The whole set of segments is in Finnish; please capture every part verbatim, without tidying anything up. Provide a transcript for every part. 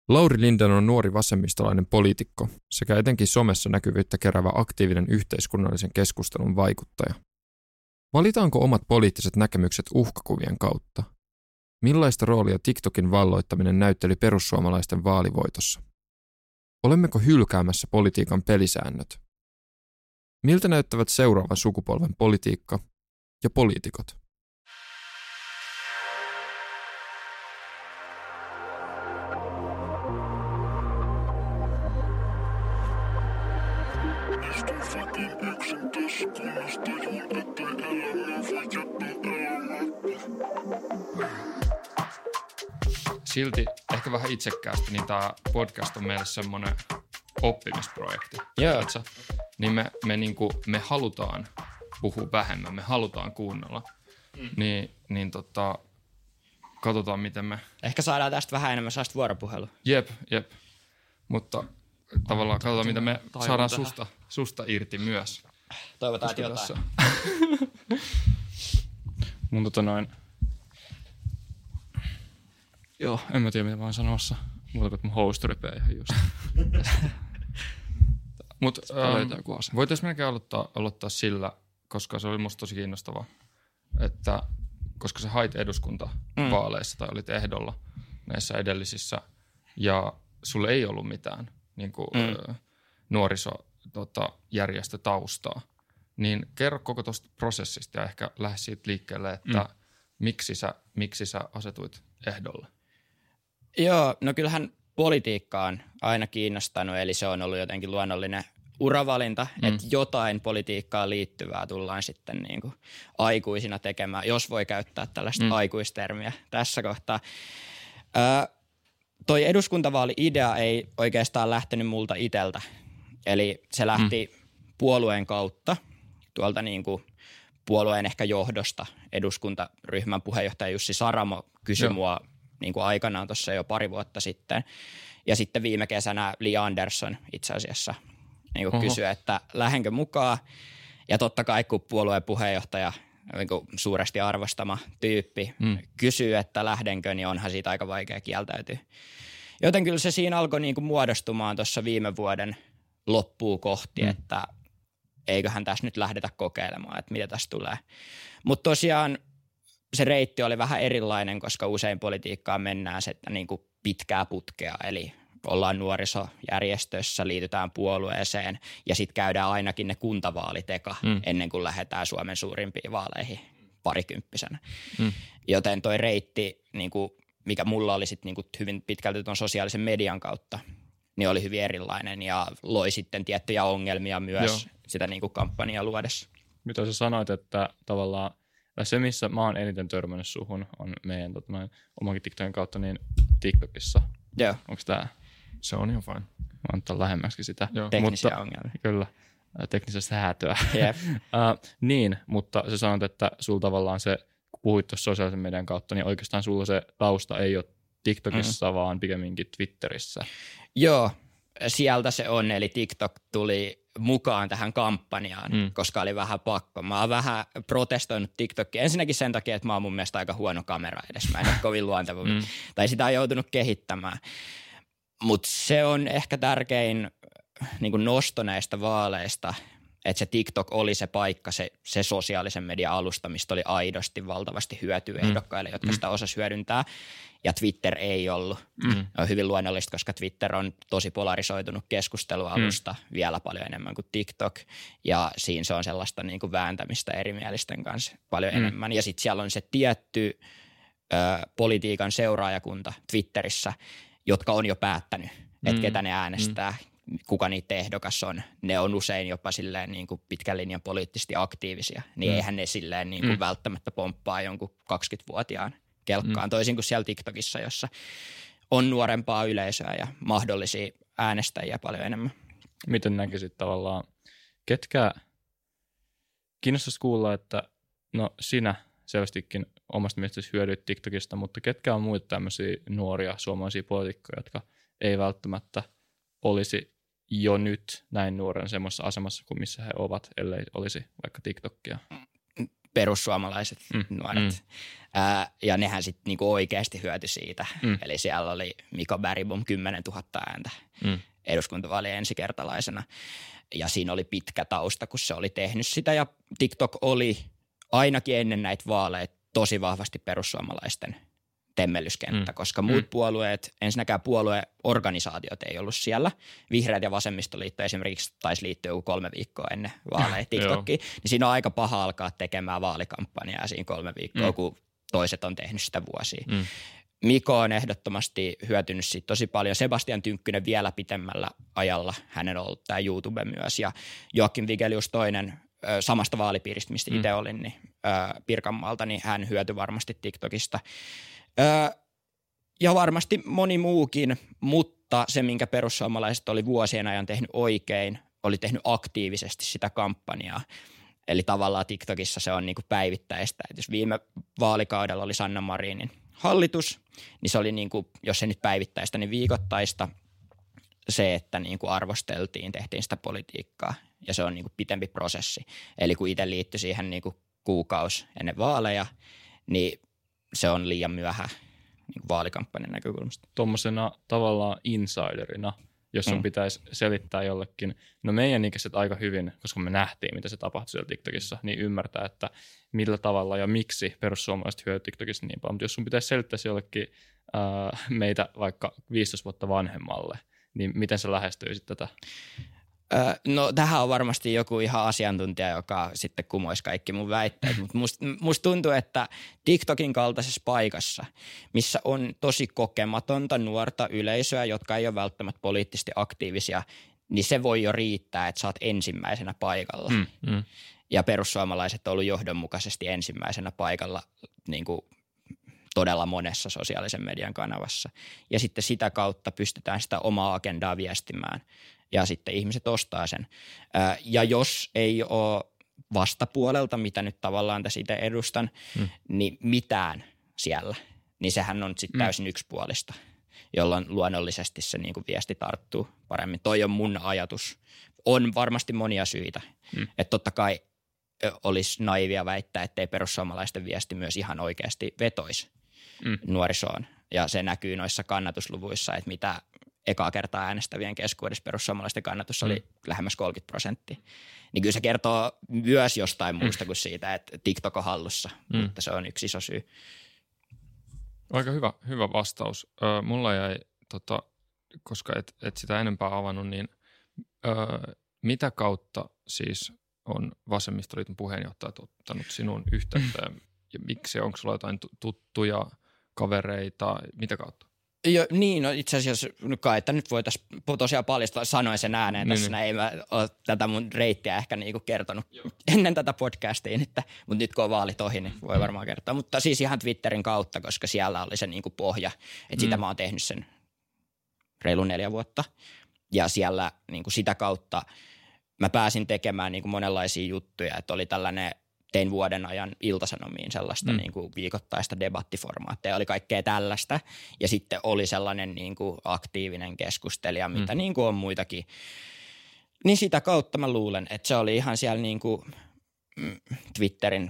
Lauri Lindén on nuori vasemmistolainen poliitikko sekä etenkin somessa näkyvyyttä keräävä aktiivinen yhteiskunnallisen keskustelun vaikuttaja. Valitaanko omat poliittiset näkemykset uhkakuvien kautta? Millaista roolia TikTokin valloittaminen näytteli perussuomalaisten vaalivoitossa? Olemmeko hylkäämässä politiikan pelisäännöt? Miltä näyttävät seuraavan sukupolven politiikka ja poliitikot? Silti ehkä vähän itsekkäästi, niin tämä podcast on meille semmoinen oppimisprojekti. Joo. Niin me, me, niinku, me halutaan puhua vähemmän, me halutaan kuunnella. Mm. Niin, niin tota, katsotaan miten me... Ehkä saadaan tästä vähän enemmän saasta vuoropuhelua. Jep, jep. Mutta tavallaan katsotaan mitä me saadaan susta, susta irti myös. Toivotaan, että jotain. Mun tota noin... Joo, en mä tiedä mitä mä oon sanomassa. Muuta kuin mun host ripee ihan just. Mut ähm, voitaisiin melkein aloittaa, aloittaa sillä, koska se oli musta tosi kiinnostavaa, että koska sä hait eduskuntavaaleissa mm. tai olit ehdolla näissä edellisissä ja sulle ei ollut mitään niin kuin, mm. äh, nuorisojärjestötaustaa, niin kerro koko tuosta prosessista ja ehkä lähde siitä liikkeelle, että mm. miksi, sä, miksi sä asetuit ehdolle? Joo, no kyllähän politiikka on aina kiinnostanut, eli se on ollut jotenkin luonnollinen uravalinta, mm. että jotain politiikkaan liittyvää tullaan sitten niin kuin aikuisina tekemään, jos voi käyttää tällaista mm. aikuistermiä tässä kohtaa. Ö, toi eduskuntavaali-idea ei oikeastaan lähtenyt multa iteltä, eli se lähti mm. puolueen kautta, tuolta niin kuin puolueen ehkä johdosta. Eduskuntaryhmän puheenjohtaja Jussi Saramo kysyi Joo. mua niin kuin aikanaan tuossa jo pari vuotta sitten. Ja sitten viime kesänä Li Andersson itse asiassa niin kuin kysyi, että lähdenkö mukaan. Ja totta kai kun puolueen puheenjohtaja, niin kuin suuresti arvostama tyyppi, mm. kysyy, että lähdenkö, niin onhan siitä aika vaikea kieltäytyä. Joten kyllä se siinä alkoi niin kuin muodostumaan tuossa viime vuoden loppuun kohti, mm. että eiköhän tässä nyt lähdetä kokeilemaan, että mitä tässä tulee. Mutta tosiaan se reitti oli vähän erilainen, koska usein politiikkaan mennään se, että niin kuin pitkää putkea, eli ollaan nuorisojärjestössä, liitytään puolueeseen ja sitten käydään ainakin ne kuntavaalit eka mm. ennen kuin lähdetään Suomen suurimpiin vaaleihin parikymppisenä. Mm. Joten toi reitti, niin kuin, mikä mulla oli sit niin kuin hyvin pitkälti tuon sosiaalisen median kautta, niin oli hyvin erilainen ja loi sitten tiettyjä ongelmia myös Joo. sitä niin kuin kampanjaa luodessa. Mitä sä sanoit, että tavallaan se, missä mä oon eniten törmännyt suhun, on meidän tota, noin, omankin TikTokin kautta, niin TikTokissa. Joo. Onko tää? Se on ihan fine. Mä oon ottaa lähemmäksi sitä. Joo. Teknisiä mutta, ongelmia. Kyllä, teknisestä häätöä. Yep. uh, niin, mutta sä sanoit, että sulla tavallaan se, kun puhuit tuossa sosiaalisen median kautta, niin oikeastaan sulla se tausta ei ole TikTokissa, mm. vaan pikemminkin Twitterissä. Joo, sieltä se on, eli TikTok tuli mukaan tähän kampanjaan, mm. koska oli vähän pakko. Mä oon vähän protestoinut TikTokia. Ensinnäkin sen takia, että mä oon mun mielestä aika huono kamera edes. Mä en ole kovin luonteva. Mm. Tai sitä on joutunut kehittämään. Mutta se on ehkä tärkein niin kuin nosto näistä vaaleista, että se TikTok oli se paikka, se, se sosiaalisen median alusta, mistä oli aidosti valtavasti hyötyä mm. ehdokkaille, jotka mm. sitä osasi hyödyntää. Ja Twitter ei ollut. Mm. On hyvin luonnollista, koska Twitter on tosi polarisoitunut keskustelualusta mm. vielä paljon enemmän kuin TikTok. Ja siinä se on sellaista niin kuin vääntämistä erimielisten kanssa paljon mm. enemmän. Ja sitten siellä on se tietty ö, politiikan seuraajakunta Twitterissä, jotka on jo päättänyt, että mm. ketä ne äänestää, mm. kuka niitä ehdokas on. Ne on usein jopa silleen niin kuin pitkän linjan poliittisesti aktiivisia. Niin mm. eihän ne silleen niin kuin mm. välttämättä pomppaa jonkun kaksikymmentävuotiaan kelkkaan, mm. toisin kuin siellä TikTokissa, jossa on nuorempaa yleisöä ja mahdollisia äänestäjiä paljon enemmän. Miten näkisit tavallaan, ketkä kiinnostaisi kuulla, että no sinä selvästikin omasta mielestäsi hyödyit TikTokista, mutta ketkä on muita tämmöisiä nuoria suomalaisia poliitikkoja, jotka ei välttämättä olisi jo nyt näin nuoren semmoisessa asemassa kuin missä he ovat, ellei olisi vaikka TikTokia? perussuomalaiset mm. nuoret. Mm. Ää, ja nehän sitten niinku oikeasti hyötyi siitä. Mm. Eli siellä oli Mika Bergbom kymmenen tuhatta ääntä mm. eduskuntavaalien ensikertalaisena. Ja siinä oli pitkä tausta, kun se oli tehnyt sitä. Ja TikTok oli ainakin ennen näitä vaaleja tosi vahvasti perussuomalaisten temmellyskenttä, mm. koska muut mm. puolueet, ensinnäkään puolueorganisaatiot ei ollut siellä. Vihreät ja vasemmistoliitto esimerkiksi taisi liittyä joku kolme viikkoa ennen vaaleja TikTokiin. Niin siinä on aika paha alkaa tekemään vaalikampanjaa siinä kolme viikkoa, mm. kun toiset on tehnyt sitä vuosia. Mm. Mikko on ehdottomasti hyötynyt siitä tosi paljon. Sebastian Tynkkynen vielä pitemmällä ajalla. Hänen on ollut tämä YouTube myös. Ja Joakim Vigelius toinen samasta vaalipiiristä, mistä mm. itse olin, niin Pirkanmaalta, niin hän hyötyi varmasti TikTokista. Ja varmasti moni muukin, mutta se, minkä perussuomalaiset oli vuosien ajan tehnyt oikein, oli tehnyt aktiivisesti sitä kampanjaa. Eli tavallaan TikTokissa se on niin kuin päivittäistä. Et jos viime vaalikaudella oli Sanna Marinin hallitus, niin se oli niin kuin, jos se nyt päivittäistä, niin viikoittaista se, että niin kuin arvosteltiin, tehtiin sitä politiikkaa ja se on niin kuin pitempi prosessi. Eli kun itse liittyi siihen niin kuin kuukausi ennen vaaleja, niin se on liian myöhään niin kuin vaalikampanjan näkökulmasta. Tuommoisena tavallaan insiderina, jos sun mm. pitäisi selittää jollekin, no meidän ikäiset aika hyvin, koska me nähtiin, mitä se tapahtui siellä TikTokissa, niin ymmärtää, että millä tavalla ja miksi perussuomalaiset hyötyy TikTokissa niin paljon. Mutta jos sun pitäisi selittää jollekin äh, meitä vaikka viisitoista vuotta vanhemmalle, niin miten sä lähestyisit tätä? Öö, no tähän on varmasti joku ihan asiantuntija, joka sitten kumoisi kaikki mun väitteet, mutta musta must tuntuu, että TikTokin kaltaisessa paikassa, missä on tosi kokematonta nuorta yleisöä, jotka ei ole välttämättä poliittisesti aktiivisia, niin se voi jo riittää, että sä oot ensimmäisenä paikalla. Mm, mm. Ja perussuomalaiset on ollut johdonmukaisesti ensimmäisenä paikalla niin kuin todella monessa sosiaalisen median kanavassa. Ja sitten sitä kautta pystytään sitä omaa agendaa viestimään ja sitten ihmiset ostaa sen. Ja jos ei ole vastapuolelta, mitä nyt tavallaan tässä itse edustan, mm. niin mitään siellä, niin sehän on sitten täysin mm. yksipuolista, jolloin luonnollisesti se niin kuin viesti tarttuu paremmin. Toi on mun ajatus. On varmasti monia syitä. Mm. Että totta kai olisi naivia väittää, ettei perussuomalaisten viesti myös ihan oikeasti vetoisi mm. nuorisoon. Ja se näkyy noissa kannatusluvuissa, että mitä ekaa kertaa äänestävien keskuudessa perussuomalaisten kannatus oli mm. lähemmäs kolmekymmentä prosenttia. Niin kyllä se kertoo myös jostain muusta kuin siitä, että TikTok on hallussa, mm. mutta se on yksi iso syy. Aika hyvä, hyvä vastaus. Ö, mulla jäi, tota, koska et, et sitä enempää avannut, niin ö, mitä kautta siis on Vasemmistoliiton puheenjohtajat ottanut sinun yhteyttä ja miksi? Onko sulla jotain tuttuja, kavereita, mitä kautta? Jo, niin, no itse asiassa kai, että nyt voitaisiin tosiaan paljastaa, sanoin sen ääneen niin, tässä, niin. Ei mä ole tätä mun reittiä ehkä niinku kertonut Joo. ennen tätä podcastia, että, mutta nyt kun on vaalit ohi, niin voi varmaan kertoa. Mutta siis ihan Twitterin kautta, koska siellä oli se niinku pohja, että sitä mm. mä oon tehnyt sen reilun neljä vuotta ja siellä niinku sitä kautta mä pääsin tekemään niinku monenlaisia juttuja, että oli tällainen tein vuoden ajan Ilta-Sanomiin sellaista mm. niin kuin viikoittaista debattiformaattia, oli kaikkea tällaista. Ja sitten oli sellainen niin kuin aktiivinen keskustelija, mitä mm. niin kuin on muitakin. Niin sitä kautta mä luulen, että se oli ihan siellä niin kuin Twitterin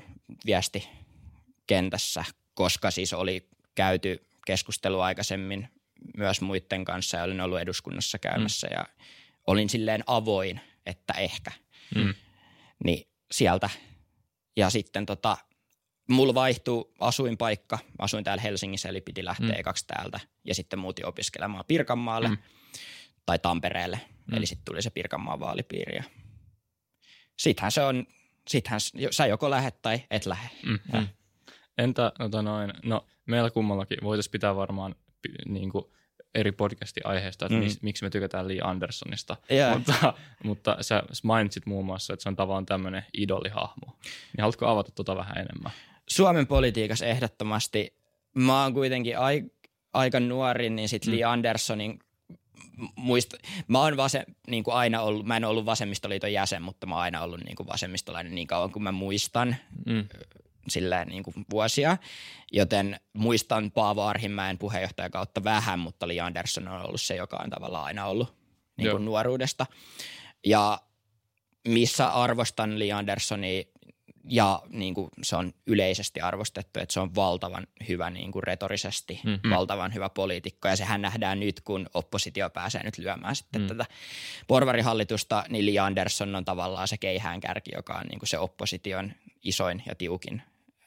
viestikentässä, koska siis oli käyty keskustelua aikaisemmin myös muiden kanssa ja olin ollut eduskunnassa käymässä mm. ja olin silleen avoin, että ehkä. Mm. Niin sieltä. Ja sitten tota, mulla vaihtui asuinpaikka. Asuin täällä Helsingissä, eli piti lähteä mm. ekaksi täältä. Ja sitten muutin opiskelemaan Pirkanmaalle mm. tai Tampereelle. Mm. Eli sitten tuli se Pirkanmaan vaalipiiri. Sittenhän se on, sittenhän sä joko lähet tai et lähde. Mm. Entä, no, noin, no meillä kummallakin voitaisiin pitää varmaan niin kuin eri podcastin aiheesta, että mm. mis, miksi me tykätään Li Anderssonista, yeah. mutta, mutta sä mainitsit muun muassa, että se on tavallaan tämmöinen idolihahmo. Niin haluatko avata tota vähän enemmän? Suomen politiikassa ehdottomasti. Mä oon kuitenkin ai, aika nuori, niin sit mm. Li Anderssonin muista, mä oon vase, niin kuin aina ollut, mä en ollut Vasemmistoliiton jäsen, mutta mä oon aina ollut niin kuin vasemmistolainen niin kauan kuin mä muistan. Mm. Silleen niin kuin vuosia, joten muistan Paavo Arhinmäen puheenjohtajan kautta vähän, mutta Li Andersson on ollut se, joka on tavallaan aina ollut niin kuin nuoruudesta. Ja missä arvostan Li Anderssonia ja niin kuin se on yleisesti arvostettu, että se on valtavan hyvä niin kuin retorisesti, mm-hmm. valtavan hyvä poliitikko. Ja sehän nähdään nyt, kun oppositio pääsee nyt lyömään sitten mm. tätä porvarihallitusta, niin Li Andersson on tavallaan se keihäänkärki, joka on niin kuin se opposition isoin ja tiukin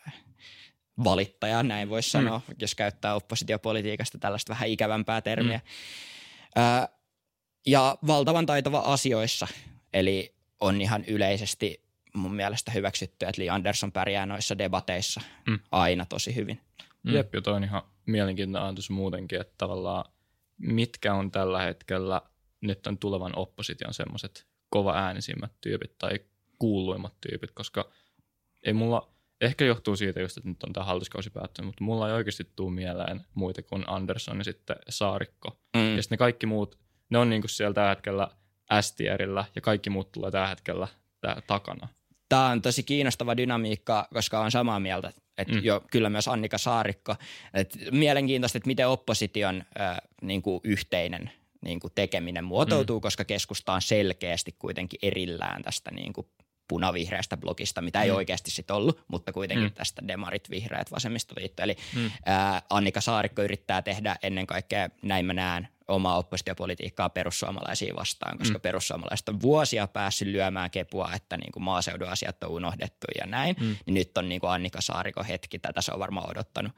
valittaja, näin voisi sanoa, mm. jos käyttää oppositiopolitiikasta tällaista vähän ikävämpää termiä. Mm. Ö, ja valtavan taitava asioissa, eli on ihan yleisesti mun mielestä hyväksytty, että Li Andersson pärjää noissa debateissa mm. aina tosi hyvin. Mm. Jep, ja toi on ihan mielenkiintoinen ajatus muutenkin, että tavallaan mitkä on tällä hetkellä nyt on tulevan opposition semmoiset kova äänisimmät tyypit tai kuuluimmat tyypit, koska ei mulla, ehkä johtuu siitä just, että nyt on tämä hallituskausi päättynyt, mutta mulla ei oikeasti tule mieleen muita kuin Andersson ja sitten Saarikko. Mm. Ja sitten ne kaikki muut, ne on niinku siellä tällä hetkellä S-tierillä ja kaikki muut tulee tällä hetkellä tää takana. Tämä on tosi kiinnostava dynamiikka, koska on samaa mieltä, että mm. jo kyllä myös Annika Saarikko. Että mielenkiintoista, että miten opposition äh, niin kuin yhteinen niin kuin tekeminen muotoutuu, mm. koska keskusta on selkeästi kuitenkin erillään tästä niin kuin punavihreästä blogista, mitä ei mm. oikeasti sitten ollut, mutta kuitenkin mm. tästä demarit, vihreät, vasemmistoliitto. Eli mm. ää, Annika Saarikko yrittää tehdä ennen kaikkea, näin mä näen, omaa oppositiopolitiikkaa perussuomalaisia vastaan, koska mm. perussuomalaiset on vuosia päässyt lyömään kepua, että niin kuin maaseudun asiat on unohdettu ja näin. Mm. Niin nyt on niin kuin Annika Saarikon hetki, tätä se on varmaan odottanut.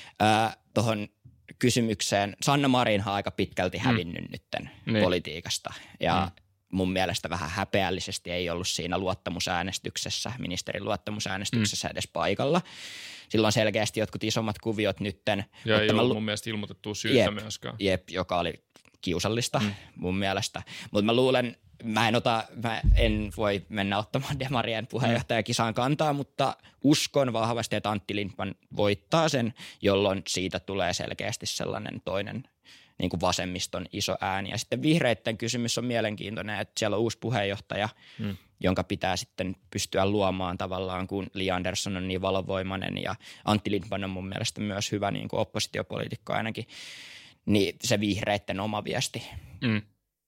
Tuohon kysymykseen, Sanna Marin on aika pitkälti hävinnyt mm. nytten niin. politiikasta ja mm. mun mielestä vähän häpeällisesti ei ollut siinä luottamusäänestyksessä, ministerin luottamusäänestyksessä mm. edes paikalla. Silloin selkeästi jotkut isommat kuviot nytten. Ja ei ollut lu- mun mielestä ilmoitettua syytä jep, myöskään. Jep, joka oli kiusallista mm. mun mielestä. Mutta mä luulen, mä en, ota, mä en voi mennä ottamaan demarien puheenjohtajakisaan kantaa, mutta uskon vahvasti, että Antti Lindtman voittaa sen, jolloin siitä tulee selkeästi sellainen toinen niin kuin vasemmiston iso ääni. Ja sitten vihreitten kysymys on mielenkiintoinen, että siellä on uusi puheenjohtaja, mm. jonka pitää sitten pystyä luomaan tavallaan, kun Li Andersson on niin valovoimainen ja Antti Lindtman on mun mielestä myös hyvä niin kuin oppositiopoliitikko ainakin, niin se vihreitten oma viesti. Mm.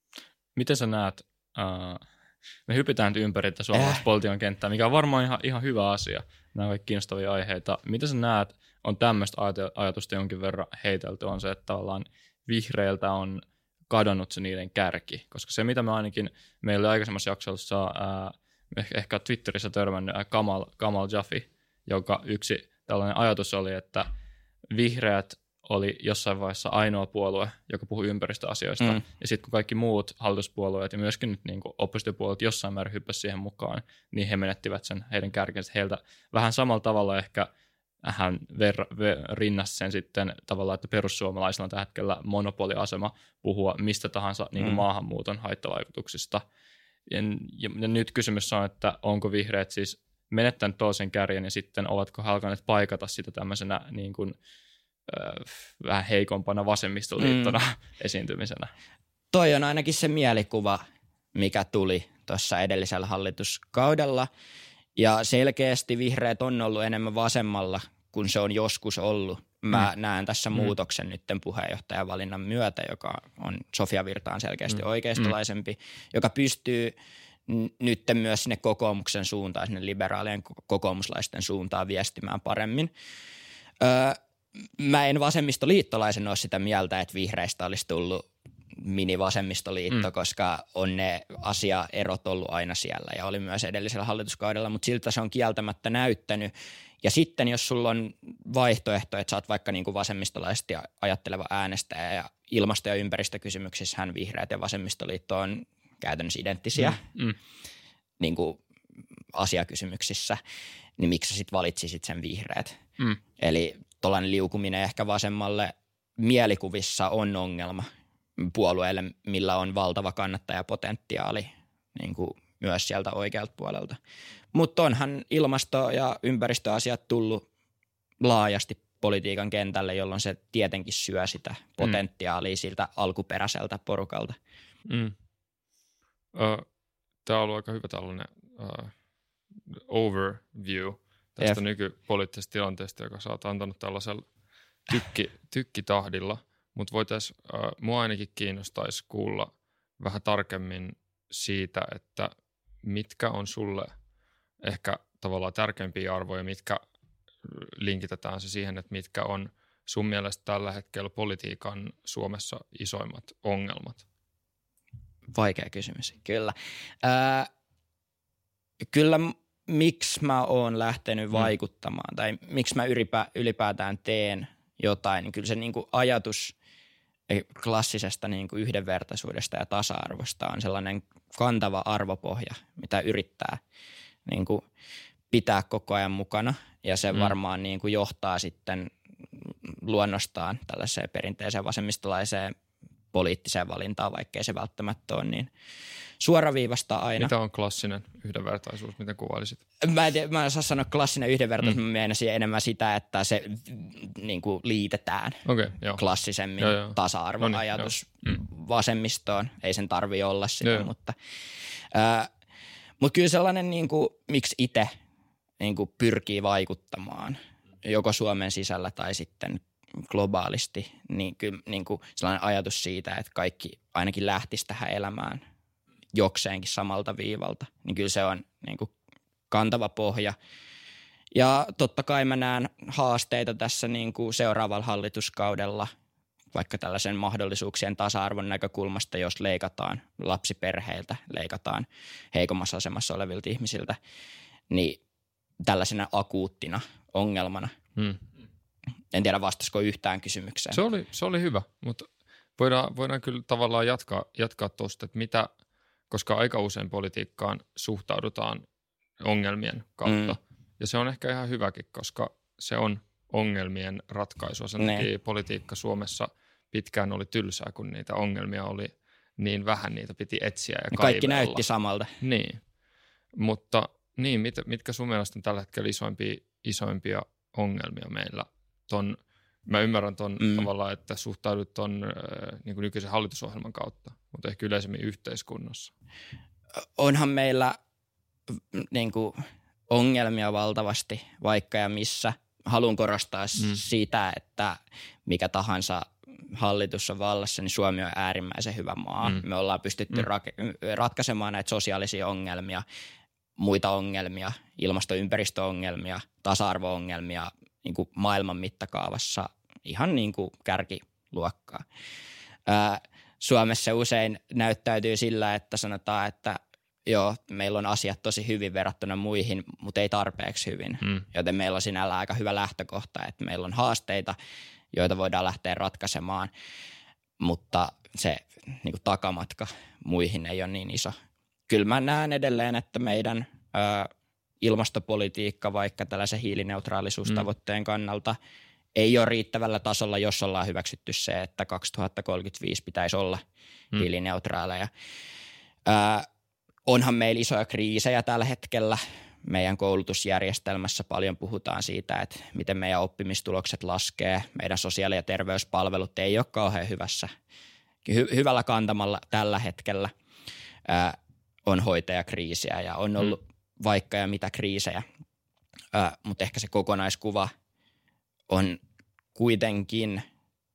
Miten sä näet, uh, me hypitään ympäri tätä suomalaista äh. politiikan kenttää, mikä on varmaan ihan, ihan hyvä asia. Nämä ovat kiinnostavia aiheita. Miten sä näet, on tämmöistä ajatusta jonkin verran heitelty, on se, että tavallaan vihreiltä on kadonnut se niiden kärki, koska se mitä me ainakin, meillä oli aikaisemmassa jaksossa ää, ehkä Twitterissä törmännyt ää, Kamal, Kamal Jaffe, joka yksi tällainen ajatus oli, että vihreät oli jossain vaiheessa ainoa puolue, joka puhui ympäristöasioista, mm. ja sitten kun kaikki muut hallituspuolueet ja myöskin nyt niin kuin oppositiopuolueet jossain määrin hyppäsivät siihen mukaan, niin he menettivät sen heidän kärkensä heiltä vähän samalla tavalla ehkä hän ver- ver- rinnasi sen sitten tavallaan, että perussuomalaisilla on tällä hetkellä monopoliasema puhua mistä tahansa niin kuin mm. maahanmuuton haittavaikutuksista. Ja, ja, ja nyt kysymys on, että onko vihreät siis menettänyt toisen kärjen ja sitten ovatko he alkaneet paikata sitä tämmöisenä niin kuin, äh, vähän heikompana vasemmistoliittona mm. esiintymisenä. Toi on ainakin se mielikuva, mikä tuli tuossa edellisellä hallituskaudella. Ja selkeästi vihreät on ollut enemmän vasemmalla, kun se on joskus ollut. Mä mm. näen tässä mm. muutoksen nytten puheenjohtajavalinnan myötä, joka on Sofia Virtaan selkeästi mm. oikeistolaisempi, joka pystyy n- nytten myös sinne kokoomuksen suuntaan, sinne liberaalien kokoomuslaisten suuntaan viestimään paremmin. Öö, mä en vasemmistoliittolaisen ole sitä mieltä, että vihreistä olisi tullut mini-vasemmistoliitto, mm. koska on ne asiaerot ollut aina siellä ja oli myös edellisellä hallituskaudella, mutta siltä se on kieltämättä näyttänyt. Ja sitten jos sulla on vaihtoehto, että sä oot vaikka niin kuin vasemmistolaisesti ajatteleva äänestäjä ja ilmasto- ja ympäristökysymyksissähän vihreät ja vasemmistoliitto on käytännössä identtisiä mm. Mm. Niin kuin asiakysymyksissä, niin miksi sä sit valitsisit sen vihreät? Mm. Eli tuollainen liukuminen ehkä vasemmalle mielikuvissa on ongelma puolueelle, millä on valtava kannattajapotentiaali niin kuin myös sieltä oikealta puolelta. Mutta onhan ilmasto- ja ympäristöasiat tullut laajasti politiikan kentälle, jolloin se tietenkin syö sitä potentiaalia mm. siltä alkuperäiseltä porukalta. Mm. Uh, Tämä on ollut aika hyvä tällainen uh, overview tästä F. nykypoliittisesta tilanteesta, joka sä oot antanut tällaisella tykki, tykkitahdilla. Mutta voitaisiin, äh, mua ainakin kiinnostaisi kuulla vähän tarkemmin siitä, että mitkä on sulle ehkä tavallaan tärkeimpiä arvoja, mitkä linkitetään se siihen, että mitkä on sun mielestä tällä hetkellä politiikan Suomessa isoimmat ongelmat? Vaikea kysymys, kyllä. Ää, kyllä miksi mä oon lähtenyt mm. vaikuttamaan tai miksi mä ylipä, ylipäätään teen jotain, niin kyllä se niin kuin ajatus klassisesta niin kuin yhdenvertaisuudesta ja tasa-arvosta on sellainen kantava arvopohja, mitä yrittää niin kuin pitää koko ajan mukana ja se mm. varmaan niin kuin johtaa sitten luonnostaan tällaiseen perinteiseen vasemmistolaiseen poliittiseen valintaan, vaikkei se välttämättä ole niin suoraviivasta aina. Mitä on klassinen yhdenvertaisuus? Miten kuvailisit? Mä en, tiedä, mä en saa sanoa klassinen yhdenvertaisuus, mm. mä meinasin enemmän sitä, että se niin kuin liitetään okay, joo. klassisemmin joo, joo. tasa-arvoajatus no niin, vasemmistoon. Ei sen tarvitse olla sitä, joo, mutta, äh, mutta kyllä sellainen, niin kuin, miksi itse niin kuin pyrkii vaikuttamaan joko Suomen sisällä tai sitten globaalisti, niin kyllä niin kuin sellainen ajatus siitä, että kaikki ainakin lähtisi tähän elämään jokseenkin samalta viivalta, niin kyllä se on niin kuin kantava pohja. Ja totta kai mä näen haasteita tässä niin kuin seuraavalla hallituskaudella, vaikka tällaisen mahdollisuuksien tasa-arvon näkökulmasta, jos leikataan lapsiperheiltä, leikataan heikommassa asemassa olevilta ihmisiltä, niin tällaisena akuuttina ongelmana. Hmm. En tiedä, vastasiko yhtään kysymykseen. Se oli, se oli hyvä, mutta voidaan, voidaan kyllä tavallaan jatkaa, jatkaa tuosta, että mitä, koska aika usein politiikkaan suhtaudutaan ongelmien kautta. Mm. Ja se on ehkä ihan hyväkin, koska se on ongelmien ratkaisua. Sen takia politiikka Suomessa pitkään oli tylsää, kun niitä ongelmia oli niin vähän, niitä piti etsiä ja kaivella. Kaikki näytti samalta. Niin, mutta niin, mit, mitkä sun mielestä on tällä hetkellä isoimpia, isoimpia ongelmia meillä? Ton, mä ymmärrän ton mm. tavallaan, että suhtaudut ton äh, niin kuin nykyisen hallitusohjelman kautta, mutta ehkä yleisemmin yhteiskunnassa. Onhan meillä niin kuin ongelmia valtavasti vaikka ja missä. Haluan korostaa mm. sitä, että mikä tahansa hallitus on vallassa, niin Suomi on äärimmäisen hyvä maa. Mm. Me ollaan pystytty mm. rak- ratkaisemaan näitä sosiaalisia ongelmia, muita ongelmia, ilmastoympäristöongelmia, tasa-arvo-ongelmia niin kuin maailman mittakaavassa ihan niin kuin kärkiluokkaa. Ää, Suomessa usein näyttäytyy sillä, että sanotaan, että joo, meillä on asiat tosi hyvin verrattuna muihin, mutta ei tarpeeksi hyvin. Mm. Joten meillä on sinällään aika hyvä lähtökohta, että meillä on haasteita, joita voidaan lähteä ratkaisemaan, mutta se niin kuin takamatka muihin ei ole niin iso. Kyllä mä näen edelleen, että meidän ää, ilmastopolitiikka vaikka tällaisen hiilineutraalisuustavoitteen mm. kannalta ei ole riittävällä tasolla, jos ollaan hyväksytty se, että kaksituhattakolmekymmentäviisi pitäisi olla mm. hiilineutraaleja. Ää, onhan meillä isoja kriisejä tällä hetkellä. Meidän koulutusjärjestelmässä paljon puhutaan siitä, että miten meidän oppimistulokset laskee. Meidän sosiaali- ja terveyspalvelut ei ole kauhean hyvässä, hy- hyvällä kantamalla tällä hetkellä. Ää, on hoitajakriisiä ja on ollut mm. vaikka ja mitä kriisejä, ää, mutta ehkä se kokonaiskuva on kuitenkin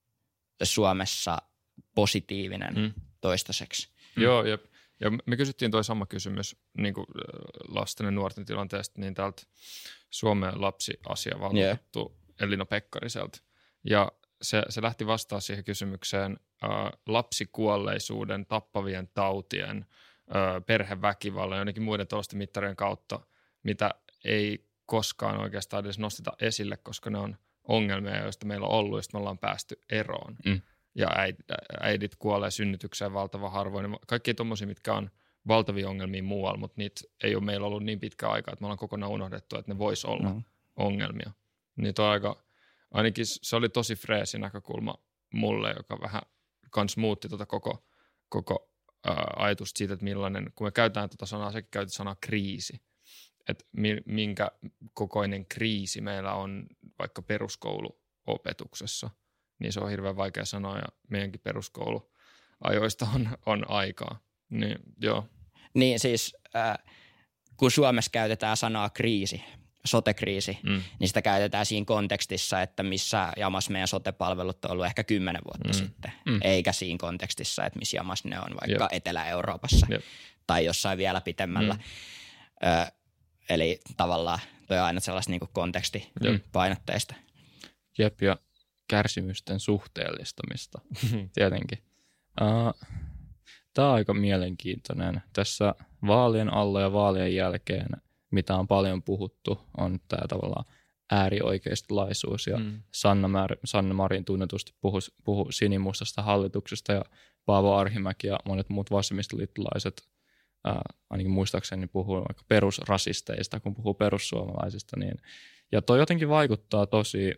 Suomessa positiivinen mm. toistaiseksi. Mm. Joo, jep. Ja me kysyttiin toi sama kysymys niin kuin lasten ja nuorten tilanteesta niin täältä Suomen lapsiasiavaltuutettu yeah. Elina Pekkariselta. Ja se, se lähti vastaan siihen kysymykseen äh, lapsikuolleisuuden, tappavien tautien, äh, perheväkivallan ja jonnekin muiden tuollaisten mittarien kautta, mitä ei koskaan oikeastaan edes nosteta esille, koska ne on ongelmia, joista meillä on ollut, joista me ollaan päästy eroon. Mm. Ja äidit kuolee synnytykseen valtavan harvoin. Kaikki tommosia, mitkä on valtavia ongelmia muualla, mutta niitä ei ole meillä ollut niin pitkä aikaa, että me ollaan kokonaan unohdettu, että ne vois olla mm. ongelmia. Niin toi aika, ainakin se oli tosi freesi näkökulma mulle, joka vähän kans muutti tota koko, koko ää, ajatusta siitä, että millainen, kun me käytetään tota sanaa, sekin käytetään sanaa kriisi. Että minkä kokoinen kriisi meillä on vaikka peruskouluopetuksessa. Niin se on hirveän vaikea sanoa ja meidänkin peruskouluajoista on, on aikaa. Niin, joo. Niin siis äh, kun Suomessa käytetään sanaa kriisi, sote-kriisi, mm. niin sitä käytetään siinä kontekstissa, että missä jamassa meidän sote-palvelut on ollut ehkä kymmenen vuotta mm. sitten, mm. eikä siinä kontekstissa, että missä jamassa ne on vaikka Jep. Etelä-Euroopassa Jep. tai jossain vielä pitemmällä. Mm. Äh, Eli tavallaan toi on aina sellaista niin kuin kontekstipainotteista. Jep, ja kärsimysten suhteellistamista tietenkin. Uh, Tämä on aika mielenkiintoinen. Tässä vaalien alla ja vaalien jälkeen, mitä on paljon puhuttu, on tämä tavallaan äärioikeistolaisuus. Ja mm. Sanna, Mar- Sanna Marin tunnetusti puhui puhu sinimustasta hallituksesta ja Paavo Arhimäki ja monet muut vasemmistoliittolaiset, ää, ainakin muistaakseni puhuu vaikka perusrasisteista, kun puhuu perussuomalaisista. Niin. Ja toi jotenkin vaikuttaa tosi,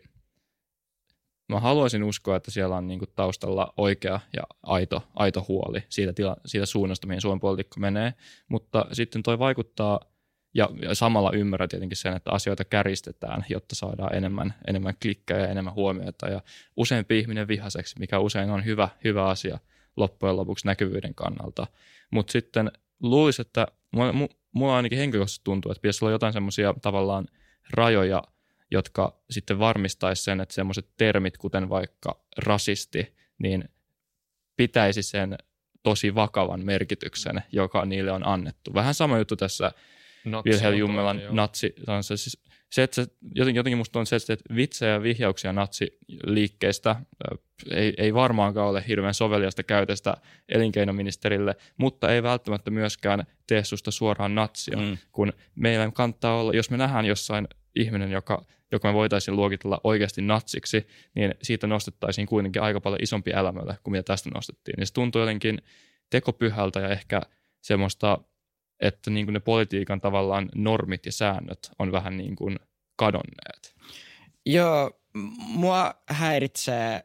mä haluaisin uskoa, että siellä on niinku taustalla oikea ja aito, aito huoli siitä, tila, siitä suunnasta, mihin Suomen poliitikko menee, mutta sitten toi vaikuttaa, ja, ja samalla ymmärrän tietenkin sen, että asioita käristetään, jotta saadään enemmän, enemmän klikkejä ja enemmän huomiota, ja useampi ihminen vihaseksi, mikä usein on hyvä, hyvä asia loppujen lopuksi näkyvyyden kannalta. Mutta sitten luulisin, että mulla, mulla ainakin henkilökohtaisesti tuntuu, että pitäisi olla jotain semmoisia tavallaan rajoja, jotka sitten varmistaisi sen, että semmoiset termit, kuten vaikka rasisti, niin pitäisi sen tosi vakavan merkityksen, joka niille on annettu. Vähän sama juttu tässä Vilhelm Jummelan natsi. Siis se, että se, jotenkin, jotenkin musta on se, että vitsejä ja vihjauksia natsiliikkeestä ei, ei varmaankaan ole hirveän soveliasta käytöstä elinkeinoministerille, mutta ei välttämättä myöskään tee susta suoraan natsia, mm. kun meillä kannattaa olla, jos me nähdään jossain ihminen, joka, joka me voitaisiin luokitella oikeasti natsiksi, niin siitä nostettaisiin kuitenkin aika paljon isompi elämälle kuin mitä tästä nostettiin. Niin se tuntuu jotenkin tekopyhältä ja ehkä semmoista, että niin kuin ne politiikan tavallaan normit ja säännöt on vähän niin kuin kadonneet. Joo, mua häiritsee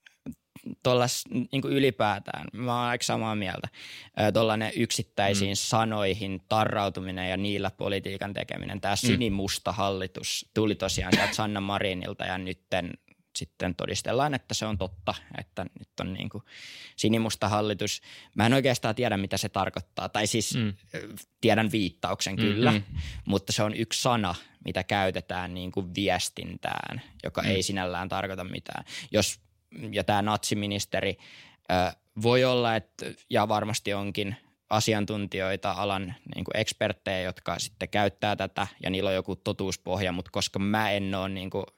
tollas, niin kuin ylipäätään. Mä oon aika samaa mieltä. Tuollainen yksittäisiin mm. sanoihin tarrautuminen ja niillä politiikan tekeminen. Tämä sinimusta hallitus tuli tosiaan sieltä Sanna Marinilta ja nytten sitten todistellaan, että se on totta, että nyt on niin kuin sinimusta hallitus. Mä en oikeastaan tiedä, mitä se tarkoittaa. Tai siis mm. tiedän viittauksen kyllä, mm-hmm. mutta se on yksi sana, mitä käytetään niin kuin viestintään, joka mm. ei sinällään tarkoita mitään. Jos ja tämä natsiministeri äh, voi olla, että, ja varmasti onkin asiantuntijoita, alan niin kuin eksperttejä, jotka sitten käyttää tätä ja niillä on joku totuuspohja, mutta koska mä en ole niin kuin,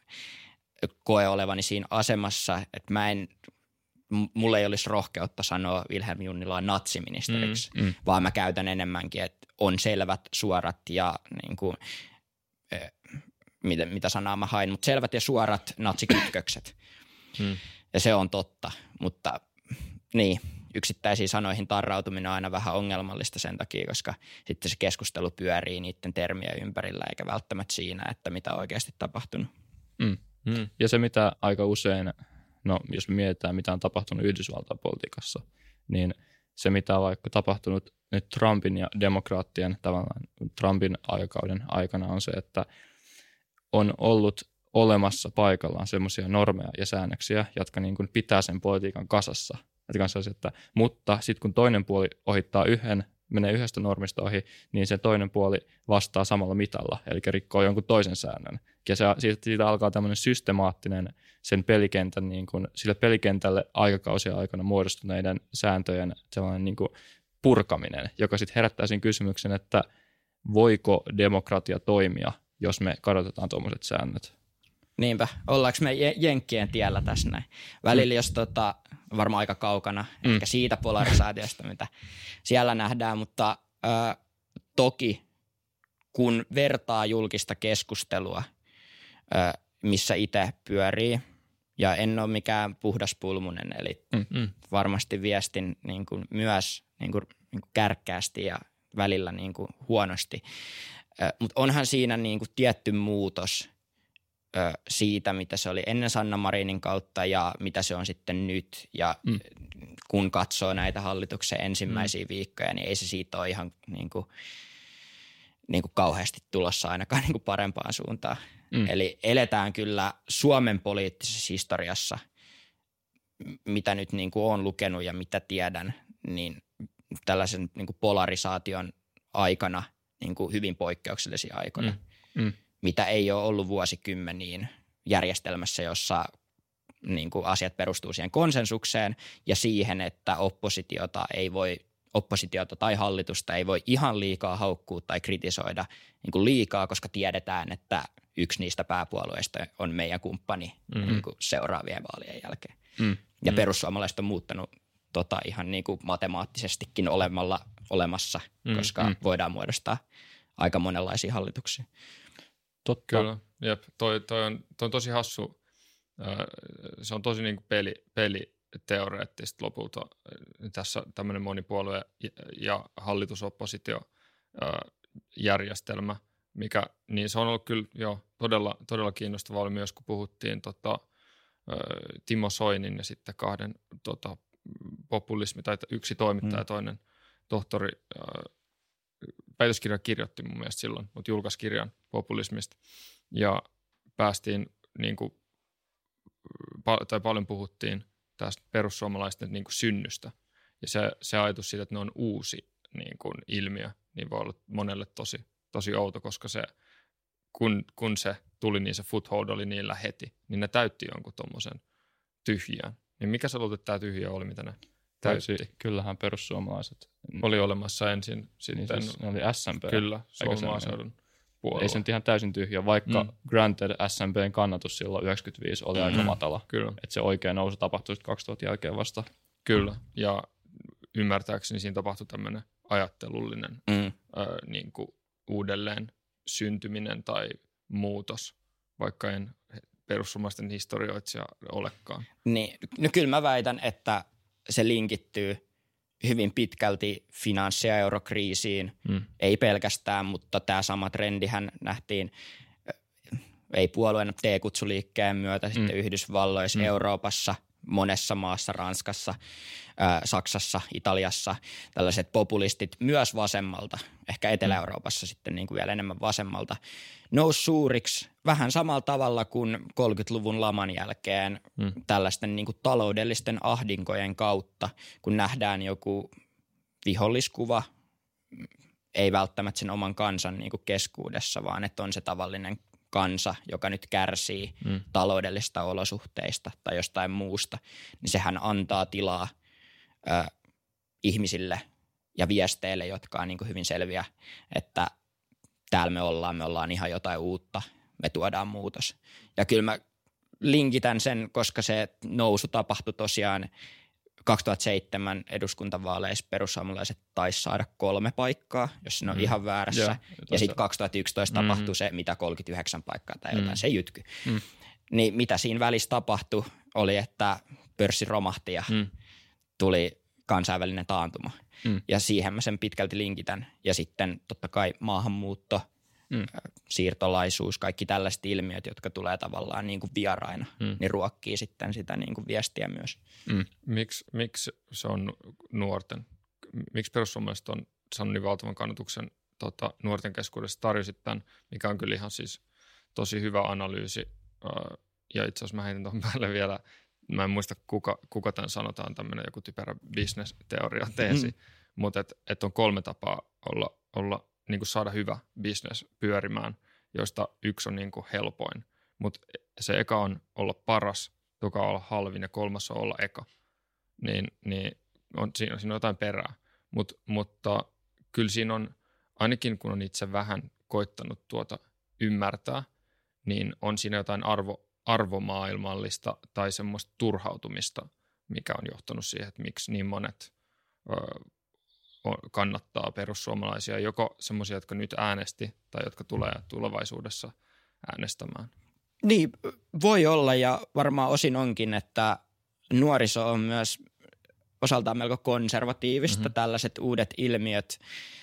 koe olevani siinä asemassa, että mä en, mulla ei olisi rohkeutta sanoa Vilhelm Junnilaa natsiministeriksi, mm, mm. vaan mä käytän enemmänkin, että on selvät, suorat ja niin kuin, äh, mitä, mitä sanaa mä hain, mutta selvät ja suorat natsikytkökset. Mm. Ja se on totta, mutta niin, yksittäisiin sanoihin tarrautuminen on aina vähän ongelmallista sen takia, koska sitten se keskustelu pyörii niiden termien ympärillä eikä välttämättä siinä, että mitä on oikeasti tapahtunut. Mm. Mm. Ja se, mitä aika usein, no jos me mietitään, mitä on tapahtunut Yhdysvaltain politiikassa, niin se, mitä on vaikka tapahtunut nyt Trumpin ja demokraattien tavallaan Trumpin aikakauden aikana on se, että on ollut olemassa paikallaan semmoisia normeja ja säännöksiä, jotka niin kuin pitää sen politiikan kasassa. Että, mutta sitten kun toinen puoli ohittaa yhden, menee yhdestä normista ohi, niin se toinen puoli vastaa samalla mitalla, eli rikkoo jonkun toisen säännön. Ja se, siitä, siitä alkaa tämmöinen systemaattinen sen pelikentän, niin kuin, sille pelikentälle aikakausia aikana muodostuneiden sääntöjen sellainen niin kuin purkaminen, joka sitten herättää sen kysymyksen, että voiko demokratia toimia, jos me kadotetaan tuommoiset säännöt. Niinpä, ollaanko me jenkkien tiellä tässä näin. Välillä jos tota, varmaan aika kaukana mm. ehkä siitä polarisaatiosta, mitä siellä nähdään, mutta ö, toki kun vertaa julkista keskustelua, ö, missä itse pyörii, ja en ole mikään puhdaspulmunen, eli mm. varmasti viestin niin kuin myös niin kuin, niin kuin kärkkäästi ja välillä niin kuin huonosti, ö, mutta onhan siinä niin kuin tietty muutos siitä, mitä se oli ennen Sanna Marinin kautta ja mitä se on sitten nyt. Ja mm. kun katsoo näitä hallituksen ensimmäisiä mm. viikkoja, niin ei se siitä ole ihan niin kuin, niin kuin kauheasti tulossa ainakaan niin kuin parempaan suuntaan. Mm. Eli eletään kyllä Suomen poliittisessa historiassa, mitä nyt niin kuin olen lukenut ja mitä tiedän, niin tällaisen niin kuin polarisaation aikana niin kuin hyvin poikkeuksellisia aikoina. Mm. Mm. Mitä ei ole ollut vuosikymmeniin järjestelmässä, jossa niin kuin asiat perustuu siihen konsensukseen ja siihen, että oppositiota ei voi oppositiota tai hallitusta ei voi ihan liikaa haukkua tai kritisoida niin kuin liikaa, koska tiedetään, että yksi niistä pääpuolueista on meidän kumppani mm-hmm. niin kuin seuraavien vaalien jälkeen. Mm-hmm. Ja perussuomalaiset on muuttanut tota ihan niin kuin matemaattisestikin olemalla, olemassa, mm-hmm. koska voidaan muodostaa aika monenlaisia hallituksia. Totta. Kyllä, jep. Toi, toi, on, toi on tosi hassu. Se on tosi niin kuin peli, peliteoreettista lopulta. Tässä tämmöinen monipuolue- ja hallitusoppositio-järjestelmä, mikä, niin se on ollut kyllä jo todella, todella kiinnostavaa oli myös, kun puhuttiin tota, Timo Soinin ja sitten kahden tota, populismi, tai yksi toimittaja ja toinen tohtori, väitöskirja kirjoitti mun mielestä silloin, mutta julkaisi kirjan populismista ja päästiin niin kuin, tai paljon puhuttiin tästä perussuomalaisten niin kuin synnystä ja se, se ajatus siitä, että ne on uusi niin kuin ilmiö, niin voi olla monelle tosi, tosi outo, koska se, kun, kun se tuli, niin se foothold oli niillä heti, niin ne täytti jonkun tommosen tyhjään. Niin mikä sä luulet, että tämä tyhjä oli, mitä ne täytti? Kyllähän perussuomalaiset oli olemassa ensin. Sitten, niin siis ne oli S M P. Kyllä, Suomen maaseudun puolella. Ei se nyt ihan täysin tyhjä, vaikka mm. granted S M P:n kannatus silloin yhdeksänkymmentäviisi oli mm. aika matala. Kyllä. Että se oikea nousu tapahtui kaksituhatta jälkeen vasta. Kyllä, ja ymmärtääkseni siinä tapahtui tämmöinen ajattelullinen mm. ö, niin kuin uudelleen syntyminen tai muutos, vaikka en perussuomalaisten historioitsija olekaan. Niin, no kyllä mä väitän, että se linkittyy hyvin pitkälti finanssi- ja eurokriisiin, mm. ei pelkästään, mutta tämä sama trendihän nähtiin ei puolueen T-kutsuliikkeen myötä mm. sitten Yhdysvalloissa, mm. Euroopassa, monessa maassa, Ranskassa, ää, Saksassa, Italiassa, tällaiset populistit myös vasemmalta, ehkä Etelä-Euroopassa mm. sitten niin kuin vielä enemmän vasemmalta, nousi suuriksi vähän samalla tavalla kuin kolmekymmentäluvun laman jälkeen mm. tällaisten niin kuin taloudellisten ahdinkojen kautta, kun nähdään joku viholliskuva, ei välttämättä sen oman kansan niin kuin keskuudessa, vaan että on se tavallinen kansa, joka nyt kärsii mm. taloudellisista olosuhteista tai jostain muusta, niin sehän antaa tilaa ö, ihmisille ja viesteille, jotka on niin kuin hyvin selviä, että täällä me ollaan, me ollaan ihan jotain uutta, me tuodaan muutos. Ja kyllä mä linkitän sen, koska se nousu tapahtui tosiaan kaksituhattaseitsemän eduskuntavaaleissa perussuomalaiset taisi saada kolme paikkaa, jos ne on mm. ihan väärässä. Yeah, ja sitten kaksituhattayksitoista mm-hmm. tapahtui se, mitä kolmekymmentäyhdeksän paikkaa tai jotain, mm. se jytky. Mm. Niin mitä siinä välissä tapahtui, oli, että pörssi romahti ja mm. tuli kansainvälinen taantuma. Mm. Ja siihen mä sen pitkälti linkitän. Ja sitten totta kai maahanmuutto, mm. siirtolaisuus, kaikki tällaiset ilmiöt, jotka tulee tavallaan niin kuin vieraina, mm. niin ruokkii sitten sitä niin kuin viestiä myös. Mm. Miksi miksi se on nuorten? Miksi perussuomalaiset on saanut niin valtavan kannatuksen tota, nuorten keskuudessa? Tarjosit tämän, mikä on kyllä ihan siis tosi hyvä analyysi. Uh, ja itse asiassa mä heitän tuohon päälle vielä, mä en muista kuka, kuka tämän sanotaan, tämmöinen joku typerä business-teoria teesi, mm. mutta että et on kolme tapaa olla, olla niin kuin saada hyvä business pyörimään, joista yksi on niin kuin helpoin. Mutta se eka on olla paras, toka on olla halvin ja kolmas on olla eka. Niin, niin on, siinä, siinä on jotain perää. Mut, mutta kyllä siinä on, ainakin kun on itse vähän koittanut tuota ymmärtää, niin on siinä jotain arvo, arvomaailmallista tai semmoista turhautumista, mikä on johtanut siihen, että miksi niin monet ö, kannattaa perussuomalaisia, joko semmoisia, jotka nyt äänesti tai jotka tulee tulevaisuudessa äänestämään. Niin, voi olla ja varmaan osin onkin, että nuoriso on myös osaltaan melko konservatiivista, mm-hmm. tällaiset uudet ilmiöt.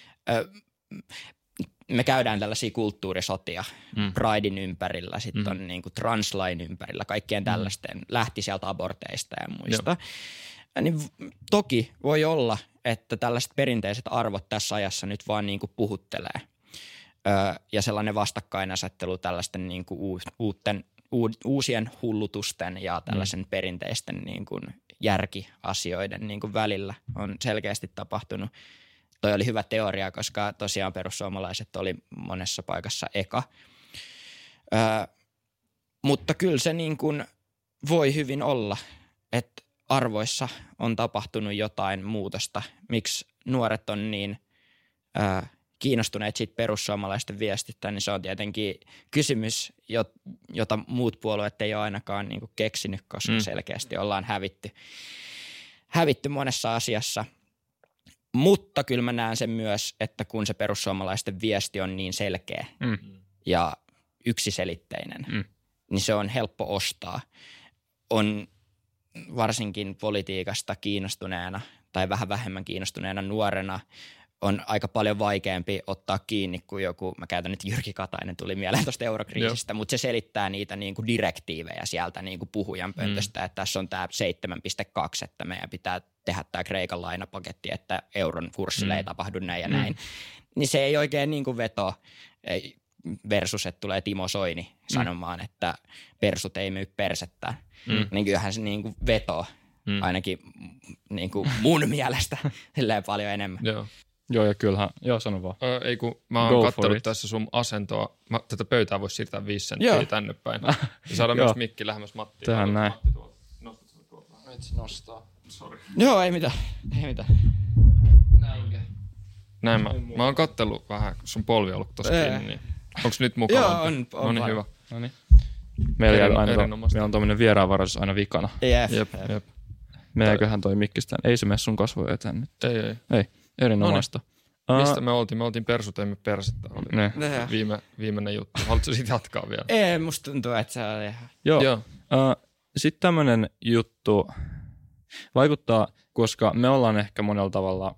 Me käydään tällaisia kulttuurisotia mm. Pridein ympärillä, sitten mm. on niin kuin translain ympärillä, kaikkien tällaisten, mm. lähti sieltä aborteista ja muista. Niin toki voi olla, että tällaiset perinteiset arvot tässä ajassa nyt vaan niin kuin puhuttelee. Öö, ja sellainen vastakkainasettelu tällaisten niin kuin uuten, uusien hullutusten ja tällaisen mm. perinteisten niin kuin järkiasioiden niin kuin välillä on selkeästi tapahtunut. Toi oli hyvä teoria, koska tosiaan perussuomalaiset oli monessa paikassa eka. Öö, mutta kyllä se niin kuin voi hyvin olla, että arvoissa on tapahtunut jotain muutosta, miksi nuoret on niin ää, kiinnostuneet siitä perussuomalaisten viestistä, niin se on tietenkin kysymys, jota muut puolueet ei ole ainakaan niin kuin keksinyt, koska mm. selkeästi ollaan hävitty, hävitty monessa asiassa. Mutta kyllä mä näen sen myös, että kun se perussuomalaisten viesti on niin selkeä mm. ja yksiselitteinen, mm. niin se on helppo ostaa. On varsinkin politiikasta kiinnostuneena tai vähän vähemmän kiinnostuneena nuorena on aika paljon vaikeampi ottaa kiinni kuin joku, mä käytän nyt Jyrki Katainen, tuli mieleen tuosta eurokriisistä, mutta se selittää niitä niin kuin direktiivejä sieltä niin kuin puhujan pöntöstä, mm. että tässä on tämä seitsemän pilkku kaksi, että meidän pitää tehdä tämä Kreikan lainapaketti, että euron kurssille mm. ei tapahdu näin ja mm. näin. Niin se ei oikein niin kuin veto versus, että tulee Timo Soini mm. sanomaan, että persut ei myy persettä. Mm. Niin kyllähän se niin kuin vetoo mm. ainakin niin kuin mun mielestä silleen paljon enemmän. Joo. Joo, ja kyllähän, joo, sano vaan. Öö, ei kun mä oon katsellut tässä sun asentoa. Mä, tätä pöytää voisi siirtää viisi senttiä tänne päin. Ja saada myös mikki lähemmäs Mattia. Tehän näin. Nostat sä tuolta vähän? Etsi nostaa. Sori. Joo, ei mitään. Ei mitään. Näinkö? Näin mä, mä oon kattellut vähän, sun polvi on ollut tossa kiinni. Niin. Onks nyt mukavampi? Joo, on. on no niin, hyvä. No niin. Meillä, Eri, aina to, meillä on tommonen vieraanvaraisuus aina vikana. Jep, jep. jep. Meneeköhän toi mikkistään? Ei se mene sun kasvoja eteen nyt. Ei, ei. Ei, erinomaista. No niin. Mistä me oltiin? Me oltiin persut, emme persettä. Oli viime, viimeinen juttu. Haluatko siitä jatkaa vielä? Ei, musta tuntuu, että se oli ihan... Joo. Joo. Uh, sitten tämmönen juttu vaikuttaa, koska me ollaan ehkä monella tavalla,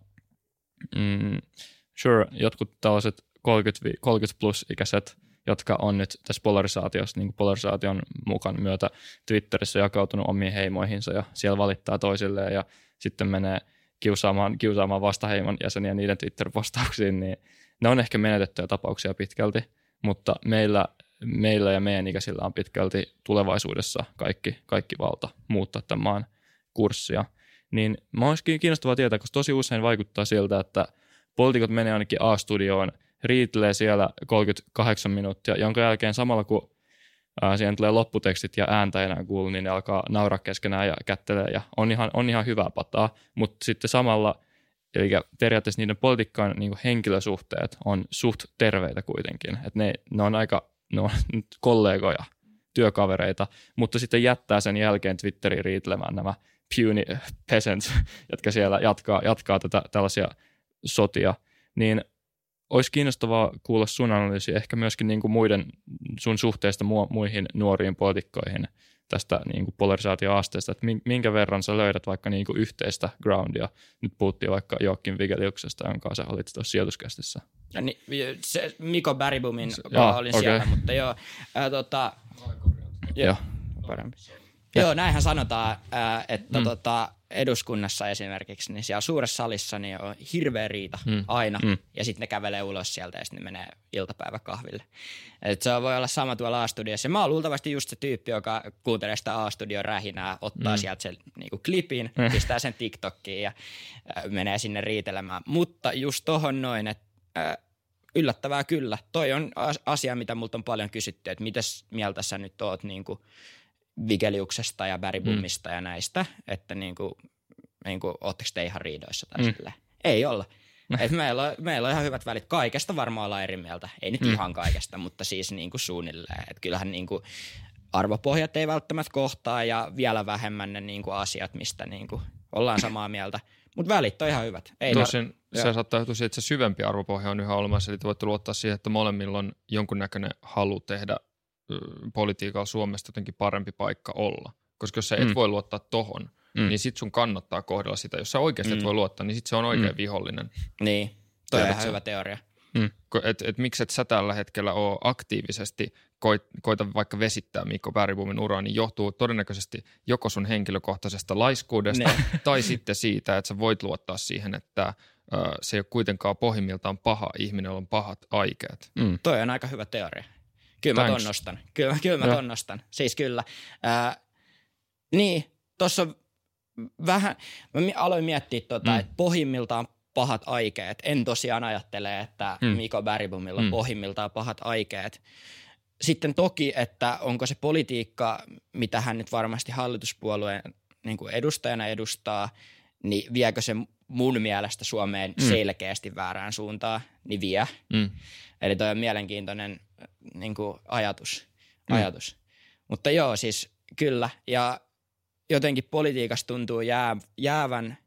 mm, sure, jotkut tällaiset kolmekymmentä, kolmekymmentä plus ikäiset, jotka on nyt tässä polarisaatiossa, niin kuin polarisaation mukaan myötä Twitterissä jakautunut omiin heimoihinsa ja siellä valittaa toisilleen ja sitten menee kiusaamaan, kiusaamaan vastaheimon jäseniä niiden Twitter-postauksiin, niin ne on ehkä menetettyjä tapauksia pitkälti, mutta meillä, meillä ja meidän ikäisillä on pitkälti tulevaisuudessa kaikki, kaikki valta muuttaa tämän maan kurssia. Niin mä olisikin kiinnostavaa tietää, koska tosi usein vaikuttaa siltä, että poliitikot menee ainakin A-studioon, riitelee siellä kolmekymmentäkahdeksan minuuttia, jonka jälkeen samalla kun ää, siihen tulee lopputekstit ja ääntä enää kuulu, niin ne alkaa nauraa keskenään ja kättelee ja on ihan, on ihan hyvää pataa, mutta sitten samalla, eli periaatteessa niiden poliitikkaan niin kuin henkilösuhteet on suht terveitä kuitenkin, että ne, ne on aika ne on kollegoja, työkavereita, mutta sitten jättää sen jälkeen Twitteriin riitelemään nämä puny peasants, jotka siellä jatkaa, jatkaa tätä tällaisia sotia, niin olisi kiinnostavaa kuulla sun analyysiä ehkä myöskin niin kuin muiden sun suhteesta mu- muihin nuoriin poliitikkoihin tästä niin kuin polarisaatioasteesta, että minkä verran sä löydät vaikka niin kuin yhteistä groundia. Nyt puhuttiin vaikka Joakim Vigeliuksesta, jonka sä olit tuossa sijoituskästissä. Ja niin, se Miko Bergbomin ja, olin okay. siellä, mutta joo, ää, tota, joo, parempi. Joo, näinhän sanotaan, ää, että mm. tota, eduskunnassa esimerkiksi, niin siellä suuressa salissa niin on hirveä riita mm. aina, mm. ja sitten ne kävelee ulos sieltä ja sitten ne menee iltapäiväkahville. Et se voi olla sama tuolla A-studiossa. Mä oon luultavasti just se tyyppi, joka kuuntelee sitä A-studion rähinää, ottaa mm. sieltä sen niinku klipin, mm. pistää sen TikTokiin ja äh, menee sinne riitelemään. Mutta just tohon noin, että äh, yllättävää kyllä. Toi on asia, mitä multa on paljon kysytty, että mitäs mieltä sä nyt oot niinku Vigeliuksesta ja Bergbomista mm. ja näistä, että niinku, niinku, ootteko te ihan riidoissa tai mm. silleen? Ei olla. Et meillä, on, meillä on ihan hyvät välit. Kaikesta varmaan ollaan eri mieltä. Ei nyt mm. ihan kaikesta, mutta siis niinku suunnilleen. Et kyllähän niinku arvopohjat ei välttämättä kohtaa ja vielä vähemmän ne niinku asiat, mistä niinku ollaan samaa mieltä. Mutta välit on ihan hyvät. Ei Tosin tar- se saattaa johtua siitä, että se syvempi arvopohja on yhä olemassa, eli te voitte luottaa siihen, että molemmilla on jonkunnäköinen halu tehdä politiikalla Suomesta jotenkin parempi paikka olla. Koska jos sä et mm. voi luottaa tohon, mm. niin sit sun kannattaa kohdella sitä. Jos sä oikeasti mm. et voi luottaa, niin sit se on oikein mm. vihollinen. Niin, toi on ihan hyvä teoria. Mm. Et, et miksi et sä tällä hetkellä ole aktiivisesti koit, koita vaikka vesittää Mikko Bergbomin uraa, niin johtuu todennäköisesti joko sun henkilökohtaisesta laiskuudesta ne. tai sitten siitä, että sä voit luottaa siihen, että ö, se ei ole kuitenkaan pohjimmiltaan paha ihminen, on pahat aikeet. Mm. Toi on aika hyvä teoria. Kyllä mä ton nostan. Kyllä, kyllä mä ton nostan. Siis kyllä. Ää, niin, tossa vähän, mä aloin miettiä tota, mm. että pohjimmiltaan pahat aikeet. En tosiaan ajattele, että mm. Miko Bergbomilla on mm. pohjimmiltaan pahat aikeet. Sitten toki, että onko se politiikka, mitä hän nyt varmasti hallituspuolueen niin kuin edustajana edustaa, niin viekö se mun mielestä Suomeen Mm. selkeästi väärään suuntaan, niin vie. Mm. Eli toi on mielenkiintoinen niin kuin ajatus. Mm. ajatus. Mutta joo, siis kyllä. Ja jotenkin politiikasta tuntuu jää, jäävän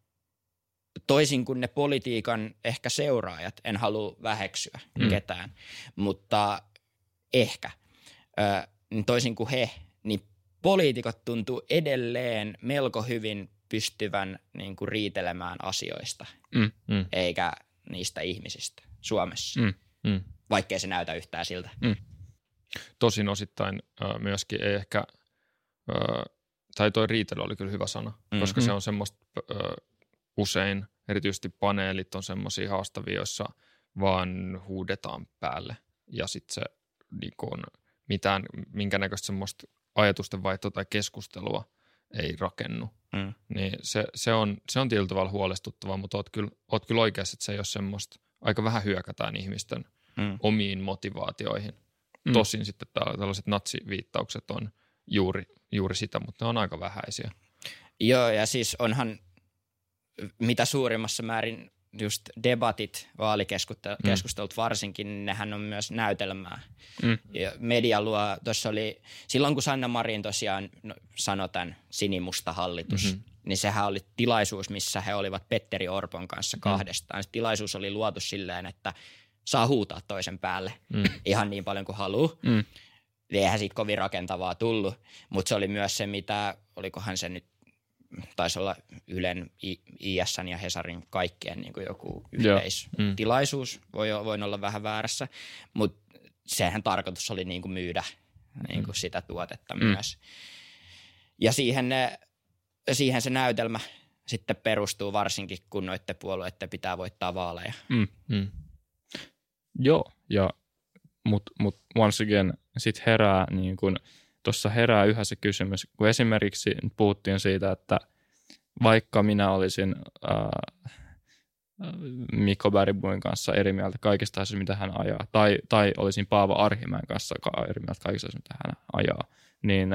toisin kuin ne politiikan ehkä seuraajat. En halua väheksyä Mm. ketään, mutta ehkä. Ö, niin toisin kuin he, niin poliitikot tuntuu edelleen melko hyvin pystyvän niin kuin riitelemään asioista, Mm. Mm. eikä niistä ihmisistä Suomessa, Mm. Mm. vaikkei se näytä yhtään siltä. Tosin osittain ö, myöskin ei ehkä, ö, tai toi riitely oli kyllä hyvä sana, Mm. koska Mm. se on semmoista ö, usein, erityisesti paneelit on semmoisia haastavia, joissa vaan huudetaan päälle ja sitten se niin kun, mitään, minkä näköistä semmoista ajatusten vaihtoa tai keskustelua ei rakennu. Mm. Niin se, se, on, se on tietyllä tavalla huolestuttavaa, mutta oot kyllä, oot kyllä oikeassa, että se ei ole semmoista, aika vähän hyökätään ihmisten Mm. omiin motivaatioihin. Mm. Tosin sitten tää- tällaiset natsiviittaukset on juuri, juuri sitä, mutta ne on aika vähäisiä. Joo, ja siis onhan mitä suurimmassa määrin just debatit, vaalikeskustelut varsinkin, niin nehän on myös näytelmää. Mm. Ja media luo, tuossa oli, silloin kun Sanna Marin tosiaan no, sanoi tämän sinimusta hallitus, Mhm. mm-hmm. niin sehän oli tilaisuus, missä he olivat Petteri Orpon kanssa kahdestaan. Se tilaisuus oli luotu silleen, että saa huutaa toisen päälle Mm. ihan niin paljon kuin haluaa. Mm. Eihän siitä kovin rakentavaa tullut, mutta se oli myös se, mitä, olikohan se nyt, taisi olla Ylen, I S N ja Hesarin kaikkien niin kuin joku yhteistilaisuus, voi, voin olla vähän väärässä, mutta sehän tarkoitus oli niin kuin myydä niin kuin sitä tuotetta Mm. myös. Ja siihen, ne, siihen se näytelmä sitten perustuu varsinkin, kun noiden puolueiden pitää voittaa vaaleja. Mm. Mm. Joo, ja mut, mut once again sit herää niin kun, tuossa herää yhä se kysymys, kun esimerkiksi puhuttiin siitä, että vaikka minä olisin äh, Mikko Bergbomin kanssa eri mieltä kaikista asioista, mitä hän ajaa, tai, tai olisin Paavo Arhimäen kanssa eri mieltä kaikista asioista, mitä hän ajaa, niin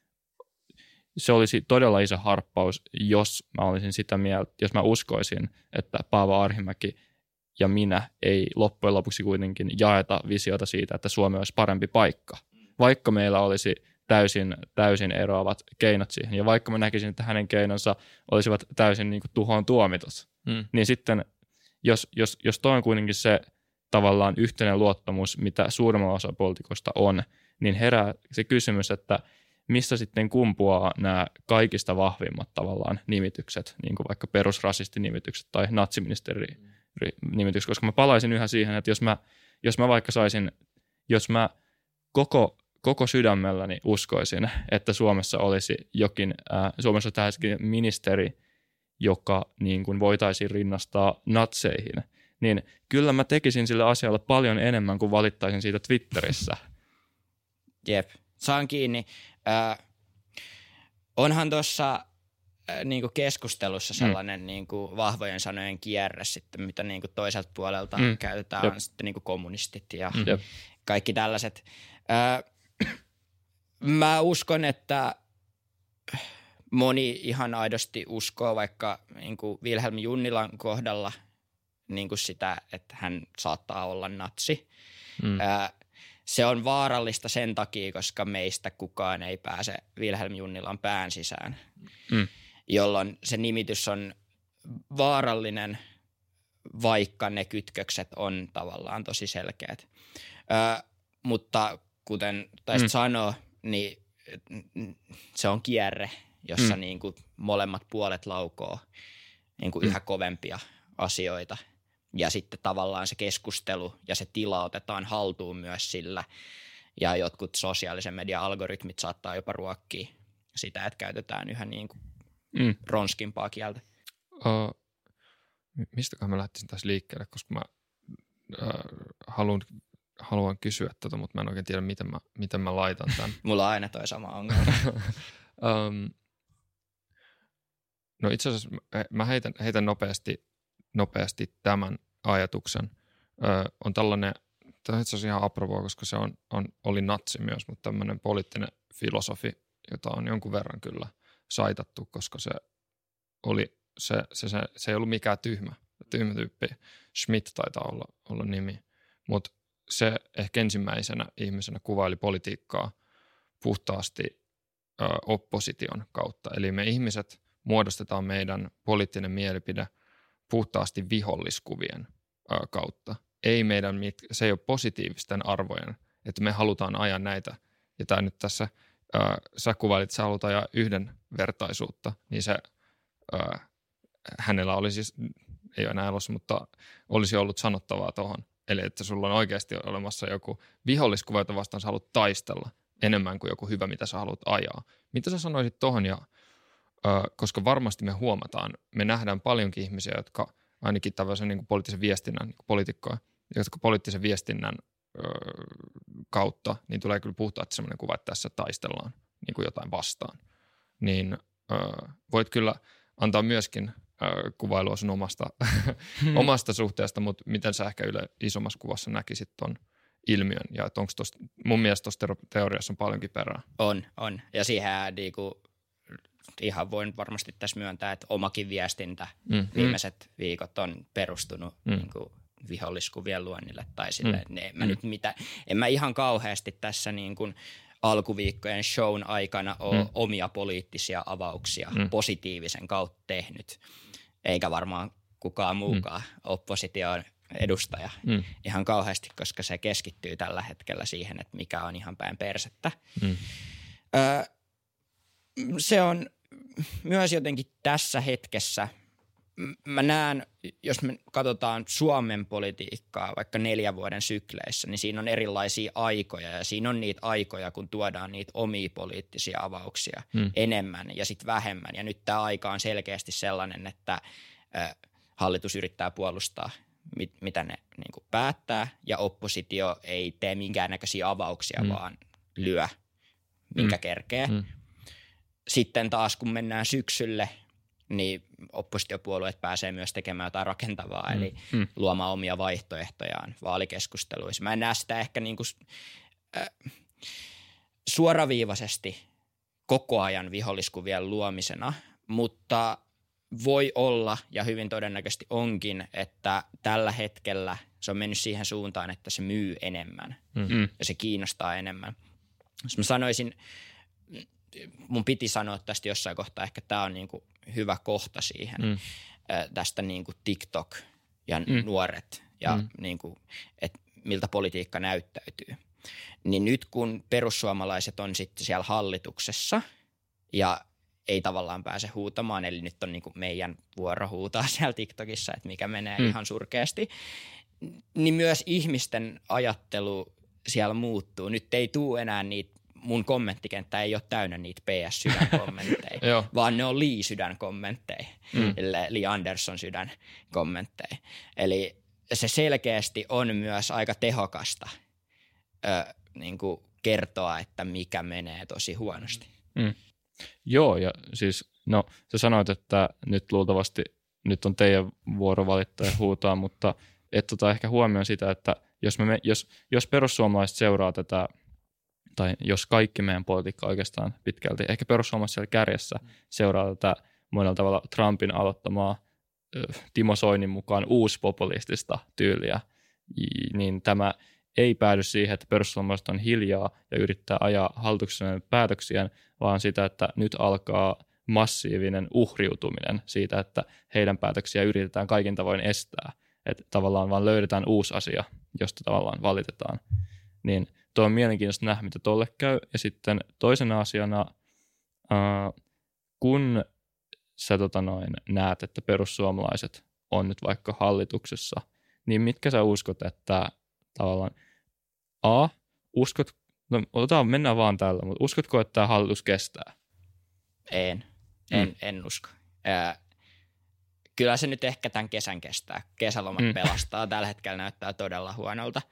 se olisi todella iso harppaus, jos mä olisin sitä mieltä, jos mä uskoisin, että Paavo Arhimäki ja minä ei loppujen lopuksi kuitenkin jaeta visiota siitä, että Suomi olisi parempi paikka. Vaikka meillä olisi täysin, täysin eroavat keinot siihen, ja vaikka mä näkisin, että hänen keinonsa olisivat täysin niin kuin tuhoon tuomitus, Mm. niin sitten, jos, jos, jos toi on kuitenkin se tavallaan yhteinen luottamus, mitä suurimmalla osa poliitikosta on, niin herää se kysymys, että mistä sitten kumpuaa nämä kaikista vahvimmat tavallaan nimitykset, niin kuin vaikka perusrasistinimitykset tai natsiministeri-nimitykset, koska mä palaisin yhä siihen, että jos mä, jos mä vaikka saisin, jos mä koko, koko sydämelläni uskoisin, että Suomessa olisi jokin, äh, Suomessa on tähänkin ministeri, joka niin kuin voitaisiin rinnastaa natseihin, niin kyllä mä tekisin sille asialle paljon enemmän kuin valittaisin siitä Twitterissä. Jep, saan kiinni. Äh, onhan tuossa äh, niinku keskustelussa sellainen mm. niinku vahvojen sanojen kierre sitten, mitä niinku toiselta puolelta mm. käytetään, Jep. on sitten niinku kommunistit ja Jep. kaikki tällaiset. Äh, mä uskon, että moni ihan aidosti uskoo vaikka niinku Vilhelm Junnilan kohdalla niinku sitä, että hän saattaa olla natsi. Mm. Äh, Se on vaarallista sen takia, koska meistä kukaan ei pääse Vilhelm Junnilan pään sisään, Mm. jolloin se nimitys on vaarallinen, vaikka ne kytkökset on tavallaan tosi selkeät. Ö, mutta kuten taisit Mm. sanoa, niin se on kierre, jossa Mm. niin kuin molemmat puolet laukoo niin kuin Mm. yhä kovempia asioita. Ja sitten tavallaan se keskustelu ja se tila otetaan haltuun myös sillä. Ja jotkut sosiaalisen median algoritmit saattaa jopa ruokkia sitä, että käytetään yhä niin kuin Mm. ronskimpaa kieltä. Uh, mistäköhän mä lähtisin tässä liikkeelle, koska mä uh, haluan, haluan kysyä tätä, mutta mä en oikein tiedä, miten mä, miten mä laitan tämän. Mulla on aina toi sama ongelma. um, no itse asiassa mä heitän, heitän nopeasti, nopeasti tämän ajatuksen. Ö, on tällainen, tämä on itse asiassa ihan apropos, koska se on, on, oli natsi myös, mutta tämmöinen poliittinen filosofi, jota on jonkun verran kyllä saitattu, koska se oli se, se, se, se ei ollut mikään tyhmä, tyhmä tyyppi. Schmidt taitaa olla, olla nimi, mutta se ehkä ensimmäisenä ihmisenä kuvaili politiikkaa puhtaasti ö, opposition kautta. Eli me ihmiset muodostetaan meidän poliittinen mielipide puhtaasti viholliskuvien ö, kautta. Ei meidän, se ei ole positiivisten arvojen, että me halutaan ajaa näitä. Ja tämä nyt tässä, ö, sä kuvailit, että sä haluat ajaa yhdenvertaisuutta, niin se ö, hänellä oli siis, ei ole enää elossa, mutta olisi ollut sanottavaa tuohon. Eli että sulla on oikeasti olemassa joku viholliskuva, jota vastaan sä haluat taistella enemmän kuin joku hyvä, mitä sä haluat ajaa. Mitä sä sanoisit tohon? Ja, ö, koska varmasti me huomataan, me nähdään paljonkin ihmisiä, jotka ainakin tällaisen niin kuin poliittisen viestinnän, niin kuin poliitikkoja, jotka poliittisen viestinnän ö, kautta, niin tulee kyllä puhtaasti sellainen kuva, että tässä taistellaan niin kuin jotain vastaan. Niin ö, voit kyllä antaa myöskin kuvailua sun omasta, hmm. omasta suhteesta, mutta miten sä ehkä yle isommassa kuvassa näkisit ton ilmiön ja että onko tosta, mun mielestä tuossa teoriassa on paljonkin perää. On, on. Ja siihen niinku, ihan voin varmasti tässä myöntää, että omakin viestintä mm. viimeiset mm. viikot on perustunut mm. niinku, viholliskuvien luonnille tai silleen, mm. en mä mm. nyt mitä, en mä ihan kauheasti tässä niin kuin alkuviikkojen shown aikana ole mm. omia poliittisia avauksia mm. positiivisen kautta tehnyt. Eikä varmaan kukaan muukaan mm. opposition edustaja mm. ihan kauheasti, koska se keskittyy tällä hetkellä siihen, että mikä on ihan päin persettä. Mm. Öö, se on myös jotenkin tässä hetkessä, mä näen, jos me katsotaan Suomen politiikkaa vaikka neljän vuoden sykleissä, niin siinä on erilaisia aikoja ja siinä on niitä aikoja, kun tuodaan niitä omia poliittisia avauksia hmm. enemmän ja sitten vähemmän. Ja nyt tämä aika on selkeästi sellainen, että äh, hallitus yrittää puolustaa, mit, mitä ne niin kuin päättää ja oppositio ei tee minkäännäköisiä avauksia, hmm. vaan lyö, minkä hmm. kerkee. Hmm. Sitten taas, kun mennään syksylle, niin oppositiopuolueet pääsee myös tekemään jotain rakentavaa, mm. eli mm. luomaan omia vaihtoehtojaan vaalikeskusteluissa. Mä en näe sitä ehkä niin kuin, äh, suoraviivaisesti koko ajan viholliskuvien luomisena, mutta voi olla ja hyvin todennäköisesti onkin, että tällä hetkellä se on mennyt siihen suuntaan, että se myy enemmän mm. ja se kiinnostaa enemmän. Jos mä sanoisin, mun piti sanoa tästä jossain kohtaa, ehkä tämä on niinku hyvä kohta siihen, mm. tästä niinku TikTok ja mm. nuoret ja mm. niinku, että miltä politiikka näyttäytyy. Niin nyt kun perussuomalaiset on sitten siellä hallituksessa ja ei tavallaan pääse huutamaan, eli nyt on niinku meidän vuoro huutaa siellä TikTokissa, että mikä menee mm. ihan surkeasti, niin myös ihmisten ajattelu siellä muuttuu. Nyt ei tule enää niitä, mun kommenttikenttä ei ole täynnä niitä P S-sydänkommentteja, vaan ne on Li-sydänkommentteja, mm. Li Andersson-sydänkommentteja. Eli se selkeästi on myös aika tehokasta ö, niin kuin kertoa, että mikä menee tosi huonosti. Mm. Joo, ja siis no sä sanoit, että nyt luultavasti nyt on teidän vuoro valittaa ja huutaa, mutta et tota ehkä huomioon sitä, että jos, me, jos, jos perussuomalaiset seuraa tätä, tai jos kaikki meidän politiikka oikeastaan pitkälti, ehkä perussuomalaiset siellä kärjessä seuraa tätä monella tavalla Trumpin aloittamaa Timo Soinin mukaan uuspopulistista tyyliä, niin tämä ei päädy siihen, että perussuomalaiset on hiljaa ja yrittää ajaa hallituksen päätöksiään, vaan sitä, että nyt alkaa massiivinen uhriutuminen siitä, että heidän päätöksiä yritetään kaikin tavoin estää. Että tavallaan vaan löydetään uusi asia, josta tavallaan valitetaan. Niin tuo on mielenkiintoista nähdä, mitä tolle käy. Ja sitten toisena asiana, äh, kun sä tota noin, näet, että perussuomalaiset on nyt vaikka hallituksessa, niin mitkä sä uskot, että tavallaan A, uskot, no otetaan, mennään vaan tällä, mutta uskotko, että tämä hallitus kestää? En, en, mm. en usko. Äh, kyllä se nyt ehkä tämän kesän kestää. Kesälomat mm. pelastaa. Tällä hetkellä näyttää todella huonolta,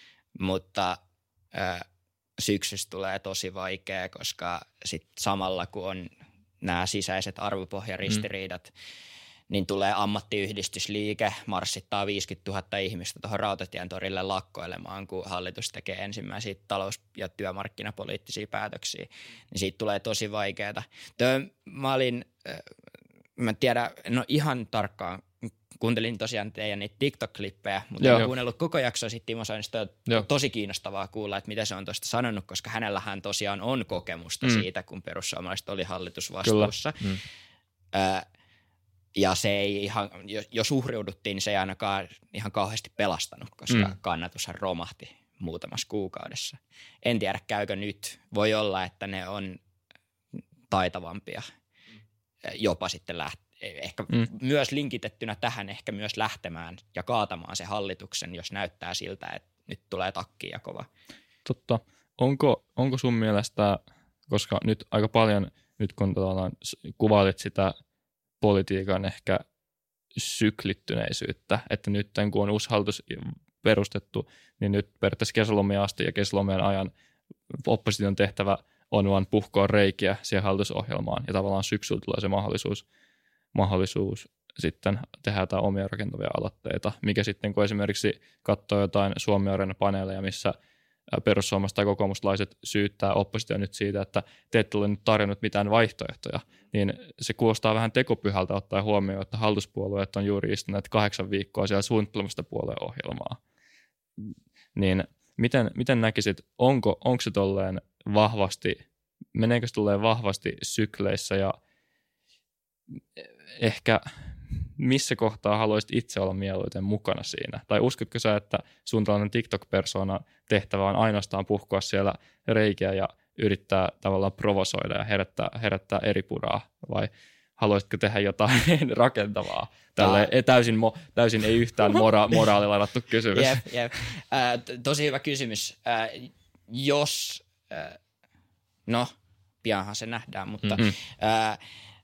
mutta äh, syksystä tulee tosi vaikea, koska sit samalla kun on nämä sisäiset arvopohjaristiriidat, mm. niin tulee ammattiyhdistysliike, marssittaa viisikymmentätuhatta ihmistä tuohon Rautatien torille lakkoilemaan, kun hallitus tekee ensimmäisiä talous- ja työmarkkinapoliittisia päätöksiä. Niin siitä tulee tosi vaikeaa. Mä olin mä tiedän, no ihan tarkkaan, kuuntelin tosiaan teidän niitä TikTok-klippejä, mutta Joo. en kuunnellut koko jaksoa sitten Timo Soinista. On Joo. tosi kiinnostavaa kuulla, että mitä se on tuosta sanonut, koska hänellähän tosiaan on kokemusta mm. siitä, kun perussuomalaiset oli hallitusvastuussa. Mm. Ö, ja se ei ihan, jos uhriuduttiin, niin se ei ainakaan ihan kauheasti pelastanut, koska mm. kannatushan romahti muutamassa kuukaudessa. En tiedä, käykö nyt. Voi olla, että ne on taitavampia jopa sitten lähteä. Ehkä mm. myös linkitettynä tähän ehkä myös lähtemään ja kaatamaan se hallituksen, jos näyttää siltä, että nyt tulee takkia kova. Totta. Onko, onko sun mielestä, koska nyt aika paljon, nyt kun tavallaan kuvailit sitä politiikan ehkä syklittyneisyyttä, että nyt kun on uusi hallitus perustettu, niin nyt periaatteessa kesälomien asti ja kesälomien ajan opposition tehtävä on vaan puhkoa reikiä siihen hallitusohjelmaan ja tavallaan syksyllä tulee se mahdollisuus, mahdollisuus sitten tehdä jotain omia rakentavia aloitteita, mikä sitten kun esimerkiksi katsoo jotain Suomi-Areena-paneeleja, missä perussuomalaiset tai kokoomuslaiset syyttää oppositio nyt siitä, että te ette ole nyt tarjonnut mitään vaihtoehtoja, niin se kuulostaa vähän tekopyhältä ottaen huomioon, että hallituspuolueet on juuri istuneet kahdeksan viikkoa siellä suunnittelemasta puolueohjelmaa. Niin miten, miten näkisit, onko, onko se tolleen vahvasti, meneekö se tolleen vahvasti sykleissä ja ehkä missä kohtaa haluaisit itse olla mieluiten mukana siinä? Tai uskotko sä, että sun tällainen TikTok-persoonan tehtävä on ainoastaan puhkoa siellä reikiä ja yrittää tavallaan provosoida ja herättää, herättää eri puraa? Vai haluaisitko tehdä jotain rakentavaa? Tälle ei täysin, mo, täysin ei yhtään mora, moraaliladattu kysymys. Jep, jep. Äh, tosi hyvä kysymys. Äh, jos, äh, no pianhan se nähdään, mutta mm-hmm. äh,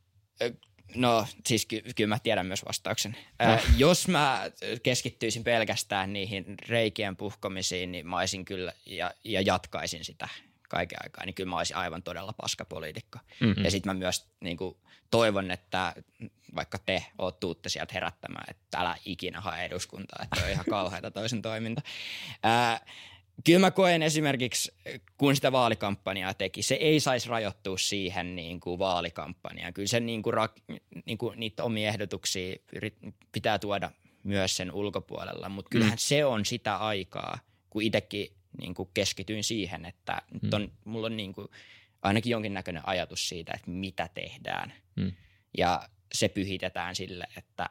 no siis ky- kyllä mä tiedän myös vastauksen. Ää, no. Jos mä keskittyisin pelkästään niihin reikien puhkomisiin, niin mä olisin kyllä ja, ja jatkaisin sitä kaiken aikaa, niin kyllä mä olisin aivan todella paskapoliitikko. Mm-hmm. Ja sit mä myös niin kuin, toivon, että vaikka te oot tuutte sieltä herättämään, että älä ikinä hae eduskuntaa, että on ihan kauheata toisen toiminta. Ää, Kyllä mä koen esimerkiksi, kun sitä vaalikampanjaa teki, se ei saisi rajoittua siihen niin kuin vaalikampanjaan. Kyllä sen niin kuin, niin kuin niitä omia ehdotuksia pitää tuoda myös sen ulkopuolella, mutta kyllähän mm. se on sitä aikaa, kun itsekin niin kuin keskityin siihen, että mm. nyt on, mulla on niin kuin ainakin jonkinnäköinen ajatus siitä, että mitä tehdään. Mm. Ja se pyhitetään sille, että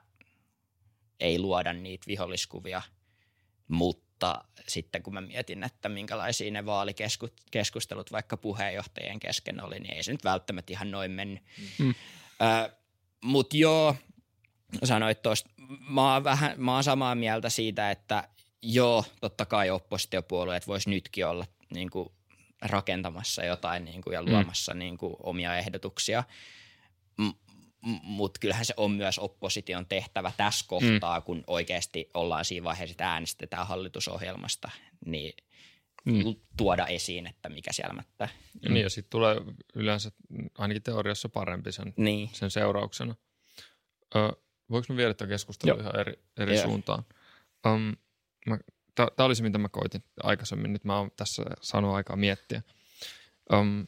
ei luoda niitä viholliskuvia, mutta Mutta sitten kun mä mietin, että minkälaisia ne vaalikeskustelut vaikka puheenjohtajien kesken oli, niin ei se nyt välttämättä ihan noin mennyt. Mm. Äh, Mutta joo, sanoit tuosta, mä oon vähän, mä oon samaa mieltä siitä, että joo, totta kai oppositiopuolueet vois nytkin olla niin kuin rakentamassa jotain niin kuin ja luomassa mm. niin kuin omia ehdotuksia. M- Mutta kyllähän se on myös opposition tehtävä tässä kohtaa, mm. kun oikeasti ollaan siinä vaiheessa, että äänestetään hallitusohjelmasta, niin mm. tuoda esiin, että mikä siellä mättää. Ja niin, ja sitten tulee yleensä ainakin teoriassa parempi sen, niin. sen seurauksena. Ö, voinko mä viedä tämän keskustelun ihan eri, eri suuntaan? Um, Tämä oli se, mitä mä koitin aikaisemmin. Nyt mä oon tässä saanut aikaa miettiä. Um,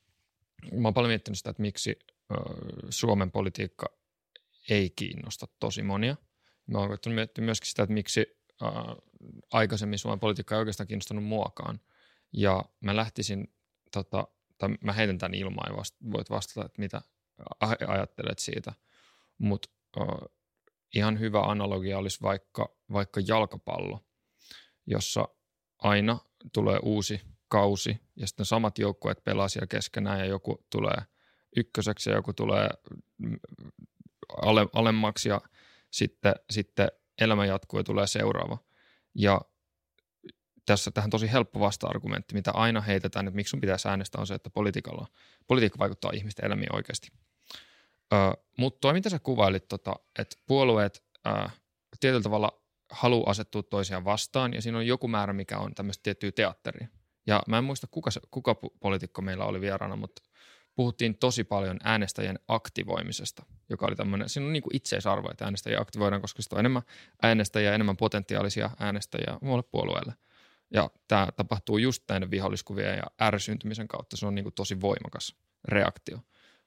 mä oon paljon miettinyt sitä, että miksi Suomen politiikka ei kiinnosta tosi monia. Mä oon koettanut miettiä myöskin sitä, että miksi ää, aikaisemmin Suomen politiikka ei oikeastaan kiinnostanut muakaan. Ja mä lähtisin, tota, tai mä heitän tämän ilmaan ja vasta, voit vastata, että mitä ajattelet siitä. Mutta ihan hyvä analogia olisi vaikka, vaikka jalkapallo, jossa aina tulee uusi kausi ja sitten samat joukkueet pelaa siellä keskenään ja joku tulee ykköseksi ja joku tulee ale, alemmaksi ja sitten, sitten elämä jatkuu ja tulee seuraava. Ja tässä tähän tosi helppo vasta-argumentti, mitä aina heitetään, että miksi sun pitäisi äänestää, on se, että politiikalla, politiikka vaikuttaa ihmisten elämiin oikeasti. Ö, mutta toi, mitä sä kuvailit, tota, että puolueet ö, tietyllä tavalla haluaa asettua toisiaan vastaan ja siinä on joku määrä, mikä on tämmöistä tiettyä teatteria. Ja mä en muista, kuka, kuka poliitikko meillä oli vieraana, mutta puhuttiin tosi paljon äänestäjien aktivoimisesta, joka oli tämmöinen, siinä on niin kuin itseisarvo, että äänestäjiä aktivoidaan, koska sitten on enemmän äänestäjiä, enemmän potentiaalisia äänestäjiä muulle puolueelle. Ja tämä tapahtuu just näiden viholliskuvien ja ärsyntymisen kautta, se on niin kuin tosi voimakas reaktio.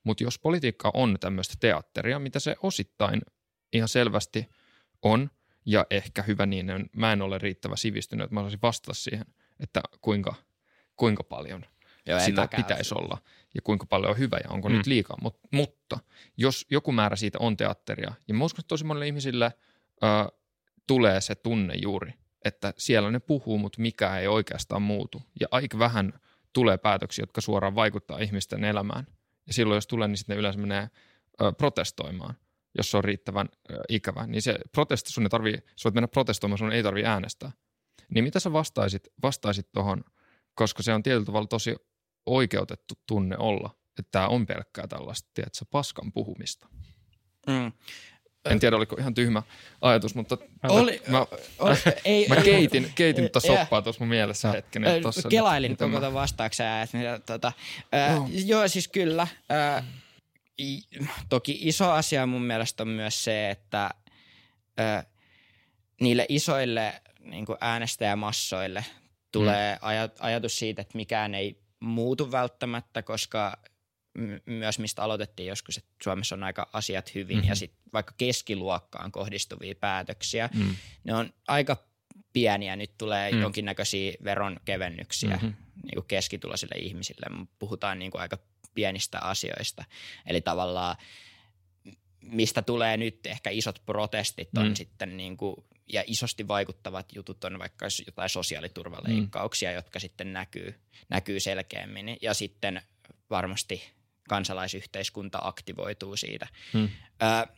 Mutta jos politiikka on tämmöistä teatteria, mitä se osittain ihan selvästi on, ja ehkä hyvä niin, mä en ole riittävä sivistynyt, että mä osaisin vastata siihen, että kuinka, kuinka paljon Joo, sitä pitäisi olla ja kuinka paljon on hyvä ja onko mm. nyt liikaa. Mut, mutta jos joku määrä siitä on teatteria, ja mä uskon, että tosi monille ihmisille äh, tulee se tunne juuri, että siellä ne puhuu, mutta mikään ei oikeastaan muutu. Ja aika vähän tulee päätöksiä, jotka suoraan vaikuttaa ihmisten elämään. Ja silloin, jos tulee, niin sitten ne yleensä menee äh, protestoimaan, jos se on riittävän äh, ikävä. Niin se protesti, sun ei tarvii, sä voit mennä protestoimaan, sun ei tarvii äänestää. Niin mitä sä vastaisit, vastaisit tuohon, koska se on tietyllä tavalla tosi oikeutettu tunne olla, että tämä on pelkkää tällaista, tiedätkö, paskan puhumista. Mm. En tiedä, oliko ihan tyhmä ajatus, mutta oli, mä, mä, oli, ei, mä keitin, keitin tota soppaa tuossa mun mielessä hetken. Tossa Kelailin nyt, koko ton vastaukseen. Että, tota, äh, oh. Joo, siis kyllä. Äh, i, toki iso asia mun mielestä on myös se, että äh, niille isoille niin kuin äänestäjämassoille tulee mm. aj- ajatus siitä, että mikään ei muutu välttämättä, koska myös mistä aloitettiin joskus, että Suomessa on aika asiat hyvin mm-hmm. ja sitten vaikka keskiluokkaan kohdistuvia päätöksiä, mm. ne on aika pieniä. Nyt tulee mm. jonkinnäköisiä veronkevennyksiä mm-hmm. niin kuin keskituloisille ihmisille. Puhutaan niin kuin aika pienistä asioista. Eli tavallaan mistä tulee nyt ehkä isot protestit on mm. sitten niin kuin, ja isosti vaikuttavat jutut on vaikka jotain sosiaaliturvaleikkauksia, mm. jotka sitten näkyy, näkyy selkeämmin ja sitten varmasti kansalaisyhteiskunta aktivoituu siitä. Hmm. Ö,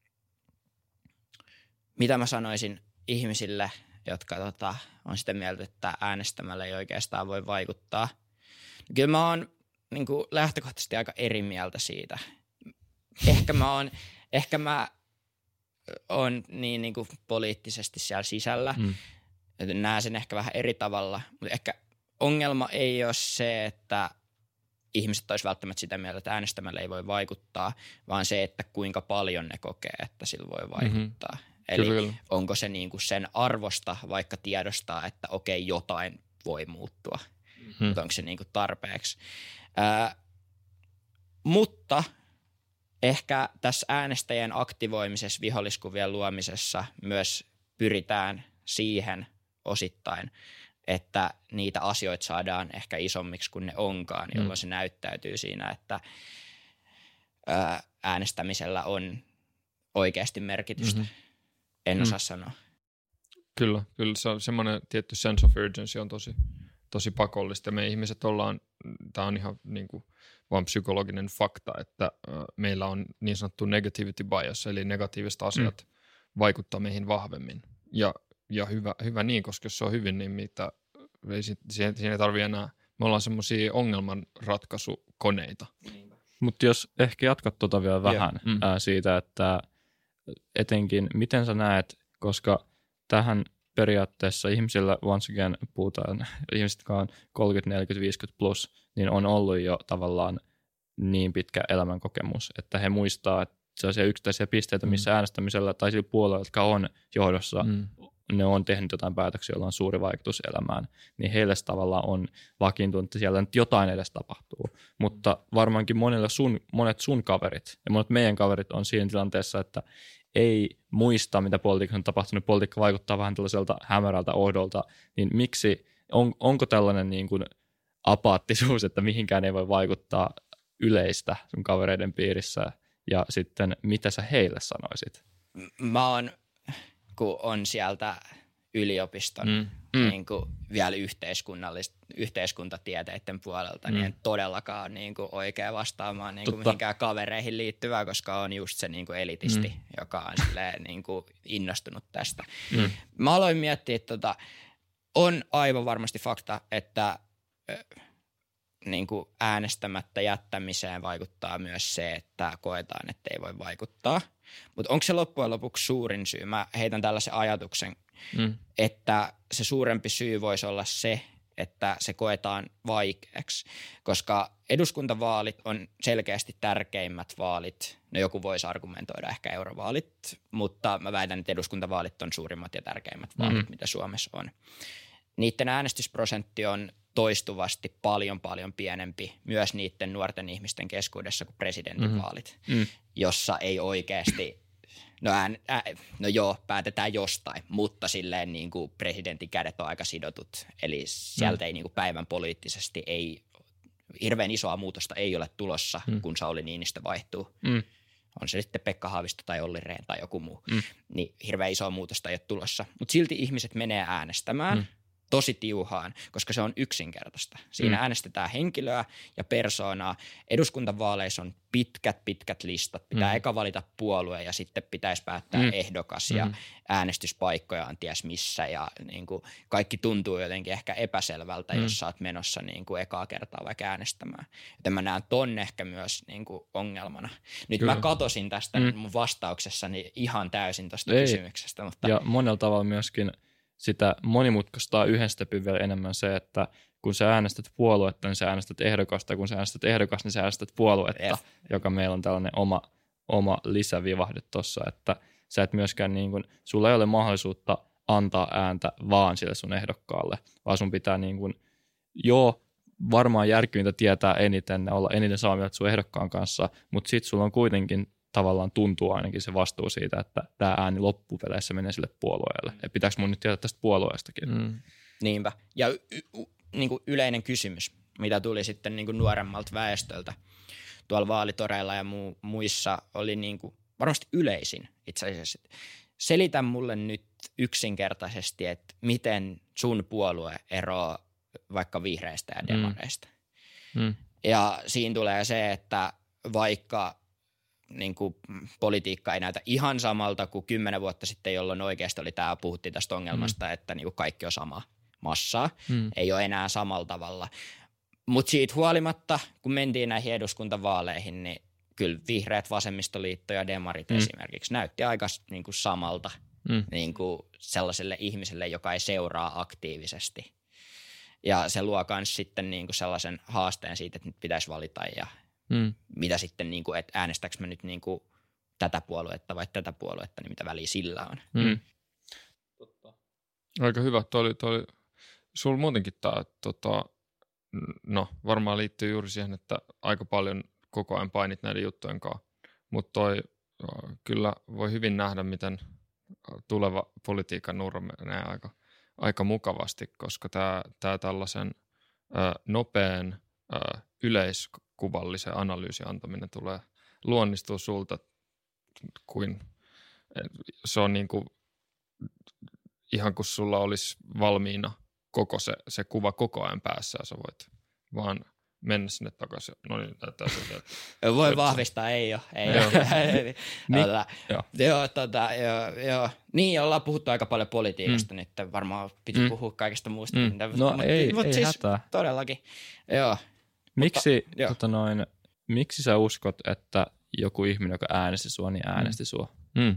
mitä mä sanoisin ihmisille, jotka tota, on sitä mieltä, että äänestämällä ei oikeastaan voi vaikuttaa? Kyllä mä oon niin kuin lähtökohtaisesti aika eri mieltä siitä. Ehkä mä oon, ehkä mä oon niin, niin kuin poliittisesti siellä sisällä. Hmm. Näen sen ehkä vähän eri tavalla, mutta ehkä ongelma ei ole se, että ihmiset olisi välttämättä sitä mieltä, että äänestämällä ei voi vaikuttaa, vaan se, että kuinka paljon ne kokee, että sillä voi vaikuttaa. Mm-hmm. Eli kyllä, kyllä. Onko se niin kuin sen arvosta vaikka tiedostaa, että okei, jotain voi muuttua, mm-hmm. mutta onko se niin kuin tarpeeksi. Ää, mutta ehkä tässä äänestäjien aktivoimisessa, viholliskuvien luomisessa myös pyritään siihen osittain, että niitä asioita saadaan ehkä isommiksi kuin ne onkaan, jolloin mm. se näyttäytyy siinä, että äänestämisellä on oikeasti merkitystä. Mm-hmm. En osaa mm. sanoa. Kyllä, kyllä se on semmoinen tietty sense of urgency on tosi, tosi pakollista. Me ihmiset ollaan, tämä on ihan niin kuin vaan psykologinen fakta, että meillä on niin sanottu negativity bias, eli negatiiviset asiat mm. vaikuttaa meihin vahvemmin. Ja Ja hyvä, hyvä niin, koska jos se on hyvin, niin mitä, ei, siinä, siinä ei tarvitse enää, me ollaan semmoisia ongelmanratkaisukoneita. Mutta jos ehkä jatkat tuota vielä vähän yeah. mm. ää, siitä, että etenkin miten sä näet, koska tähän periaatteessa ihmisillä, once again puhutaan, ihmiset, jotka on kolmekymmentä, neljäkymmentä, viisikymmentä plus, niin on ollut jo tavallaan niin pitkä elämänkokemus, että he muistaa, että sellaisia yksittäisiä pisteitä, missä mm. äänestämisellä tai sillä puolella, jotka on johdossa, mm. ne on tehnyt jotain päätöksiä, joilla on suuri vaikutus elämään, niin heille tavallaan on vakiintunut, että siellä nyt jotain edes tapahtuu. Mutta varmaankin monille sun, monet sun kaverit ja monet meidän kaverit on siinä tilanteessa, että ei muista, mitä politiikassa on tapahtunut. Politiikka vaikuttaa vähän tällaiselta hämärältä ohdolta, niin miksi, on, onko tällainen niin kuin apaattisuus, että mihinkään ei voi vaikuttaa yleistä sun kavereiden piirissä, ja sitten mitä sä heille sanoisit? Mä oon, kun on sieltä yliopiston mm. Mm. Niin kuin vielä yhteiskuntatieteiden puolelta, mm. niin en todellakaan niin kuin oikein vastaamaan niin kuin mihinkään kavereihin liittyvää, koska on just se niin kuin elitisti, mm. joka on silleen, niin kuin innostunut tästä. Mm. Mä aloin miettiä, että tota, on aivan varmasti fakta, että niin kuin äänestämättä jättämiseen vaikuttaa myös se, että koetaan, että ei voi vaikuttaa. Mutta onko se loppujen lopuksi suurin syy? Mä heitän tällaisen ajatuksen, mm. että se suurempi syy voisi olla se, että se koetaan vaikeaksi, koska eduskuntavaalit on selkeästi tärkeimmät vaalit. No joku voisi argumentoida ehkä eurovaalit, mutta mä väitän, että eduskuntavaalit on suurimmat ja tärkeimmät vaalit, mm. mitä Suomessa on. Niiden äänestysprosentti on toistuvasti paljon paljon pienempi myös niiden nuorten ihmisten keskuudessa kuin presidentinvaalit, mm-hmm. jossa ei oikeasti, no, ään, ää, no joo, päätetään jostain, mutta silleen niin kuin presidentin kädet on aika sidotut, eli sieltä mm. ei niin kuin päivän poliittisesti ei, hirveän isoa muutosta ei ole tulossa, mm. kun Sauli Niinistö vaihtuu. Mm. On se sitten Pekka Haavisto tai Olli Rehn tai joku muu, mm. niin hirveän isoa muutosta ei ole tulossa. Mutta silti ihmiset menee äänestämään mm. tosi tiuhaan, koska se on yksinkertaista. Siinä mm. äänestetään henkilöä ja persoonaa. Eduskuntavaaleissa on pitkät, pitkät listat. Pitää mm. eka valita puolue ja sitten pitäisi päättää mm. ehdokas ja mm. äänestyspaikkoja on ties missä. Ja niin kuin kaikki tuntuu jotenkin ehkä epäselvältä, mm. jos sä oot menossa niin kuin ekaa kertaa vaikka äänestämään. Joten mä näen ton ehkä myös niin kuin ongelmana. Nyt Kyllä. mä katosin tästä mm. mun vastauksessani ihan täysin tuosta kysymyksestä. Mutta ja monella tavalla myöskin sitä monimutkaistaa yhden stepin vielä enemmän se, että kun sä äänestät puoluetta, niin sä äänestät ehdokasta, ja kun sä äänestät ehdokasta, niin sä äänestät puoluetta, yeah. joka meillä on tällainen oma, oma lisävivahde tuossa, että sä et myöskään niin kuin, sulla ei ole mahdollisuutta antaa ääntä vaan sille sun ehdokkaalle, vaan sun pitää niin kuin, joo, varmaan järkyintä tietää eniten, olla eniten samaa mieltä sun ehdokkaan kanssa, mutta sit sulla on kuitenkin tavallaan tuntuu ainakin se vastuu siitä, että tämä ääni loppupeleissä menee sille puolueelle. Et pitääkö mun nyt tietää tästä puolueestakin? Mm. Niinpä. Ja y- y- niin kuin yleinen kysymys, mitä tuli sitten niin kuin nuoremmalta väestöltä tuolla vaalitoreilla ja mu- muissa, oli niin kuin varmasti yleisin itse asiassa. Selitä mulle nyt yksinkertaisesti, että miten sun puolue eroaa vaikka vihreistä ja demareista. Mm. Mm. Ja siinä tulee se, että vaikka niin kuin politiikka ei näytä ihan samalta kuin kymmenen vuotta sitten, jolloin oikeasti oli tämä, puhuttiin tästä ongelmasta, mm. että niin kuin kaikki on sama massaa. Mm. Ei ole enää samalla tavalla. Mutta siitä huolimatta, kun mentiin näihin eduskuntavaaleihin, niin kyllä vihreät, vasemmistoliitto ja demarit mm. esimerkiksi näytti aika niin kuin samalta mm. niin kuin sellaiselle ihmiselle, joka ei seuraa aktiivisesti. Ja se luo myös sitten niin kuin sellaisen haasteen siitä, että nyt pitäisi valita ja Mm. mitä sitten, niin kuin, että äänestäkö mä nyt niin kuin tätä puoluetta vai tätä puoluetta, niin mitä väliä sillä on. Mm. Totta. Aika hyvä. Toi oli, toi oli, sulla muutenkin tämä, tota, no varmaan liittyy juuri siihen, että aika paljon koko ajan painit näiden juttujen kanssa, mutta toi kyllä voi hyvin nähdä, miten tuleva politiikan nurra menee aika, aika mukavasti, koska tämä, tämä tällaisen ö, nopean ö, yleiskuvallisen analyysin antaminen tulee luonnistua sulta, kuin se on niin kuin, ihan kuin sulla olisi valmiina koko se, se kuva koko ajan päässä ja sä voit vaan mennä sinne takaisin. No niin, näyttää siltä, että voi vahvistaa, ei ole. Ei joo. Niin, joo. Joo, tota, joo, joo. Niin, ollaan puhuttu aika paljon politiikasta mm. nyt. Varmaan piti mm. puhua kaikesta muusta. Mm. No mut, ei, mut ei siis hätää. Todellakin, joo. Miksi, mutta, tota noin, miksi sä uskot, että joku ihminen, joka äänesti sua, niin äänesti mm. sua? Mm.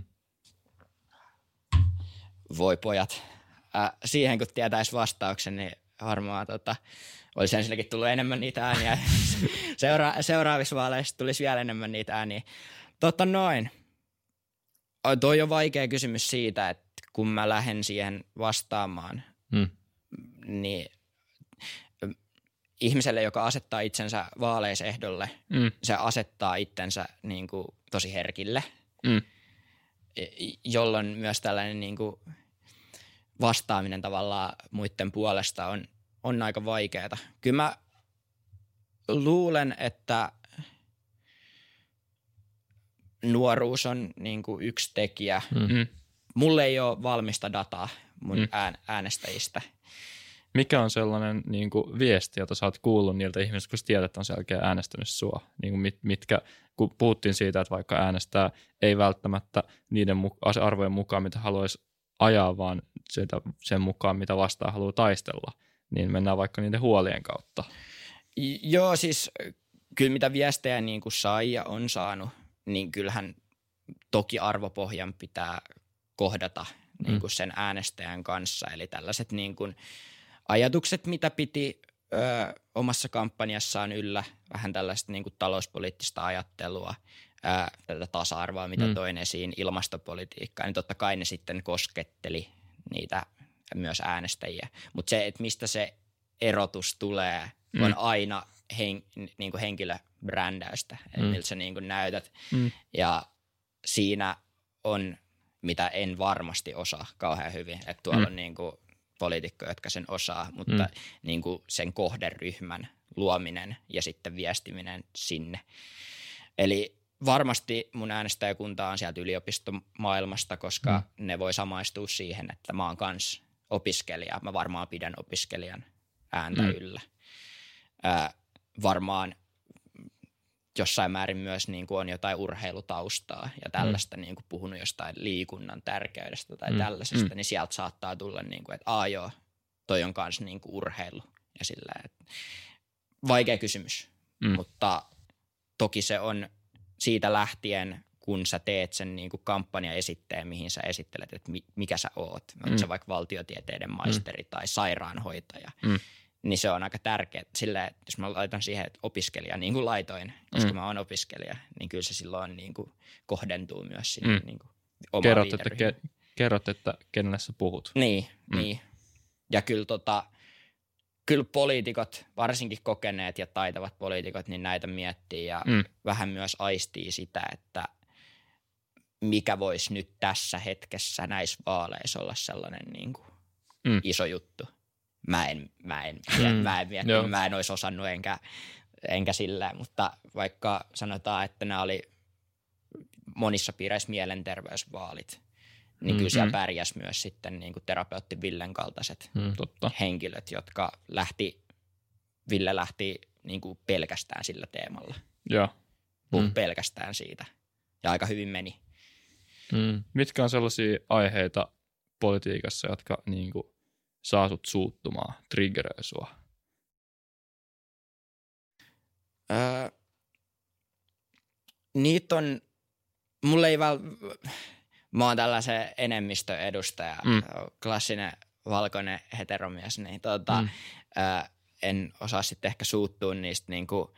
Voi pojat. Äh, siihen kun tietäisi vastauksen, niin varmaan tota, olisi ensinnäkin tullut enemmän niitä ääniä. Seura- seuraavissa vaaleissa tulisi vielä enemmän niitä ääniä. Totta noin. Toi on vaikea kysymys siitä, että kun mä lähden siihen vastaamaan, hmm. niin ihmiselle, joka asettaa itsensä vaaleisehdolle, hmm. se asettaa itsensä niin kuin tosi herkille, hmm. jolloin myös tällainen niin kuin vastaaminen tavallaan muiden puolesta on, on aika vaikeaa. Kyllä mä luulen, että nuoruus on niin kuin yksi tekijä. Mm-hmm. Mulle ei ole valmista dataa mun mm. äänestäjistä. Mikä on sellainen niin kuin viesti, jota sä oot kuullut niiltä ihmisiltä, kun sä tiedät, että on selkeä äänestänyt sua? Niin kuin mit, mitkä, kun puhuttiin siitä, että vaikka äänestää ei välttämättä niiden muka- arvojen mukaan, mitä haluaisi ajaa, vaan sitä, sen mukaan, mitä vastaan haluaa taistella, niin mennään vaikka niiden huolien kautta. Joo, siis kyllä mitä viestejä niin kuin sai ja on saanut, niin kyllähän toki arvopohjan pitää kohdata mm. niin kuin sen äänestäjän kanssa. Eli tällaiset niin kuin ajatukset, mitä piti ö, omassa kampanjassaan yllä, vähän tällaista niin kuin talouspoliittista ajattelua, ö, tätä tasa-arvoa, mitä mm. toin esiin, ilmastopolitiikkaa, niin totta kai ne sitten kosketteli niitä myös äänestäjiä. Mutta se, että mistä se erotus tulee, mm. on aina hen, niin kuin henkilöbrändäystä, mm. miltä sä niin kuin näytät. Mm. Ja siinä on, mitä en varmasti osaa kauhean hyvin, että tuolla mm. on niin kuin poliitikkoja, jotka sen osaa, mutta mm. niin kuin sen kohderyhmän luominen ja sitten viestiminen sinne. Eli varmasti mun äänestäjäkunta on sieltä yliopistomaailmasta, koska mm. ne voi samaistua siihen, että mä oon kans opiskelija. Mä varmaan pidän opiskelijan ääntä mm. yllä. Ää, varmaan jossain määrin myös niin kuin on jotain urheilutaustaa ja tällaista, mm. niin kuin puhunut jostain liikunnan tärkeydestä tai mm. tällaisesta, mm. niin sieltä saattaa tulla, niin kuin, että aa joo, toi on kans niin kuin urheilu. Ja sillä, että vaikea kysymys, mm. mutta toki se on siitä lähtien, kun sä teet sen niin kuin kampanjaesitteen, mihin sä esittelet, että mikä sä oot. Mm. Oot sä vaikka valtiotieteiden maisteri mm. tai sairaanhoitaja. Mm. Niin se on aika tärkeää. Sillä, että jos mä laitan siihen, että opiskelija, niin kuin laitoin, koska mm. mä oon opiskelija, niin kyllä se silloin niin kuin kohdentuu myös sinne mm. niin kuin omaan kerrot, että ke, kerrot, että kenelle sä puhut. Niin, mm. niin. Ja kyllä, tota, kyllä poliitikot, varsinkin kokeneet ja taitavat poliitikot, niin näitä miettii ja mm. vähän myös aistii sitä, että mikä voisi nyt tässä hetkessä näissä vaaleissa olla sellainen niin kuin mm. iso juttu. Mä en, mä en, mm. mä en miettinyt, Joo. mä en olisi osannut enkä, enkä sillä, mutta vaikka sanotaan, että nämä oli monissa piireissä mielenterveysvaalit, niin mm. kyllä siellä pärjäs myös sitten niin kuin terapeutti Villen kaltaiset mm, totta. henkilöt, jotka lähti, Ville lähti niin kuin pelkästään sillä teemalla. Joo. Puhui mm. pelkästään siitä ja aika hyvin meni. Mm. Mitkä on sellaisia aiheita politiikassa, jotka niin kuin saa sut suuttumaan, triggeröi sua? Öö, niitä on, mulle ei väl, mä oon tällaisen enemmistöedustaja, mm. klassinen valkoinen heteromies, niin tota, mm. öö, en osaa sitten ehkä suuttua niistä niinku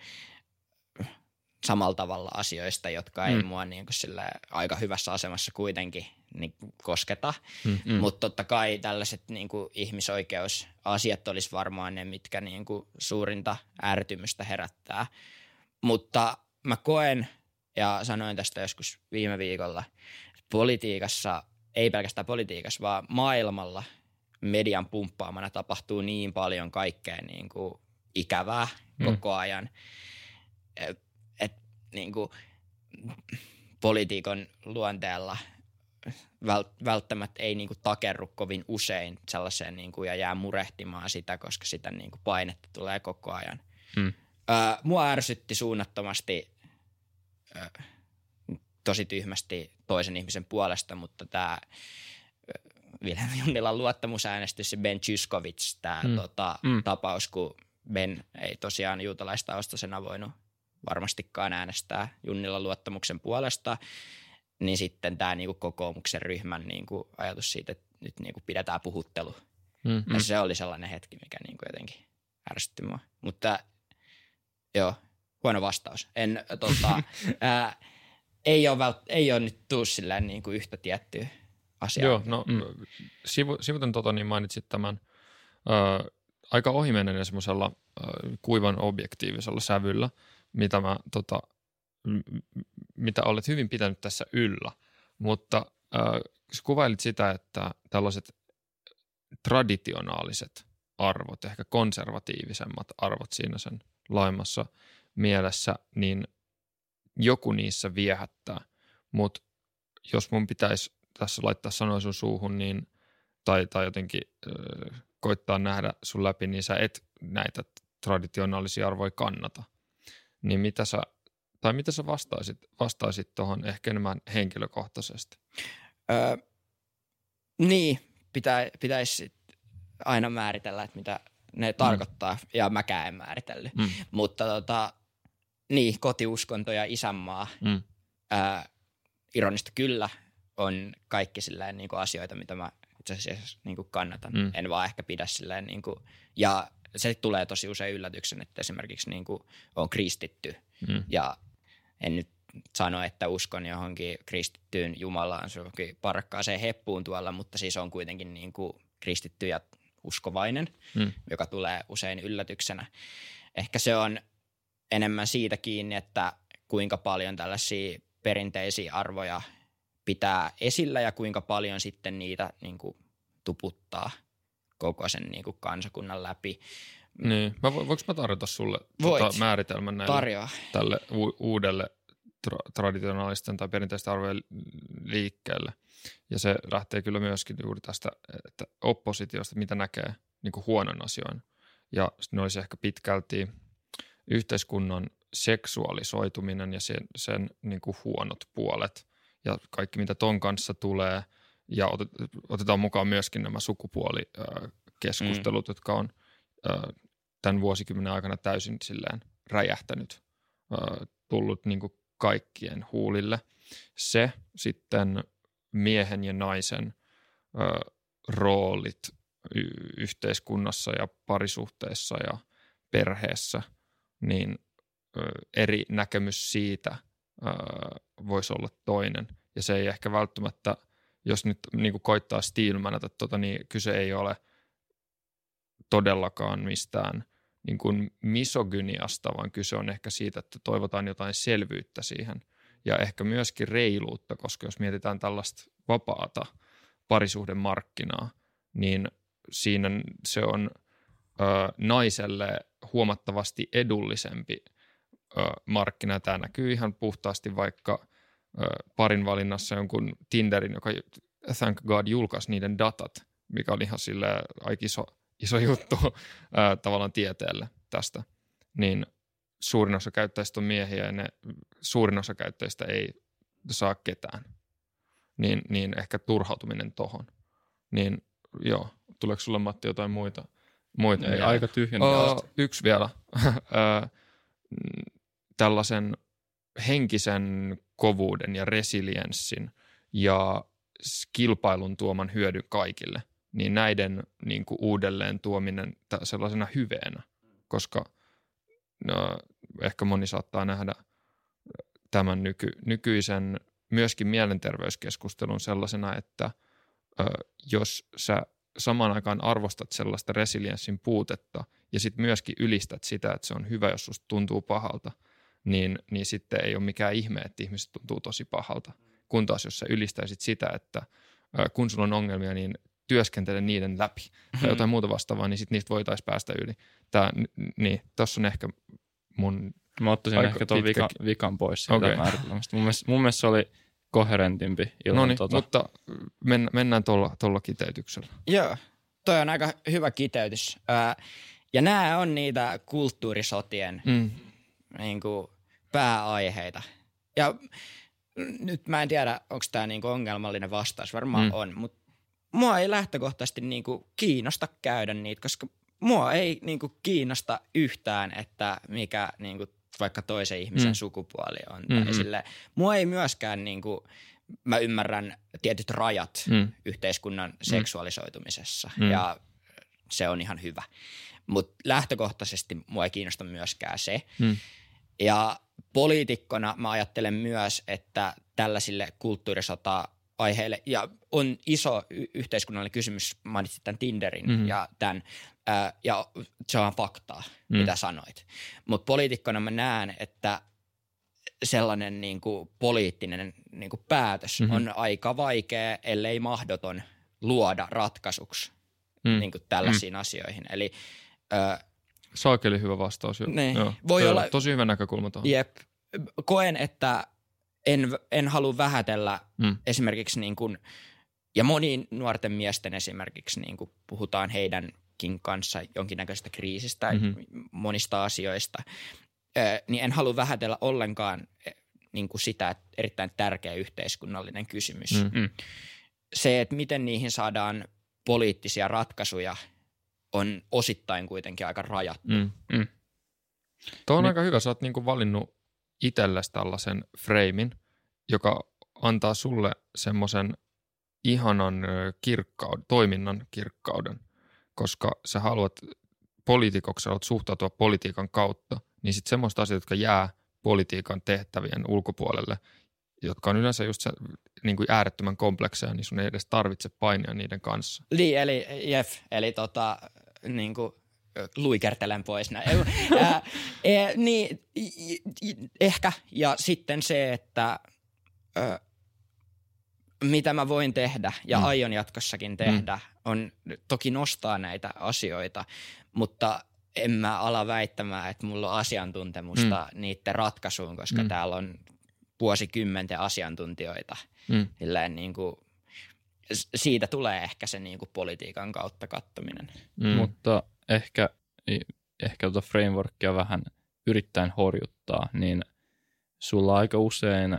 samalla tavalla asioista, jotka ei mm. mua niinku sillä aika hyvässä asemassa kuitenkin niin kosketa. Mm-hmm. Mutta totta kai tällaiset niinku ihmisoikeusasiat olisi varmaan ne, mitkä niinku suurinta ärtymystä herättää. Mutta mä koen, ja sanoin tästä joskus viime viikolla, politiikassa, ei pelkästään politiikassa, vaan maailmalla median pumppaamana tapahtuu niin paljon kaikkea niinku ikävää mm. koko ajan, että et, niinku, poliitikon luonteella välttämättä ei niinku takerru kovin usein sellaiseen niinku, ja jää murehtimaan sitä, koska sitä niinku painetta tulee koko ajan. Hmm. Öö, mua ärsytti suunnattomasti, öö, tosi tyhmästi toisen ihmisen puolesta, mutta tämä Vilhelm Junnilan luottamusäänestys ja Ben Zyskowicz, tämä hmm. tota, hmm. tapaus, kun Ben ei tosiaan juutalaistaustaisena voinut varmastikaan äänestää Junnilan luottamuksen puolesta, niin sitten tämä niinku kokoomuksen ryhmän niinku ajatus siitä, että nyt niinku pidetään puhuttelu. Mm-hmm. Ja se oli sellainen hetki, mikä niinku jotenkin ärsytti mua. Mutta joo, huono vastaus. En, tota, ää, ei, ole vält, ei ole nyt tuu silleen niinku yhtä tiettyä asiaa. Joo, no mm. sivu, sivuten tota, niin mainitsit tämän ö, aika ohimenneen semmoisella ö, kuivan objektiivisella sävyllä, mitä mä tota, mitä olet hyvin pitänyt tässä yllä, mutta äh, kuvailit sitä, että tällaiset traditionaaliset arvot, ehkä konservatiivisemmat arvot siinä sen laajemmassa mielessä, niin joku niissä viehättää, mutta jos mun pitäisi tässä laittaa sanoa sun suuhun, niin, tai, tai jotenkin äh, koittaa nähdä sun läpi, niin sä et näitä traditionaalisia arvoja kannata, niin mitä sä Tai mitä sä vastaisit, vastaisit tuohon ehkä enemmän henkilökohtaisesti? Öö, niin, pitä, pitäisi aina määritellä, että mitä ne mm. tarkoittaa, ja mäkään en määritellyt. Mm. Mutta tota, niin, kotiuskonto ja isänmaa, mm. öö, ironista kyllä, on kaikki silleen, niin kuin asioita, mitä mä itse asiassa niin kuin kannatan. Mm. En vaan ehkä pidä silleen, niin kuin, ja se tulee tosi usein yllätyksen, että esimerkiksi niin kuin on kristitty, mm. ja en nyt sano, että uskon johonkin kristittyyn Jumalaan, se onkin parkkaaseen heppuun tuolla, mutta siis on kuitenkin niin kuin kristitty ja uskovainen, mm. joka tulee usein yllätyksenä. Ehkä se on enemmän siitä kiinni, että kuinka paljon tällaisia perinteisiä arvoja pitää esillä ja kuinka paljon sitten niitä niin kuin, tuputtaa koko sen niin kuin, kansakunnan läpi. Niin. Mä, voinko mä tarjota sulle tota määritelmän näille, Tarjoa. tälle u- uudelle tra- traditionaalisten tai perinteisten arvojen liikkeelle? Ja se lähtee kyllä myöskin juuri tästä että oppositiosta, mitä näkee niin kuin huonon asioin. Ja ne olisi ehkä pitkälti yhteiskunnan seksuaalisoituminen ja sen, sen niin kuin huonot puolet ja kaikki, mitä ton kanssa tulee. Ja otetaan mukaan myöskin nämä sukupuolikeskustelut, mm. jotka on tämän vuosikymmenen aikana täysin silleen räjähtänyt, tullut niin kuin kaikkien huulille. Se sitten miehen ja naisen roolit yhteiskunnassa ja parisuhteessa ja perheessä, niin eri näkemys siitä voisi olla toinen. Ja se ei ehkä välttämättä, jos nyt niin kuin koittaa stiilmänätä, tota, niin kyse ei ole todellakaan mistään niin kuin misogyniasta, vaan kyse on ehkä siitä, että toivotaan jotain selvyyttä siihen. Ja ehkä myöskin reiluutta, koska jos mietitään tällaista vapaata parisuhdemarkkinaa, niin siinä se on ö, naiselle huomattavasti edullisempi ö, markkina. Tämä näkyy ihan puhtaasti vaikka ö, parin valinnassa jonkun Tinderin, joka thank God julkaisi niiden datat, mikä oli ihan sille aika iso, iso juttu ö, tavallaan tieteelle tästä. Niin suurin osa käyttäjistä on miehiä ja ne suurin osa käyttäjistä ei saa ketään. Niin, niin ehkä turhautuminen tohon. Niin joo, tuleeko sulle Matti jotain muita? muita ei, aika tyhjänä. Uh, yksi vielä. Tällaisen henkisen kovuuden ja resilienssin ja kilpailun tuoman hyödyn kaikille, niin näiden niin kuin uudelleen tuominen sellaisena hyveenä, koska no, ehkä moni saattaa nähdä tämän nyky, nykyisen myöskin mielenterveyskeskustelun sellaisena, että ö, jos sä samaan aikaan arvostat sellaista resilienssin puutetta ja sitten myöskin ylistät sitä, että se on hyvä, jos susta tuntuu pahalta, niin, niin sitten ei ole mikään ihme, että ihmiset tuntuu tosi pahalta. Kun taas jos sä ylistäisit sitä, että ö, kun sulla on ongelmia, niin työskentele niiden läpi tai jotain muuta vastaavaa, niin sitten niistä voitaisiin päästä yli. Tää, niin, tossa on ehkä mun Mä ottaisin ehkä tuon vikan, vikan pois siitä okay. määritelmästä. Mun mielestä, mun mielestä se oli koherentimpi ilman Noniin, tota. mutta mennään, mennään tuolla, tuolla kiteytyksellä. Joo, toi on aika hyvä kiteytys. Ää, ja nämä on niitä kulttuurisotien mm. niin kuin, pääaiheita. Ja nyt mä en tiedä, onko tämä niin kuin ongelmallinen vastaus. Varmaan mm. on, mutta mua ei lähtökohtaisesti niin kuin kiinnosta käydä niitä, koska mua ei niin kuin kiinnosta yhtään, että mikä niin kuin vaikka toisen ihmisen mm. sukupuoli on. Mm-hmm. Tai sille, mua ei myöskään, niin kuin, mä ymmärrän tietyt rajat mm. yhteiskunnan mm. seksuaalisoitumisessa mm. ja se on ihan hyvä. Mutta lähtökohtaisesti mua ei kiinnosta myöskään se. Mm. Ja poliitikkona mä ajattelen myös, että tällaisille kulttuurisota aiheille, ja on iso y- yhteiskunnallinen kysymys, mainitsit tämän Tinderin mm-hmm. ja tämän, ää, ja se on faktaa, mm. mitä sanoit. Mutta poliitikkona mä näen, että sellainen niin kuin poliittinen niin kuin päätös mm-hmm. on aika vaikea, ellei mahdoton luoda ratkaisuksi mm. niin kuin tällaisiin mm. asioihin. Eli ää, saakeli hyvä vastaus. Jo. Ne, Joo. voi olla, tosi hyvä näkökulma tuohon. Jep. Koen, että en, en halua vähätellä mm. esimerkiksi niin kuin, ja moniin nuorten miesten esimerkiksi niin kuin puhutaan heidänkin kanssa jonkinnäköisestä kriisistä, mm-hmm. monista asioista, ö, niin en halua vähätellä ollenkaan niin kuin sitä, että erittäin tärkeä yhteiskunnallinen kysymys. Mm-hmm. Se, että miten niihin saadaan poliittisia ratkaisuja, on osittain kuitenkin aika rajattu. Mm. Mm. Tuo on niin. aika hyvä. Sä oot niinku valinnut itsellesi tällaisen freimin, joka antaa sulle semmoisen ihanan kirkkauden, toiminnan kirkkauden, koska sä haluat poliitikoksi, haluat suhtautua politiikan kautta, niin sitten semmoista asiat, jotka jää politiikan tehtävien ulkopuolelle, jotka on yleensä just se, niin kuin äärettömän komplekseja, niin sun ei edes tarvitse painia niiden kanssa. Niin, eli jef, eli tota, niin kuin luikertelen pois näin. Ää, e, niin, ehkä, ja sitten se, että ö, mitä mä voin tehdä ja mm. aion jatkossakin tehdä, mm. on toki nostaa näitä asioita, mutta en mä ala väittämään, että mulla on asiantuntemusta mm. niiden ratkaisuun, koska mm. täällä on vuosikymmenten asiantuntijoita. Mm. Niin kuin, siitä tulee ehkä se niin kuin politiikan kautta kattominen. Mm. Mutta ehkä, ehkä tuota frameworkia vähän yrittäen horjuttaa, niin sulla aika usein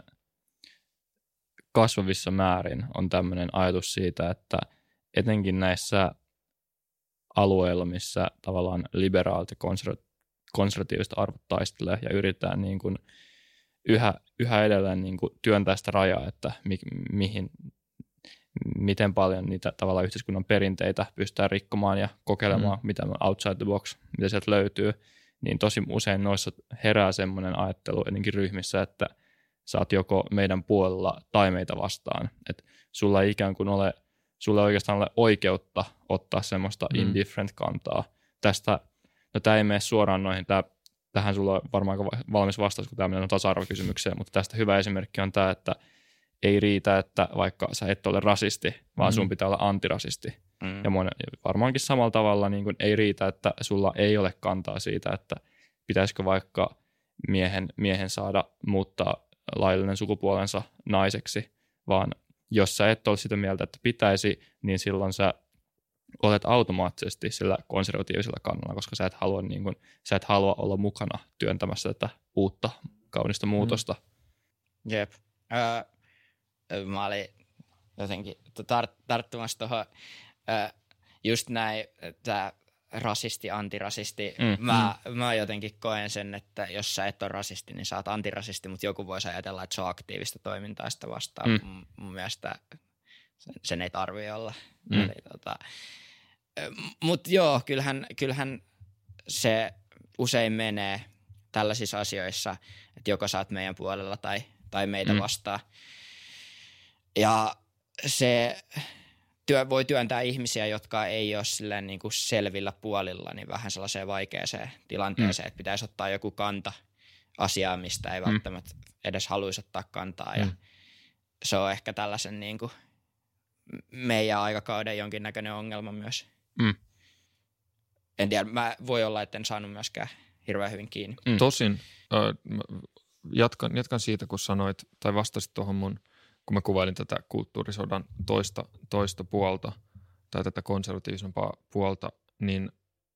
kasvavissa määrin on tämmöinen ajatus siitä, että etenkin näissä alueilla, missä tavallaan liberaalit ja konserva- konservatiiviset arvot taistelee ja yritetään niin kuin yhä, yhä edelleen niin kuin työntää sitä rajaa, että mi, mihin, miten paljon niitä tavallaan yhteiskunnan perinteitä pystytään rikkomaan ja kokeilemaan, mm. mitä outside the box, mitä sieltä löytyy, niin tosi usein noissa herää semmoinen ajattelu etenkin ryhmissä, että sä oot joko meidän puolella tai meitä vastaan. Että sulla ei ikään kuin ole, sulla ei oikeastaan ole oikeutta ottaa semmoista mm. indifferent kantaa. Tästä, no tämä ei mene suoraan noihin, tää, tähän sulla on varmaan valmis vastaus, kun tämä menee tasa-arvokysymykseen, mutta tästä hyvä esimerkki on tämä, että ei riitä, että vaikka sä et ole rasisti, vaan mm. sun pitää olla antirasisti. Mm. Ja monen, varmaankin samalla tavalla niin kuin ei riitä, että sulla ei ole kantaa siitä, että pitäisikö vaikka miehen, miehen saada muuttaa laillinen sukupuolensa naiseksi, vaan jos sä et ole sitä mieltä, että pitäisi, niin silloin sä olet automaattisesti sillä konservatiivisella kannalla, koska sä et halua, niin kun, sä et halua olla mukana työntämässä tätä uutta kaunista muutosta. Mm. Jep. Öö, mä olin jotenkin tar- tarttumassa tuohon öö, just näin, tämä rasisti, antirasisti. Mm, mä, mm. mä jotenkin koen sen, että jos sä et ole rasisti, niin sä oot antirasisti, mutta joku voisi ajatella, että se on aktiivista toimintaa sitä vastaan. Mm. M- mun mielestä sen, sen ei tarvitse olla. Mm. Eli, tota, mut joo, kyllähän, kyllähän se usein menee tällaisissa asioissa, että joko sä oot meidän puolella tai, tai meitä mm. vastaan. Ja se työ, voi työntää ihmisiä, jotka ei ole silleen niin kuin selvillä puolilla, niin vähän sellaiseen vaikeaseen tilanteeseen, mm. että pitäisi ottaa joku kanta asiaan, mistä ei välttämättä mm. edes haluaisi ottaa kantaa. Mm. Ja se on ehkä tällaisen niin kuin meidän aikakauden jonkinnäköinen ongelma myös. Mm. En tiedä, mä voi olla, että en saanut myöskään hirveän hyvin kiinni. Mm. Tosin äh, jatkan, jatkan siitä, kun sanoit, tai vastasit tuohon mun, kun mä kuvailin tätä kulttuurisodan toista, toista puolta tai tätä konservatiivisempaa puolta, niin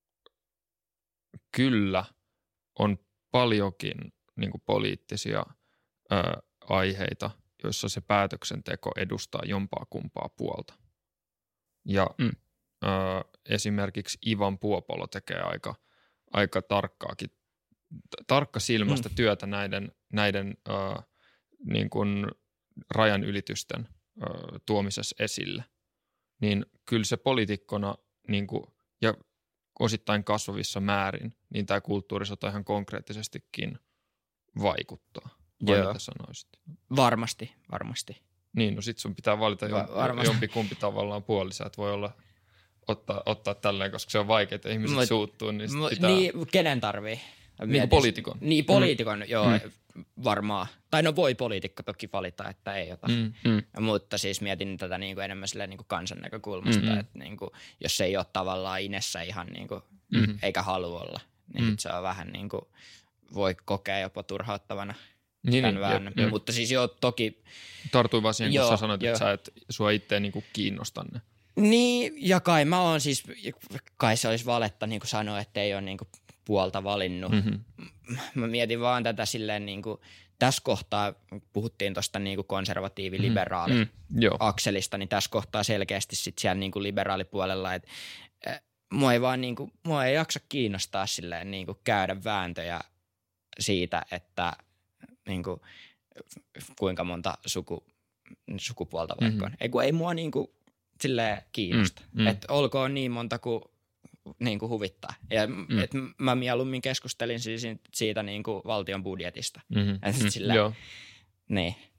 kyllä on paljonkin niin kuin poliittisia ö, aiheita, joissa se päätöksenteko edustaa jompaa kumpaa puolta. Ja mm. ö, esimerkiksi Ivan Puopolo tekee aika, aika tarkkaakin, tarkka silmästä mm. työtä näiden, näiden ö, niin kuin rajan ylitysten ö, tuomisessa esille, niin kyllä se poliitikkona niin kuin, ja osittain kasvavissa määrin, niin tämä kulttuurisota ihan konkreettisestikin vaikuttaa. Vai mitä sanoisit? Varmasti, varmasti. Niin, no sit sun pitää valita Va- jompikumpi tavallaan puoli. Sä et voi olla, ottaa, ottaa tälleen, koska se on vaikea, että ihmiset mut, suuttuu. Niin, mut, pitää... niin kenen tarvii? Niin kuin poliitikon. Niin, poliitikon, mm. joo, mm. varmaan. Tai no voi poliitikko toki valita, että ei ota. Mm. Mm. Mutta siis mietin tätä niin kuin enemmän silleen niin kuin kansan näkökulmasta, mm-hmm. että niin kuin, jos se ei ole tavallaan inessä ihan niin kuin, mm-hmm. eikä halua olla, niin mm. sit se on vähän niin kuin, voi kokea jopa turhauttavana. Niin, niin jep, jep. Mutta siis joo, toki... Tartuin vaan siihen, kun sä sanoit, että sä et sua itseä niin kuin kiinnosta ne. Niin, ja kai mä oon siis, kai se olisi valetta niin kuin sanoa, että ei ole niin kuin puolta valinnut. Mm-hmm. Mä mietin vaan tätä silleen niin kuin, tässä kohtaa, puhuttiin tuosta niin kuin konservatiivi-liberaali mm-hmm. akselista, niin tässä kohtaa selkeästi sitten siellä niin kuin liberaalipuolella, että äh, mua ei vaan niin kuin, mua ei jaksa kiinnostaa silleen niin kuin käydä vääntöjä siitä, että niin kuin, kuinka monta suku, sukupuolta vaikka on. Mm-hmm. Ei, kun ei mua niin kuin, silleen kiinnosta. Mm-hmm. Että olkoon niin monta kuin, niin kuin huvittaa. Ja mm-hmm. et mä mieluummin keskustelin siis siitä niin kuin valtion budjetista. Mm-hmm. Silleen, Joo. Niin.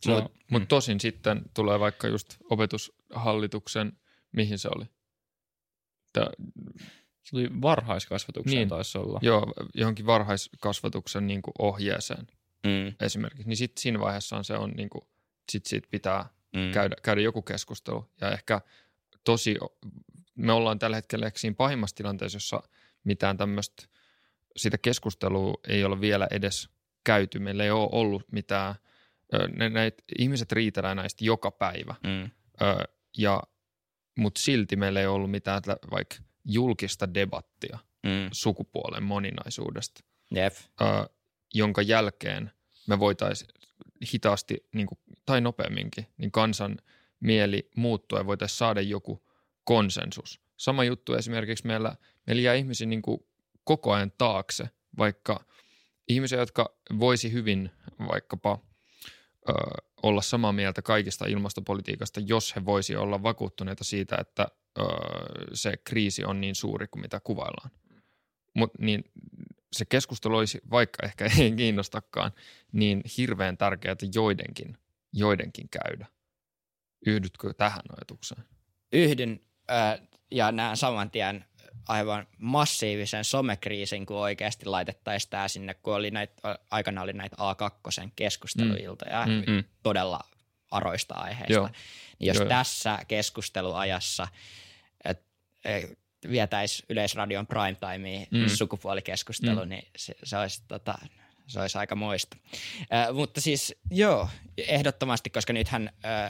Mutta on- mut mm. tosin sitten tulee vaikka just opetushallituksen, mihin se oli? Tää, Se oli varhaiskasvatukseen Niin. taisi olla. joo, johonkin varhaiskasvatuksen niin kuin ohjeeseen Mm, esimerkiksi. Niin sitten siinä vaiheessa se on, niin kuin, sit siitä pitää mm, käydä, käydä joku keskustelu. Ja ehkä tosi, me ollaan tällä hetkellä ehkä siinä pahimmassa tilanteessa, jossa mitään tämmöistä, sitä keskustelua ei ole vielä edes käyty. Meillä ei ole ollut mitään, ne, näitä ihmiset riitelää näistä joka päivä. mm, Ö, ja, mutta silti meillä ei ollut mitään tä- vaikka julkista debattia mm, sukupuolen moninaisuudesta, jep. ö, jonka jälkeen me voitaisiin hitaasti niin kuin, tai nopeamminkin niin kansan mieli muuttua ja voitaisiin saada joku konsensus. Sama juttu esimerkiksi meillä, meillä jää ihmisiä niin kuin koko ajan taakse, vaikka ihmisiä, jotka voisi hyvin vaikkapa ö, olla samaa mieltä kaikista ilmastopolitiikasta, jos he voisi olla vakuuttuneita siitä, että ö, se kriisi on niin suuri kuin mitä kuvaillaan. Mut, niin se keskustelu olisi, vaikka ehkä ei kiinnostakaan, niin hirveän tärkeää joidenkin, joidenkin käydä. Yhdytkö tähän ajatukseen? Yhdyn äh, ja näen saman tien aivan massiivisen somekriisin, kun oikeasti laitettaisiin tämä sinne, kun oli näitä, aikana oli näitä A kaksi keskusteluiltoja Mm. Mm. todella aroista aiheista. Joo. Niin jos Joo, joo. tässä keskusteluajassa et, et, vietäisiin Yleisradion primetimeen Mm. mm. sukupuolikeskustelu, Mm. niin se, se, olisi, tota, se olisi aika moista. Äh, mutta siis joo, ehdottomasti, koska nythän äh,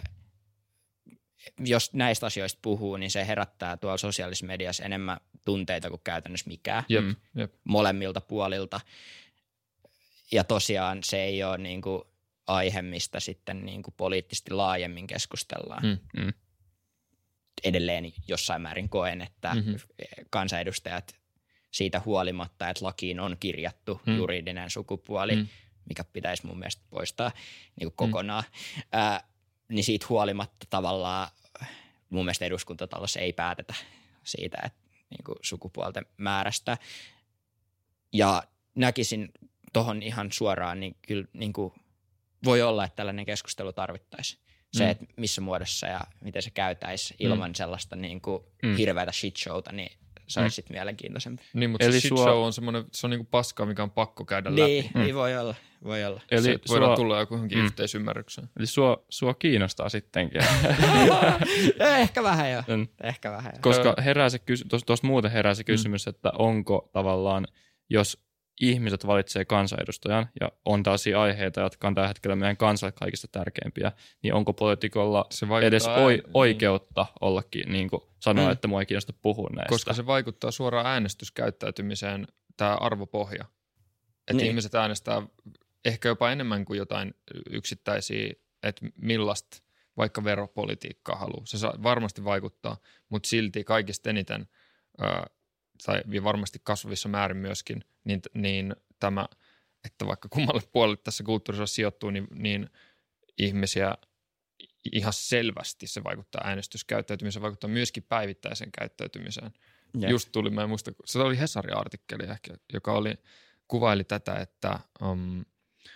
jos näistä asioista puhuu, niin se herättää tuolla sosiaalisessa mediassa enemmän tunteita kuin käytännössä mikään Jep, Mm. jep. molemmilta puolilta. Ja tosiaan se ei ole niin kuin aihe, mistä sitten niin kuin poliittisesti laajemmin keskustellaan. Mm. Mm. Edelleen jossain määrin koen, että Mhm. kansanedustajat siitä huolimatta, että lakiin on kirjattu Mm. juridinen sukupuoli, Mm. mikä pitäisi mun mielestä poistaa niin kuin kokonaan, ää, niin siitä huolimatta tavallaan mun mielestä eduskuntatalossa ei päätetä siitä, että niin kuin sukupuolten määrästä. Ja näkisin tuohon ihan suoraan, niin kyllä niin kuin voi olla, että tällainen keskustelu tarvittaisiin. Se, Mm. että missä muodossa ja miten se käytäisi ilman Mm. sellaista niin kuin Mm. hirveätä shitshowta, niin se Mm. olisi sitten mielenkiintoisempi. Niin, mutta Eli se shit sua- show on semmoinen, se on niinku paskaa, mikä on pakko käydä Niin, läpi. niin voi olla, voi olla. Eli Se, voidaan sua, tulla johonkin Mm. yhteisymmärrykseen. eli sua, sua kiinnostaa sittenkin. Ehkä vähän jo, Mm. ehkä vähän jo. Koska herää se kysy- tuossa tos muuten herää se kysymys, että onko tavallaan, jos ihmiset valitsee kansanedustajan ja on tällaisia aiheita, jotka on tällä hetkellä meidän kansalle kaikista tärkeimpiä, niin onko poliitikolla Se vaikuttaa edes ään- oi- niin. oikeutta ollakin niin kuin sanoa, Mm. että mua ei kiinnosta puhua näistä. Koska se vaikuttaa suoraan äänestyskäyttäytymiseen, tämä arvopohja. Että Niin. ihmiset äänestää ehkä jopa enemmän kuin jotain yksittäisiä, että millaista vaikka veropolitiikkaa haluaa. Se saa, varmasti vaikuttaa, mutta silti kaikista eniten, ää, tai varmasti kasvavissa määrin myöskin, niin, niin tämä, että vaikka kummalle puolelle tässä kulttuurissa sijoittuu, niin, niin ihmisiä ihan selvästi se vaikuttaa äänestyskäyttäytymiseen, vaikuttaa myöskin päivittäiseen käyttäytymiseen. Jep. Just tuli, mä en muista, se oli Hesari-artikkeli ehkä, joka oli, kuvaili tätä, että um,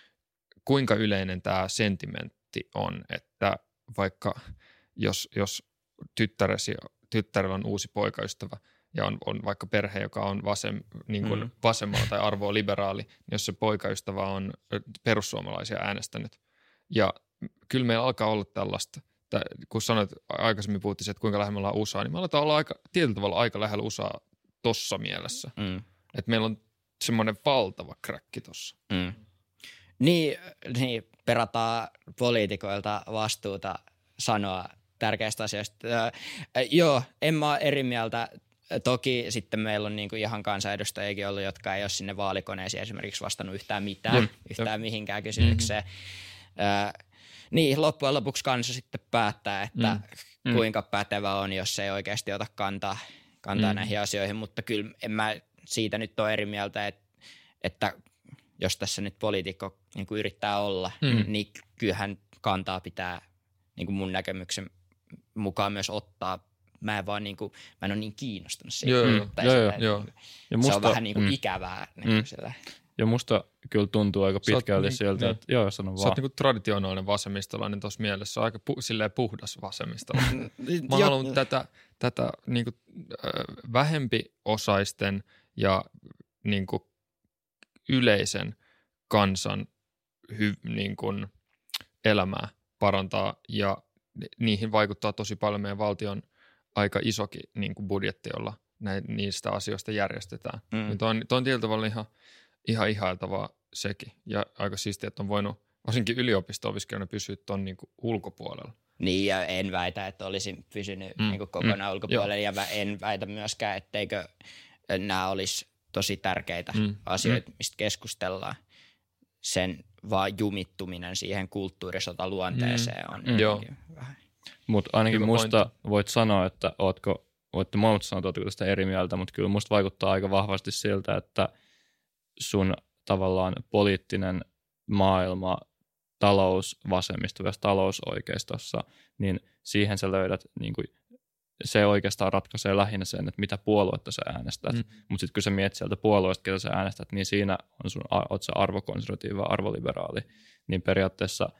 kuinka yleinen tämä sentimentti on, että vaikka jos, jos tyttäresi, tyttärellä on uusi poikaystävä ja on, on vaikka perhe, joka on vasem, niin kuin Mm. vasemmalla tai arvoa liberaali, niin jos se poikaystävä on perussuomalaisia äänestänyt. Ja kyllä meillä alkaa olla tällaista, että kun sanoit, aikaisemmin puhuttiin, että kuinka lähellä me ollaan U S A, niin me aletaan olla aika, tietyllä tavalla aika lähellä U S A tossa mielessä. Mm. Että meillä on semmoinen valtava kräkki tossa. Mm. Niin, niin, perataan poliitikoilta vastuuta sanoa tärkeistä asioista. Öö, joo, en mä ole eri mieltä. Toki sitten meillä on niinku ihan kansanedustajiakin ollut, jotka ei ole sinne vaalikoneisiin esimerkiksi vastannut yhtään mitään, Jep, yhtään jep. mihinkään kysymykseen. Öö, niin, loppujen lopuksi kansa sitten päättää, että Mm. kuinka pätevä on, jos ei oikeasti ota kantaa, kantaa Mm. näihin asioihin. Mutta kyllä en mä siitä nyt ole eri mieltä, että, että jos tässä nyt poliitikko niin kuin yrittää olla, Mm. niin kyllähän kantaa pitää niin kuin mun näkemyksen mukaan myös ottaa. Mä en vaan niin kuin, mä en ole niin kiinnostunut siitä. Joo, joo, Tai joo, sillä, joo. niin kuin, Ja se on musta- vähän niin kuin mm. ikävää. Niin Mm. kuin sillä. Ja musta kyllä tuntuu aika pitkälti niin, siltä, niin. että joo, sanon vaan. Sä oot niinku traditionaalinen vasemmistolainen tuossa mielessä, aika pu, silleen puhdas vasemmistolainen. Mä haluan tätä, tätä niinku, äh, vähempiosaisten ja niinku, yleisen kansan hy, niinku, elämää parantaa ja niihin vaikuttaa tosi paljon meidän valtion aika isokin niinku, budjetti, jolla näin, niistä asioista järjestetään. Mm. Niin toi on, toi on tietyllä tavalla ihan, ihan ihailtavaa sekin ja aika siistiä, että on voinut varsinkin yliopisto-opiskelijana pysyä tuon niinku ulkopuolella. Niin ja en väitä, että olisin pysynyt mm. niinku kokonaan mm. ulkopuolella Joo. ja en väitä myöskään, etteikö nämä olisi tosi tärkeitä mm. asioita, mistä keskustellaan. Sen vaan jumittuminen siihen kulttuurisotaluonteeseen on mm. Joo. vähän. Mutta ainakin Hyvä musta pointti. Voit sanoa, että ootko, voitte molemmat sanoa, että ootko tästä eri mieltä, mutta kyllä musta vaikuttaa aika vahvasti siltä, että sun tavallaan poliittinen maailma, talous vasemmisto, myös talousoikeistossa, niin siihen sä löydät, niin kuin, se oikeastaan ratkaisee lähinnä sen, että mitä puoluetta sä äänestät. Mm. Mutta sitten kun sä mietit sieltä puolueesta, ketä sä äänestät, niin siinä on sun, oot sä arvokonservatiivi, arvoliberaali. Niin periaatteessa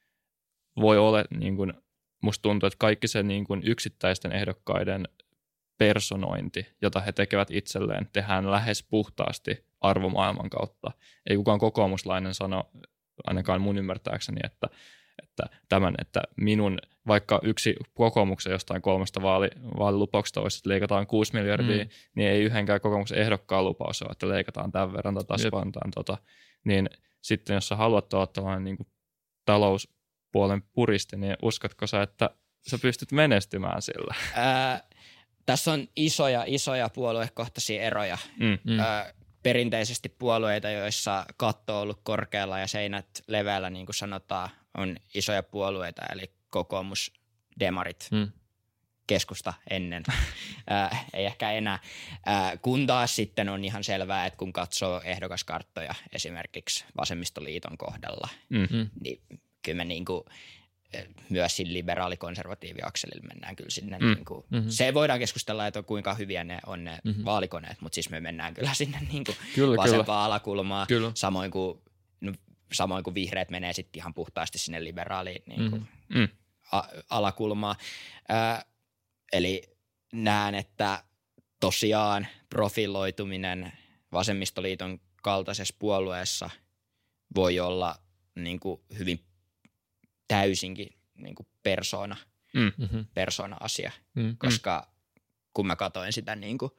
voi olla, niin kuin, musta tuntuu, että kaikki se niin kuin yksittäisten ehdokkaiden personointi, jota he tekevät itselleen, tehdään lähes puhtaasti arvomaailman kautta. Ei kukaan kokoomuslainen sano, ainakaan mun ymmärtääkseni, että, että tämän, että minun, vaikka yksi kokoomuksen jostain kolmesta vaali, vaalilupauksesta olisi, että leikataan kuusi miljardia, mm. niin ei yhdenkään kokoomuksen ehdokkaan lupaus ole, että leikataan tämän verran tai taspantaan tota. Niin sitten jos sä haluat olla tällainen niin kuin talouspuolen puristi, niin uskotko sä, että sä pystyt menestymään sillä? Ää, tässä on isoja, isoja puoluekohtaisia eroja. Mm. Mm. Ää, perinteisesti puolueita, joissa katto on ollut korkealla ja seinät leveällä, niin kuin sanotaan, on isoja puolueita, eli kokoomus, demarit, hmm. keskusta ennen, äh, ei ehkä enää. Äh, kun taas sitten on ihan selvää, että kun katsoo ehdokaskarttoja esimerkiksi vasemmistoliiton kohdalla, mm-hmm. niin kyllä me niin kuin, myös siinä liberaali-konservatiivi-akselilla mennään kyllä sinne. Mm. Niin kuin, mm-hmm. Se voidaan keskustella, että kuinka hyviä ne on ne mm-hmm. vaalikoneet, mutta siis me mennään kyllä sinne niin kuin kyllä, vasempaan kyllä. alakulmaan, kyllä. Samoin, kuin, no, samoin kuin vihreät menee sitten ihan puhtaasti sinne liberaaliin niin kuin, mm-hmm. a- alakulmaan. Äh, eli näen, että tosiaan profiloituminen vasemmistoliiton kaltaisessa puolueessa voi olla niin kuin hyvin täysinkin niin kuin persoona, mm-hmm. persoona-asia, mm-hmm. koska kun mä katsoin sitä niin kuin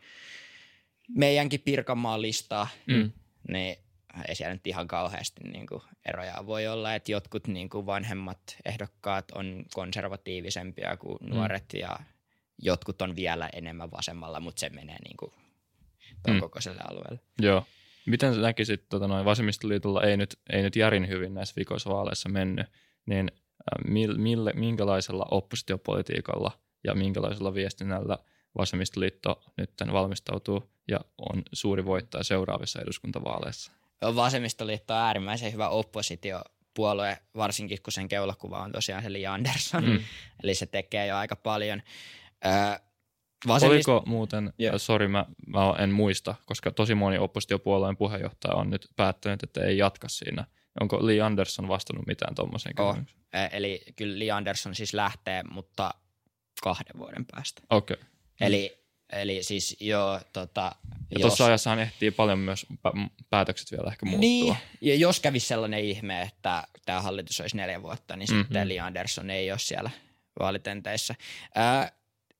meidänkin Pirkanmaan listaa, mm. niin ei siellä nyt ihan kauheasti niin kuin eroja voi olla, että jotkut niin kuin vanhemmat ehdokkaat on konservatiivisempia kuin mm. nuoret ja jotkut on vielä enemmän vasemmalla, mutta se menee niin kuin tuon mm. kokoiselle alueelle. Joo. Miten sä näkisit, tota noin, vasemmistoliitolla ei nyt, ei nyt järin hyvin näissä vikoisvaaleissa mennyt, niin mille, mille, minkälaisella oppositiopolitiikalla ja minkälaisella viestinnällä vasemmistoliitto nyt valmistautuu ja on suuri voittaja seuraavissa eduskuntavaaleissa? Vasemmistoliitto on äärimmäisen hyvä oppositiopuolue, varsinkin kun sen keulakuva on tosiaan se Li Andersson, mm. eli se tekee jo aika paljon. Öö, vasemmist... Oliko muuten, yeah. sori mä, mä en muista, koska tosi moni oppositiopuolueen puheenjohtaja on nyt päättänyt, että ei jatka siinä. Onko Li Andersson vastannut mitään tuommoiseen oh. kysymykseen? Eli kyllä Li Andersson siis lähtee, mutta kahden vuoden päästä. Okei. Okay. Eli, eli siis joo, tota... Ja jos... tuossa ajassahan ehtii paljon myös päätökset vielä ehkä muuttua. Niin, ja jos kävisi sellainen ihme, että tämä hallitus olisi neljä vuotta, niin mm-hmm. sitten Li Andersson ei ole siellä vaalitenteissä. Ää,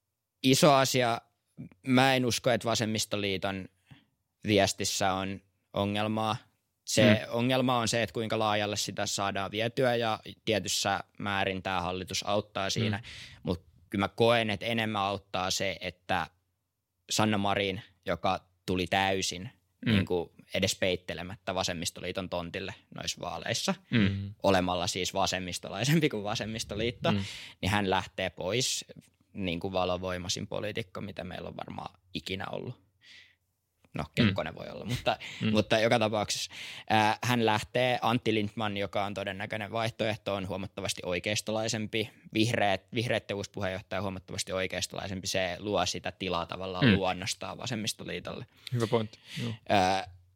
iso asia, mä en usko, että vasemmistoliiton viestissä on ongelmaa. Se mm. ongelma on se, että kuinka laajalle sitä saadaan vietyä ja tietyssä määrin tämä hallitus auttaa siinä, mm. mutta kyllä mä koen, että enemmän auttaa se, että Sanna Marin, joka tuli täysin mm. niin kuin edes peittelemättä vasemmistoliiton tontille noissa vaaleissa, mm. olemalla siis vasemmistolaisempi kuin vasemmistoliitto, mm. niin hän lähtee pois niin kuin valovoimaisin poliitikko, mitä meillä on varmaan ikinä ollut. No, Kekkonen mm. voi olla, mutta, mm. mutta joka tapauksessa ää, hän lähtee. Antti Lindtman, joka on todennäköinen vaihtoehto, on huomattavasti oikeistolaisempi. Vihreät, vihreitten uusi puheenjohtaja on huomattavasti oikeistolaisempi. Se luo sitä tilaa tavallaan mm. luonnostaan vasemmistoliitolle. Hyvä pointti. Ää,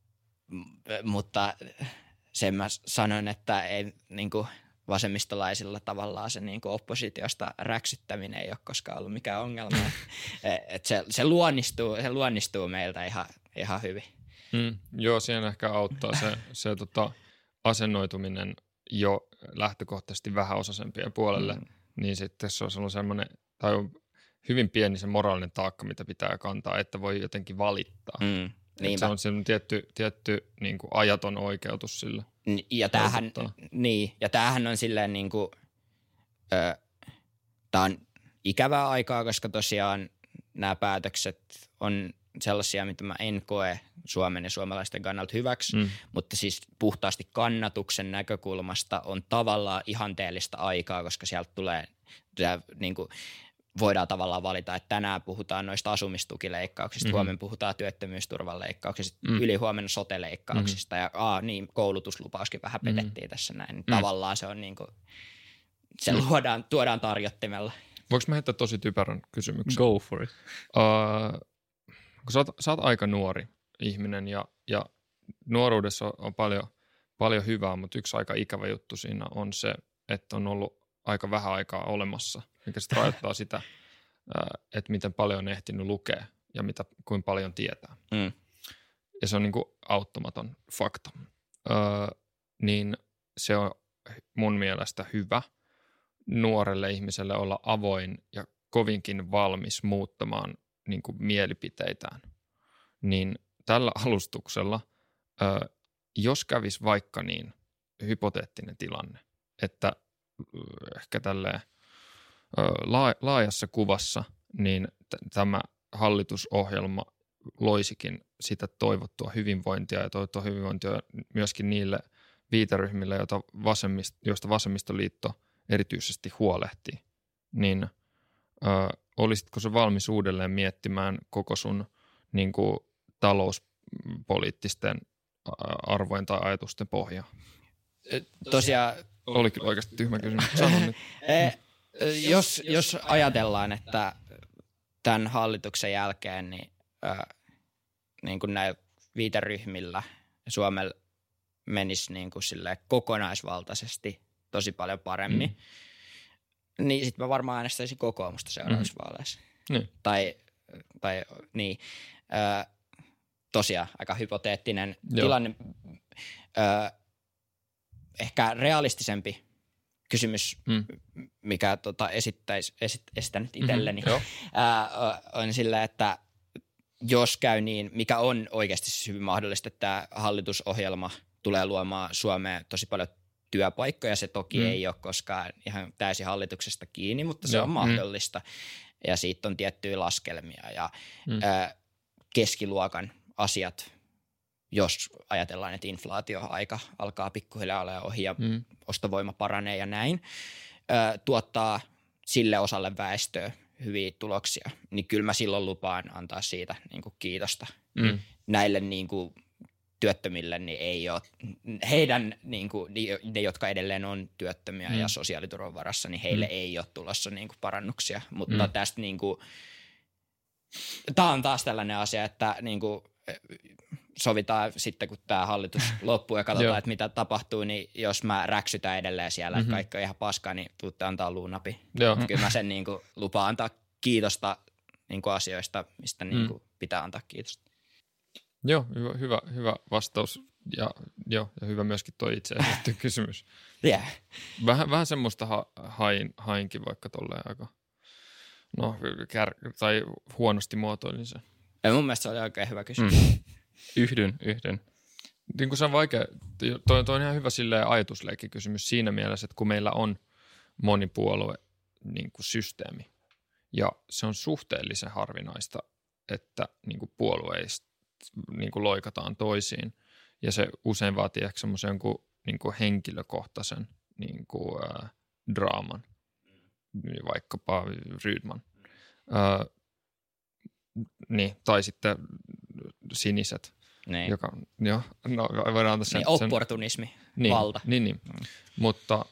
mutta sen mä sanon, että ei niin kuin vasemmistolaisilla tavallaan se niin kuin oppositiosta räksyttäminen ei ole koskaan ollut mikään ongelma. Et se, se, luonnistuu, se luonnistuu meiltä ihan, ihan hyvin. Mm, joo, siinä ehkä auttaa se, se tota, asennoituminen jo lähtökohtaisesti vähäosaisempien puolelle, mm. niin sitten se on ollut semmoinen, tai on hyvin pieni se moraalinen taakka, mitä pitää kantaa, että voi jotenkin valittaa. Mm. Se on semmoinen tietty, tietty niin kuin ajaton oikeutus sillä. Ja tämähän, niin, ja tämähän on silleen niin kuin, ö, tää on ikävää aikaa, koska tosiaan nämä päätökset on sellaisia, mitä mä en koe Suomen ja suomalaisten kannalta hyväksi, mm. mutta siis puhtaasti kannatuksen näkökulmasta on tavallaan ihanteellista aikaa, koska sieltä tulee, niin kuin, voidaan tavallaan valita, että tänään puhutaan noista asumistukileikkauksista, mm-hmm. huomenna puhutaan työttömyysturvan leikkauksista, mm. ylihuomenna sote-leikkauksista mm-hmm. ja aa, niin, koulutuslupauskin vähän petettiin mm-hmm. tässä näin. Mm. Tavallaan se on niin kuin, se mm. luodaan, tuodaan tarjottimella. Voinko mä heittää tosi typerän kysymyksen? Go for it. Uh, kun sä oot, sä oot aika nuori ihminen ja, ja nuoruudessa on, on paljon, paljon hyvää, mutta yksi aika ikävä juttu siinä on se, että on ollut aika vähän aikaa olemassa, mikä sitten rajoittaa sitä, että miten paljon on ehtinyt lukea ja mitä, kuinka paljon tietää. Mm. Ja se on niin kuin auttamaton fakta. Öö, niin se on mun mielestä hyvä nuorelle ihmiselle olla avoin ja kovinkin valmis muuttamaan niin kuin mielipiteitään. Niin tällä alustuksella, öö, jos kävisi vaikka niin hypoteettinen tilanne, että ehkä tälleen laajassa kuvassa, niin t- tämä hallitusohjelma loisikin sitä toivottua hyvinvointia ja toivottua hyvinvointia myöskin niille viiteryhmille, joita vasemmist, joista vasemmistoliitto erityisesti huolehtii. Niin ö, olisitko se valmis uudelleen miettimään koko sun niin kuin, talouspoliittisten arvojen tai ajatusten pohjaa? Tosiaan oli kyllä oikeasti tyhmä kysymys. Sanon nyt. jos, jos ajatellaan, että tämän hallituksen jälkeen niin, äh, niin kuin näillä viiteryhmillä Suomella menisi niin kuin silleen kokonaisvaltaisesti tosi paljon paremmin, mm. niin sitten mä varmaan äänestäisin kokoomusta seuraavissa mm. vaaleissa. Mm. Tai, tai niin, äh, tosiaan aika hypoteettinen Joo. tilanne. Äh, ehkä realistisempi kysymys, mm. mikä tota, esittäisi, esit, esitän itselleni, mm-hmm. ää, on sillä, että jos käy niin, mikä on oikeasti hyvin mahdollista, että tämä hallitusohjelma tulee luomaan Suomeen tosi paljon työpaikkoja. Se toki mm. ei ole koskaan ihan täysin hallituksesta kiinni, mutta se Joo. on mahdollista. Mm. Ja siitä on tiettyjä laskelmia ja mm. ää, keskiluokan asiat, jos ajatellaan, että inflaatioaika alkaa pikkuhiljaa olla ohi ja mm. ostovoima paranee ja näin, ö, tuottaa sille osalle väestöä hyviä tuloksia, niin kyllä mä silloin lupaan antaa siitä niin kuin kiitosta. Mm. Näille niin kuin, työttömille niin ei ole, heidän, niin kuin, ne jotka edelleen on työttömiä mm. ja sosiaaliturvan varassa, niin heille mm. ei ole tulossa niin kuin, parannuksia. Mutta mm. tästä niin kuin, tämä on taas tällainen asia, että niin kuin, sovitaan sitten, kun tämä hallitus loppuu ja katsotaan, että mitä tapahtuu, niin jos mä räksytän edelleen siellä, mm-hmm. että kaikki on ihan paskaa, niin tuutte antaa luunapi. Kyllä mä sen niin kuin, lupaan antaa kiitosta niin kuin asioista, mistä niin kuin, pitää antaa kiitosta. Joo, hyvä, hyvä, hyvä vastaus ja, jo, ja hyvä myöskin tuo itse esitetty kysymys. Yeah. Vähän, vähän semmoista ha, hain, hainkin vaikka tolleen aika, no, kär, tai huonosti muotoilin sen. Ja mun mielestä se oli oikein hyvä kysymys. Mm. Yhdyn, yhdyn. Niin kuin se on vaikea, toi, toi on ihan hyvä silleen ajatusleikkikysymys siinä mielessä, että kun meillä on monipuolue niin kuin systeemi ja se on suhteellisen harvinaista, että niin kuin puolueista niin kuin loikataan toisiin ja se usein vaatii ehkä semmoisen jonkun niin kuin henkilökohtaisen niin kuin, ää, draaman, vaikkapa Rydman. Ää, niin, tai sitten siniset. Niin. Joka, jo, no, voidaan antaa sen, niin, opportunismi, sen, valta. Niin, niin, niin. Mutta,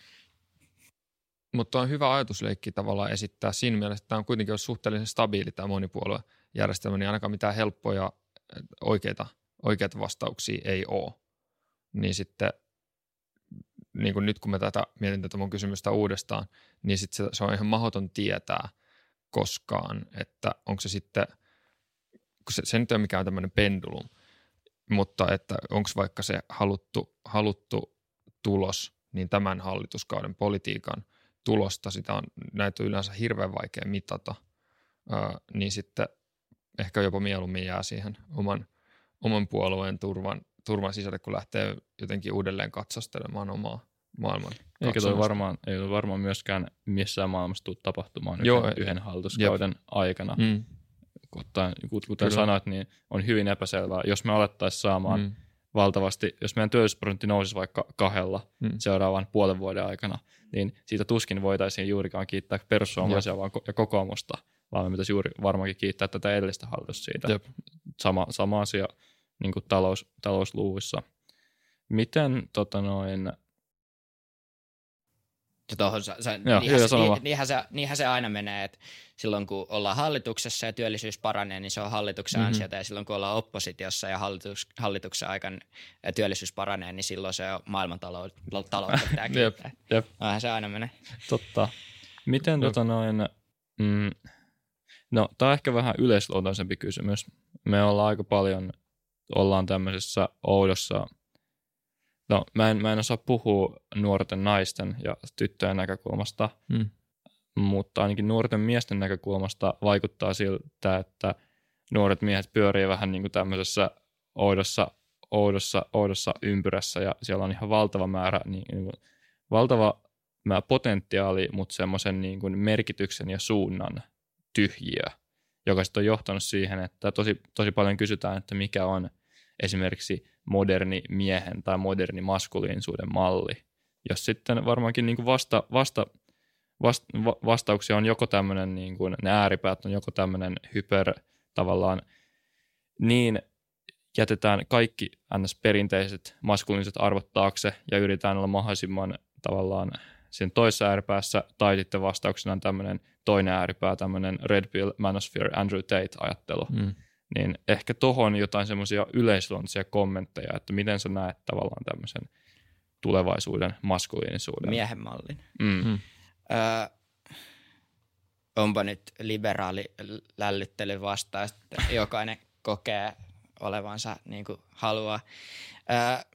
mutta on hyvä ajatusleikki tavallaan esittää siinä mielessä, että tämä on kuitenkin suhteellisen stabiili tämä monipuoluejärjestelmä, niin ainakaan mitään helppoja oikeita, oikeita vastauksia ei ole. Niin sitten niin kuin nyt kun mä tätä mietin tätä mun kysymystä uudestaan, niin sitten se, se on ihan mahdoton tietää koskaan, että onko se sitten, kun se, se nyt ei ole mikään tämmöinen pendulum, mutta että onko vaikka se haluttu, haluttu tulos, niin tämän hallituskauden politiikan tulosta, sitä on näitä on yleensä hirveän vaikea mitata, ää, niin sitten ehkä jopa mieluummin jää siihen oman, oman puolueen turvan, turvan sisälle, kun lähtee jotenkin uudelleen katsastelemaan omaa maailman Eikä toi varmaan, ei toi varmaan myöskään missään maailmassa tule tapahtumaan Joo, yhden, yhden hallituskauden jep. aikana. Mm. Kuten, kuten sanoit, niin on hyvin epäselvää. Jos me alettaisiin saamaan mm. valtavasti, jos meidän työllisyysprosentti nousisi vaikka kahdella mm. seuraavan puolen vuoden aikana, niin siitä tuskin voitaisiin juurikaan kiittää perussuomalaisia vaan ja kokoomusta, vaan me pitäisi juuri varmaankin kiittää tätä edellistä hallitusta siitä. Sama, sama asia niin kuin talous, talousluvuissa. Miten tota noin... Tohon, sä, sä, Joo, niinhän, se, niin, niinhän, se, niinhän se aina menee, että silloin kun ollaan hallituksessa ja työllisyys paranee, niin se on hallituksen mm-hmm. ansiota, ja silloin kun ollaan oppositiossa ja hallitus, hallituksen aikana ja työllisyys paranee, niin silloin se on maailmantaloutta pitää kiittää. Näinhän se aina menee. Totta. Miten no. tota noin, mm, no tää on ehkä vähän yleisluontoisempi kysymys. Me ollaan aika paljon, ollaan tämmöisessä oudossa. No, mä en, mä en osaa puhua nuorten naisten ja tyttöjen näkökulmasta, mm. mutta ainakin nuorten miesten näkökulmasta vaikuttaa siltä, että nuoret miehet pyörii vähän niin kuin tämmöisessä oudossa, oudossa, oudossa ympyrässä ja siellä on ihan valtava määrä, niin, niin kuin, valtava määrä potentiaali, mutta semmoisen niin kuin merkityksen ja suunnan tyhjiö, joka sitten on johtanut siihen, että tosi, tosi paljon kysytään, että mikä on esimerkiksi moderni miehen tai moderni maskuliinisuuden malli. Jos sitten varmaankin niin kuin vasta, vasta, vasta, vastauksia on joko tämmöinen, niin kuin ne ääripäät on joko tämmöinen hyper tavallaan, niin jätetään kaikki ns. Perinteiset maskuliiniset arvot taakse ja yritetään olla mahdollisimman tavallaan sen toisessa ääripäässä, tai sitten vastauksena on tämmöinen toinen ääripää, tämmöinen Red Pill, Manosphere, Andrew Tate-ajattelu. Mm. Niin ehkä tohon jotain semmoisia yleisluontoisia kommentteja, että miten sä näet tavallaan tämmöisen tulevaisuuden maskuliinisuuden. Miehen mallin. Mm. Mm. Öö, onpa nyt liberaali lällyttely vastaan, että jokainen kokee olevansa niin kuin haluaa. Öö,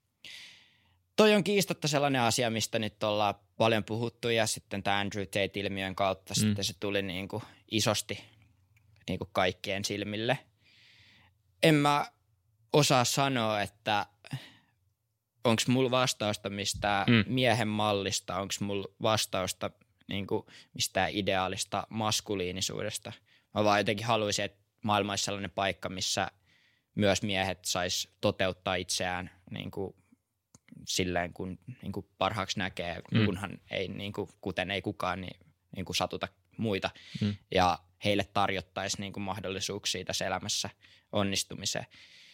toi on kiistatta sellainen asia, mistä nyt ollaan paljon puhuttu ja sitten tämä Andrew Tate-ilmiön kautta mm. sitten se tuli niin kuin isosti niin kuin kaikkien silmille. En mä osaa sanoa, että onko mulla vastausta mistään mm. miehen mallista, onko mulla vastausta niin kuin mistään ideaalista maskuliinisuudesta. Mä vaan jotenkin haluaisin, että maailma olisi sellainen paikka, missä myös miehet sais toteuttaa itseään niin kuin silleen, kun niin kuin parhaaksi näkee, mm. kunhan ei, niin kuin, kuten ei kukaan, niin, niin kuin satuta muita. Mm. Ja heille tarjottaisiin niin kuin mahdollisuuksia tässä elämässä onnistumiseen.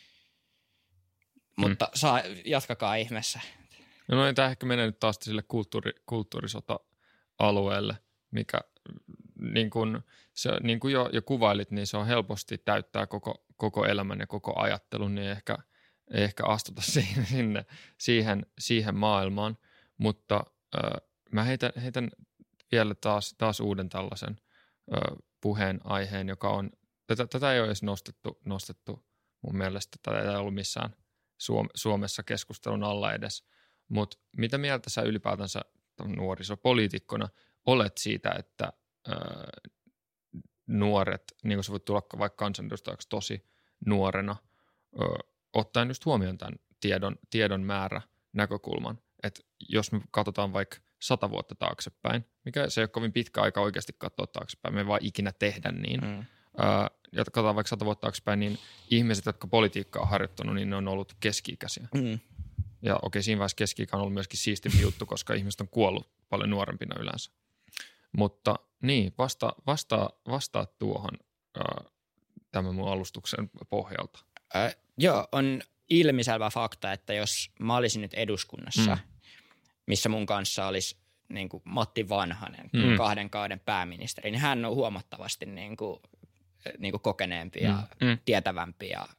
Mm. Mutta saa, jatkakaa ihmeessä. No noin, tämä ehkä menee nyt taas sille kulttuuri, kulttuurisota-alueelle, mikä niin kuin, se, niin kuin jo, jo kuvailit, niin se on helposti täyttää koko, koko elämän ja koko ajattelun, niin ehkä, ei ehkä astuta siihen, sinne, siihen, siihen maailmaan. Mutta äh, mä heitän, heitän vielä taas, taas uuden tällaisen äh, puheenaiheen, joka on, tätä, tätä ei ole edes nostettu, nostettu mun mielestä, tätä ei ollut missään Suom- Suomessa keskustelun alla edes, mutta mitä mieltä sä ylipäätänsä nuorisopoliitikkona olet siitä, että äh, nuoret, niin kuin sä voit tulla vaikka kansanedustajaksi tosi nuorena, äh, ottaen just huomioon tämän tiedon, tiedon määrä näkökulman, että jos me katsotaan vaikka sata vuotta taaksepäin, mikä se ei ole kovin pitkä aika oikeasti katsoa taaksepäin, me ei vaan ikinä tehdä niin. Mm. Ää, ja katsotaan vaikka sata vuotta taaksepäin, niin ihmiset, jotka politiikkaa on harjoittanut, niin ne on ollut keski-ikäisiä. Mm. Ja okei, siinä vaiheessa keski-ikä on ollut myöskin siistimpi juttu, koska ihmiset on kuollut paljon nuorempina yleensä. Mutta niin, vasta, vasta, vastaa tuohon ää, tämän mun alustuksen pohjalta. Äh, joo, on ilmiselvä fakta, että jos mä olisin nyt eduskunnassa, mm. missä mun kanssa olisi niin kuin Matti Vanhanen, mm. kahden kauden pääministeri, niin hän on huomattavasti niin kuin, niin kuin kokeneempi ja mm. tietävämpi ja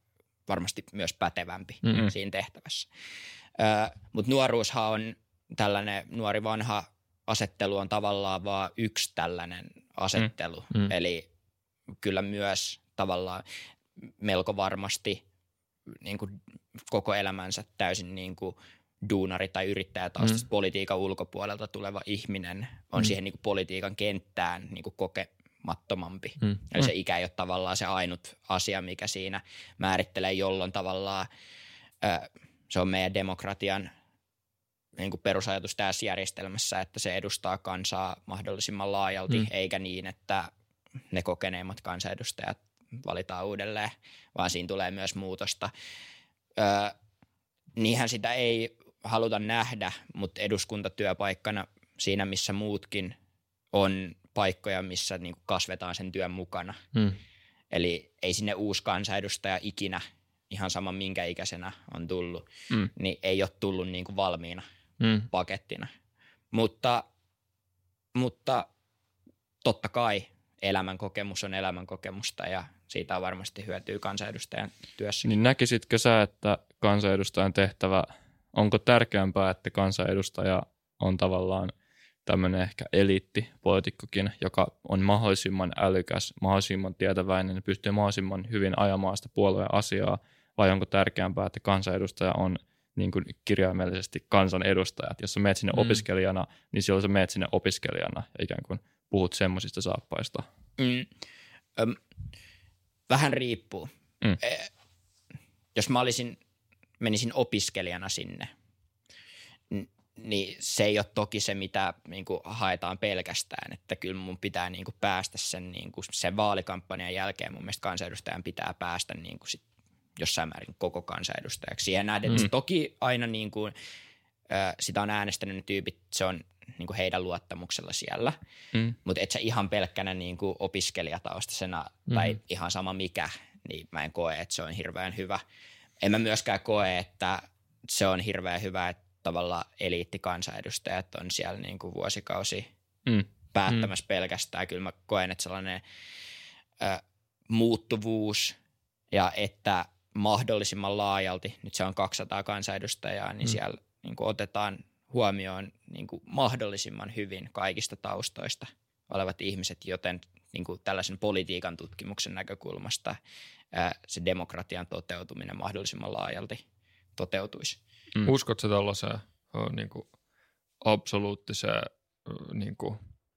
varmasti myös pätevämpi Mm-hmm. siinä tehtävässä. Ö, mutta nuoruushan on tällainen nuori vanha asettelu on tavallaan vaan yksi tällainen asettelu. Mm. Mm. Eli kyllä myös tavallaan melko varmasti niin kuin koko elämänsä täysin niin kuin duunari tai yrittäjätaustasta mm. politiikan ulkopuolelta tuleva ihminen on mm. siihen niin kuin politiikan kenttään niin kuin kokemattomampi. Mm. Eli se ikä ei ole tavallaan se ainut asia, mikä siinä määrittelee, jolloin tavallaan ö, se on meidän demokratian niin kuin perusajatus tässä järjestelmässä, että se edustaa kansaa mahdollisimman laajalti, mm. eikä niin, että ne kokeneimmat kansanedustajat valitaan uudelleen, vaan siinä tulee myös muutosta. Öö, niinhän sitä ei haluta nähdä, mutta eduskuntatyöpaikkana siinä, missä muutkin on paikkoja, missä niin kuin kasvetaan sen työn mukana. Mm. Eli ei sinne uusi kansanedustaja ikinä, ihan sama minkä ikäisenä on tullut, mm. niin ei ole tullut niin kuin valmiina mm. pakettina. Mutta, mutta totta kai elämän kokemus on elämän kokemusta ja siitä on varmasti hyötyä kansanedustajan työssä. Niin näkisitkö sä, että kansanedustajan tehtävä, onko tärkeämpää, että kansanedustaja on tavallaan tämmöinen ehkä eliittipoliitikkokin, joka on mahdollisimman älykäs, mahdollisimman tietäväinen ja pystyy mahdollisimman hyvin ajamaan sitä puolueen asiaa, vai onko tärkeämpää, että kansanedustaja on niin kuin kirjaimellisesti kansanedustajat. Jos sä meet sinne mm. opiskelijana, niin silloin sä meet sinne opiskelijana ja ikään kuin puhut semmoisista saappaista. Mm. Öm, vähän riippuu. Mm. Eh, jos mä olisin, menisin opiskelijana sinne, n- niin se ei ole toki se, mitä niin kuin haetaan pelkästään. Että kyllä mun pitää niin kuin päästä sen, niin kuin sen vaalikampanjan jälkeen. Mun mielestä kansanedustajan pitää päästä niin kuin sit jossain määrin koko kansanedustajaksi. Siihen nähden, mm. toki aina niin kuin, äh, sitä on äänestänyt ne tyypit, se on niin kuin heidän luottamuksella siellä, mm. mutta et sä ihan pelkkänä niin kuin opiskelijataustasena mm. tai ihan sama mikä, niin mä en koe, että se on hirveän hyvä. En mä myöskään koe, että se on hirveän hyvä, että tavallaan eliittikansanedustajat on siellä niin kuin vuosikausi mm. päättämässä mm. pelkästään. Kyllä mä koen, että sellainen äh, muuttuvuus ja että mahdollisimman laajalti, nyt se on kaksisataa kansanedustajaa, niin mm. siellä niin kuin otetaan huomioon niin kuin mahdollisimman hyvin kaikista taustoista olevat ihmiset, joten niin kuin tällaisen politiikan tutkimuksen näkökulmasta ää, se demokratian toteutuminen mahdollisimman laajalti toteutuisi. Mm. Uskotko tällaiseen niin kuin absoluuttiseen niin kuin,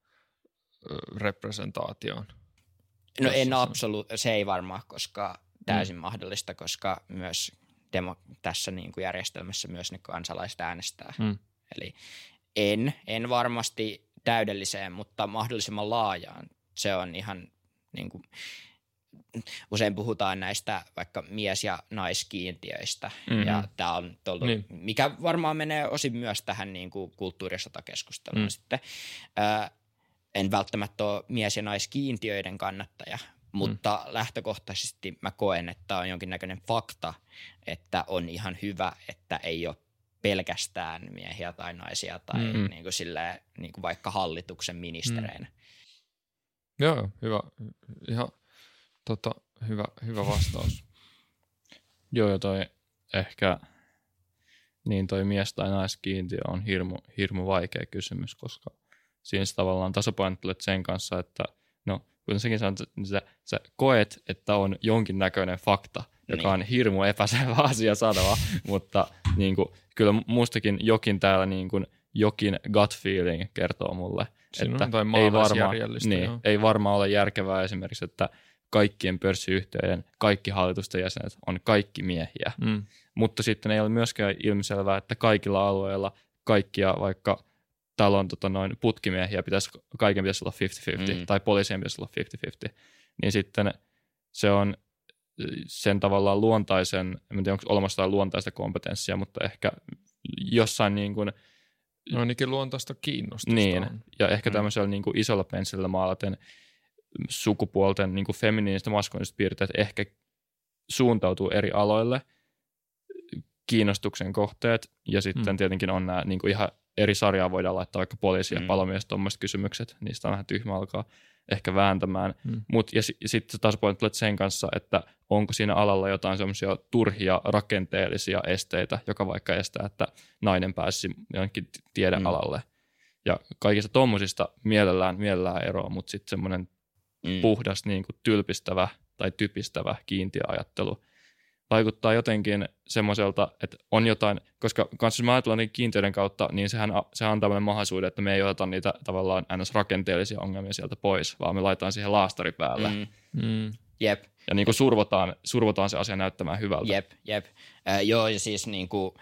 representaatioon? No en absoluut, se ei varmaan, koska täysin mm. mahdollista, koska myös demo, tässä niin kuin järjestelmässä myös ne kansalaiset äänestää. Mm. Eli en, en varmasti täydelliseen, mutta mahdollisimman laajaan. Se on ihan niin kuin, usein puhutaan näistä vaikka mies- ja naiskiintiöistä, mm-hmm. ja tämä on tullut, niin. mikä varmaan menee osin myös tähän niin kuin kulttuurisotakeskusteluun mm. sitten. Ää, en välttämättä ole mies- ja naiskiintiöiden kannattaja, mutta mm. lähtökohtaisesti mä koen, että on jonkinnäköinen fakta, että on ihan hyvä, että ei ole pelkästään miehiä tai naisia tai mm. niin kuin silleen, niin kuin vaikka hallituksen ministereinä. Mm. Joo, hyvä. Ihan tota, hyvä, hyvä vastaus. Joo, ja toi ehkä niin toi mies- tai naiskiintiö on hirmu, hirmu vaikea kysymys, koska siinä sä tavallaan tasapainottelet sen kanssa, että no, kuten säkin sanot, niin sä, sä koet, että on jonkinnäköinen fakta, joka niin. on hirmu epäselvä asia sanoa, mutta niin kuin, kyllä mustakin jokin täällä niin kuin, jokin gut feeling kertoo mulle, siinä että ei varmaan niin, ei varma ole järkevää esimerkiksi, että kaikkien pörssiyhtiöiden kaikki hallitusten jäsenet on kaikki miehiä, mm. mutta sitten ei ole myöskään ilmiselvää, että kaikilla alueilla kaikkia vaikka talon tota, noin putkimiehiä pitäisi, kaiken pitäisi olla viisikymmentä viisikymmentä mm. tai poliisien pitäisi olla viisikymmentä viisikymmentä, niin sitten se on sen tavallaan luontaisen, en tiedä onko olemassa jotain luontaista kompetenssia, mutta ehkä jossain niin kuin no ainakin luontaista kiinnostusta niin, on. Ja ehkä mm. tämmöisellä niin kuin isolla pensselillä maalaten sukupuolten niin kuin feminiinistä maskuliiniset piirteet ehkä suuntautuu eri aloille, kiinnostuksen kohteet, ja sitten mm. tietenkin on nämä niin kuin ihan eri sarjaa voidaan laittaa vaikka poliisi ja Mm. palomies, tuommoiset kysymykset, niistä on vähän tyhmä alkaa ehkä vääntämään. Mm. Mut, ja s- sitten taas pointtelet sen kanssa, että onko siinä alalla jotain semmoisia turhia rakenteellisia esteitä, joka vaikka estää, että nainen pääsisi jonnekin t- tiedealalle. Mm. Ja kaikista tommosista mielellään, mielellään eroa, mutta sitten semmoinen Mm. puhdas niin kuin tylpistävä tai typistävä kiintiöajattelu vaikuttaa jotenkin semmoiselta, että on jotain, koska kanssa jos mä ajatellaan niin kiintiöiden kautta, niin sehän, sehän on tämmöinen mahdollisuuden, että me ei oteta niitä tavallaan ns. Rakenteellisia ongelmia sieltä pois, vaan me laitetaan siihen laastari päälle. Mm. Mm. Jep. Ja niin kuin survotaan, survotaan se asia näyttämään hyvältä. Jep, jep. Äh, joo, ja siis niinku,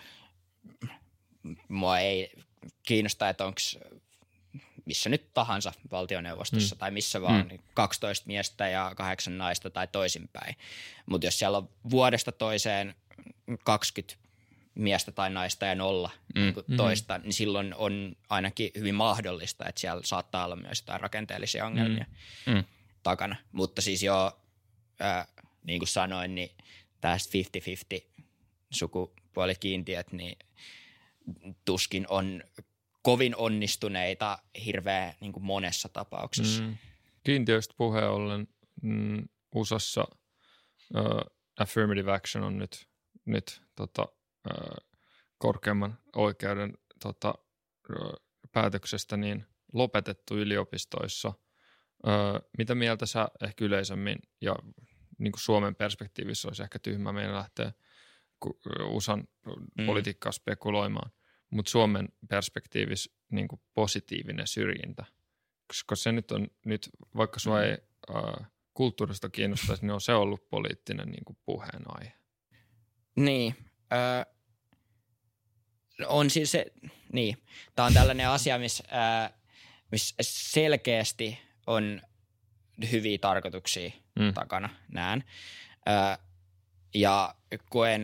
mua ei kiinnosta, että onko missä nyt tahansa valtioneuvostossa mm. tai missä vaan mm. kaksitoista miestä ja kahdeksan naista tai toisinpäin. Mutta jos siellä on vuodesta toiseen kaksikymmentä miestä tai naista ja nolla Mm. niin kuin toista, niin silloin on ainakin hyvin mahdollista, että siellä saattaa olla myös jotain rakenteellisia ongelmia Mm. Mm. takana. Mutta siis joo, äh, niin kuin sanoin, niin tästä viisikymmentä viisikymmentä sukupuolikiintiöt, niin tuskin on kovin onnistuneita hirveän niin kuin monessa tapauksessa. Mm. Kiintiöistä puheen ollen mm, U S A:ssa uh, affirmative action on nyt, nyt tota, uh, korkeamman oikeuden tota, uh, päätöksestä niin lopetettu yliopistoissa. Uh, mitä mieltä sä ehkä yleisemmin ja niin kuin Suomen perspektiivissä olisi ehkä tyhmä meidän lähteä U S A:n Mm. politiikkaa spekuloimaan, mutta Suomen perspektiivissä niin kuin positiivinen syrjintä, koska se nyt on, nyt, vaikka sua Mm. ei äh, kulttuurista kiinnostaisi, niin on se ollut poliittinen niin kuin puheenaihe. Niin. Öö, on siis se, niin. Tämä on tällainen asia, missä, äh, missä selkeästi on hyviä tarkoituksia Mm. takana, näen. Öö, ja koen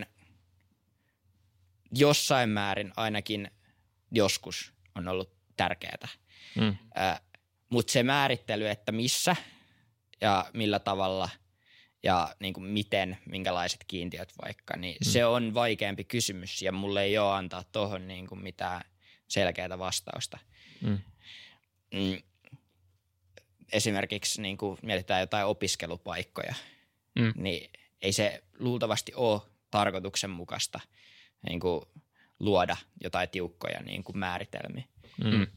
jossain määrin ainakin joskus on ollut tärkeää. Mm. Äh, mutta se määrittely, että missä ja millä tavalla ja niin kuin miten, minkälaiset kiintiöt vaikka, niin Mm. se on vaikeampi kysymys ja mulle ei ole antaa tuohon niin kuin mitään selkeää vastausta. Mm. Mm. Esimerkiksi niin kuin mietitään jotain opiskelupaikkoja, Mm. niin ei se luultavasti ole tarkoituksenmukaista niin kuin luoda jotain tiukkoja niin kuin määritelmiä. Mm. Mm.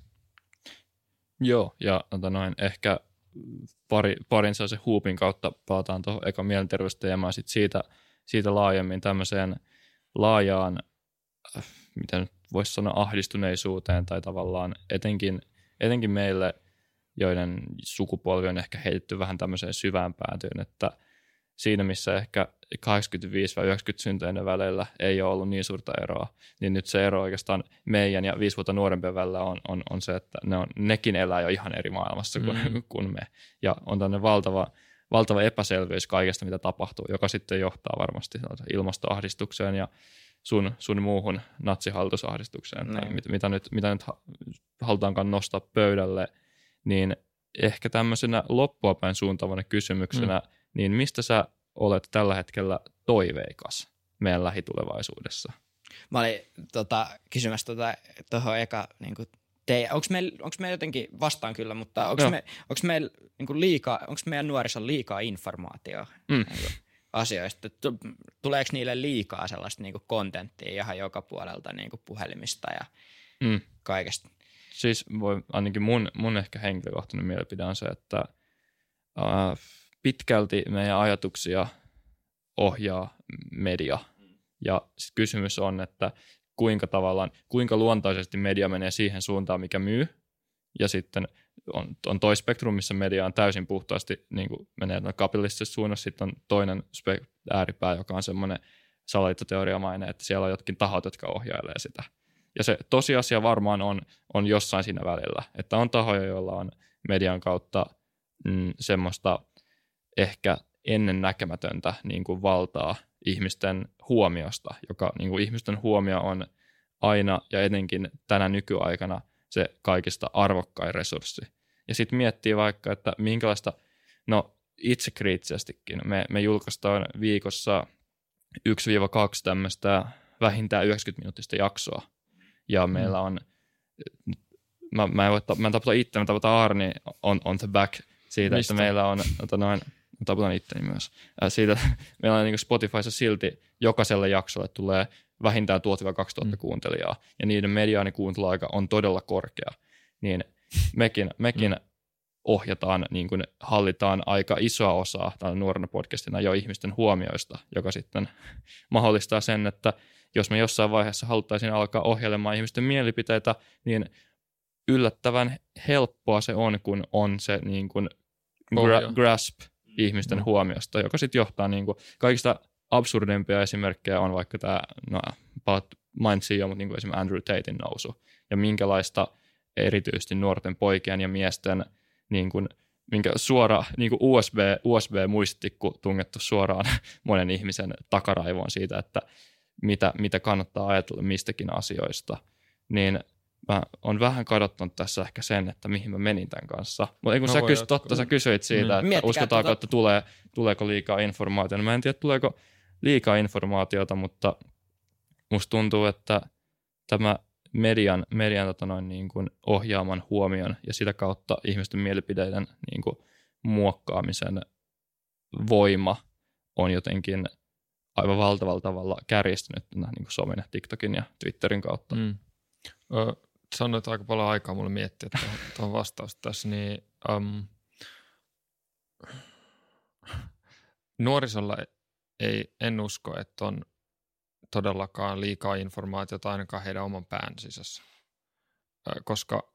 Joo, ja tota noin, ehkä pari, parin sellaisen huupin kautta palataan tuohon eka mielenterveysteemaan, sitten siitä, siitä laajemmin tämmöiseen laajaan, äh, mitä nyt voisi sanoa, ahdistuneisuuteen tai tavallaan etenkin, etenkin meille, joiden sukupolvi on ehkä heitetty vähän tämmöiseen syvään päätyyn, että siinä missä ehkä kahdeksankymmentäviisi yhdeksänkymmentä syntyneiden välillä ei ole ollut niin suurta eroa, niin nyt se ero oikeastaan meidän ja viisi vuotta nuorempien välillä on, on, on se, että ne on, nekin elää jo ihan eri maailmassa kuin, mm. kuin me. Ja on tämmöinen valtava, valtava epäselvyys kaikesta, mitä tapahtuu, joka sitten johtaa varmasti ilmastoahdistukseen ja sun, sun muuhun natsihallitusahdistukseen, Mm. tai mit, mitä, nyt, mitä nyt halutaankaan nostaa pöydälle, niin ehkä tämmöisenä loppuapäin suuntaavana kysymyksenä, mm. niin mistä sä olet tällä hetkellä toiveikas meidän lähitulevaisuudessa? Mä olin tota, kysymässä tuohon tota, eka, niin onko meillä meil jotenkin, vastaan kyllä, mutta onko me, meillä niin liikaa, onko meidän nuorissa liikaa informaatiota Mm. niin asioista? Tuleeko niille liikaa sellaista niin kontenttia ihan joka puolelta niin puhelimista ja Mm. kaikesta? Siis voi, ainakin mun, mun ehkä henkilökohtainen mielipide on se, että äh, pitkälti meidän ajatuksia ohjaa media. Ja sit kysymys on, että kuinka tavallaan, kuinka luontaisesti media menee siihen suuntaan, mikä myy. Ja sitten on, on toi spektrum, missä media on täysin puhtaasti niin kuin menee kapitalistisessa suunnassa. Sitten on toinen spe- ääripää, joka on semmoinen salaliittoteoriamainen, että siellä on jotkin tahot, jotka ohjailee sitä. Ja se tosiasia varmaan on, on jossain siinä välillä, että on tahoja, joilla on median kautta mm, semmoista ehkä ennen näkemätöntä niin kuin valtaa ihmisten huomiosta, joka niin kuin ihmisten huomio on aina ja etenkin tänä nykyaikana se kaikista arvokkain resurssi. Ja sitten miettii vaikka, että minkälaista, no itsekriittisestikin, me, me julkaistaan viikossa yksi kaksi tämmöistä vähintään yhdeksänkymmentä minuuttista jaksoa, ja meillä on mä, mä en voi mä en taputa itse, mä taputan Arni on, on the back siitä, Mistä? Että meillä on, ota noin, mä taputan itteni myös, äh, siitä, meillä on niin Spotifyssa silti jokaiselle jaksolle tulee vähintään tuhat kaksituhatta mm. kuuntelijaa, ja niiden mediaanikuunteluaika on todella korkea, niin mekin, mekin mm. ohjataan, niin kuin hallitaan aika isoa osaa tämän nuorena podcastina jo ihmisten huomioista, joka sitten mahdollistaa sen, että jos me jossain vaiheessa haluttaisiin alkaa ohjailemaan ihmisten mielipiteitä, niin yllättävän helppoa se on, kun on se niin kuin gra- grasp ihmisten mm. huomiosta, joka sitten johtaa niin kuin kaikista absurdimpia esimerkkejä on vaikka tämä, no mainitsin jo, mutta niin kuin esimerkiksi Andrew Tatein nousu, ja minkälaista erityisesti nuorten poikien ja miesten niin kuin, minkä suora niin kuin U S B, U S B-muistikku tungettu suoraan monen ihmisen takaraivoon siitä, että mitä, mitä kannattaa ajatella mistäkin asioista, niin mä oon vähän kadottanut tässä ehkä sen, että mihin mä menin tämän kanssa. Mutta kun no sä, kys, totta, sä kysyit siitä, mm. että uskotaanko, tuota... että tulee, tuleeko liikaa informaatiota. Mä en tiedä, tuleeko liikaa informaatiota, mutta musta tuntuu, että tämä median, median tota noin, niin kuin ohjaaman huomion ja sitä kautta ihmisten mielipideiden niin kuin muokkaamisen voima on jotenkin aivan valtavalla tavalla kärjistynyt niin kuin somen, TikTokin ja Twitterin kautta. Mm. Ö, sanoit aika paljon aikaa mulle miettiä tuohon vastausta tässä, niin um, nuorisolla ei, en usko, että on todellakaan liikaa informaatiota ainakaan heidän oman pään sisässä, ö, koska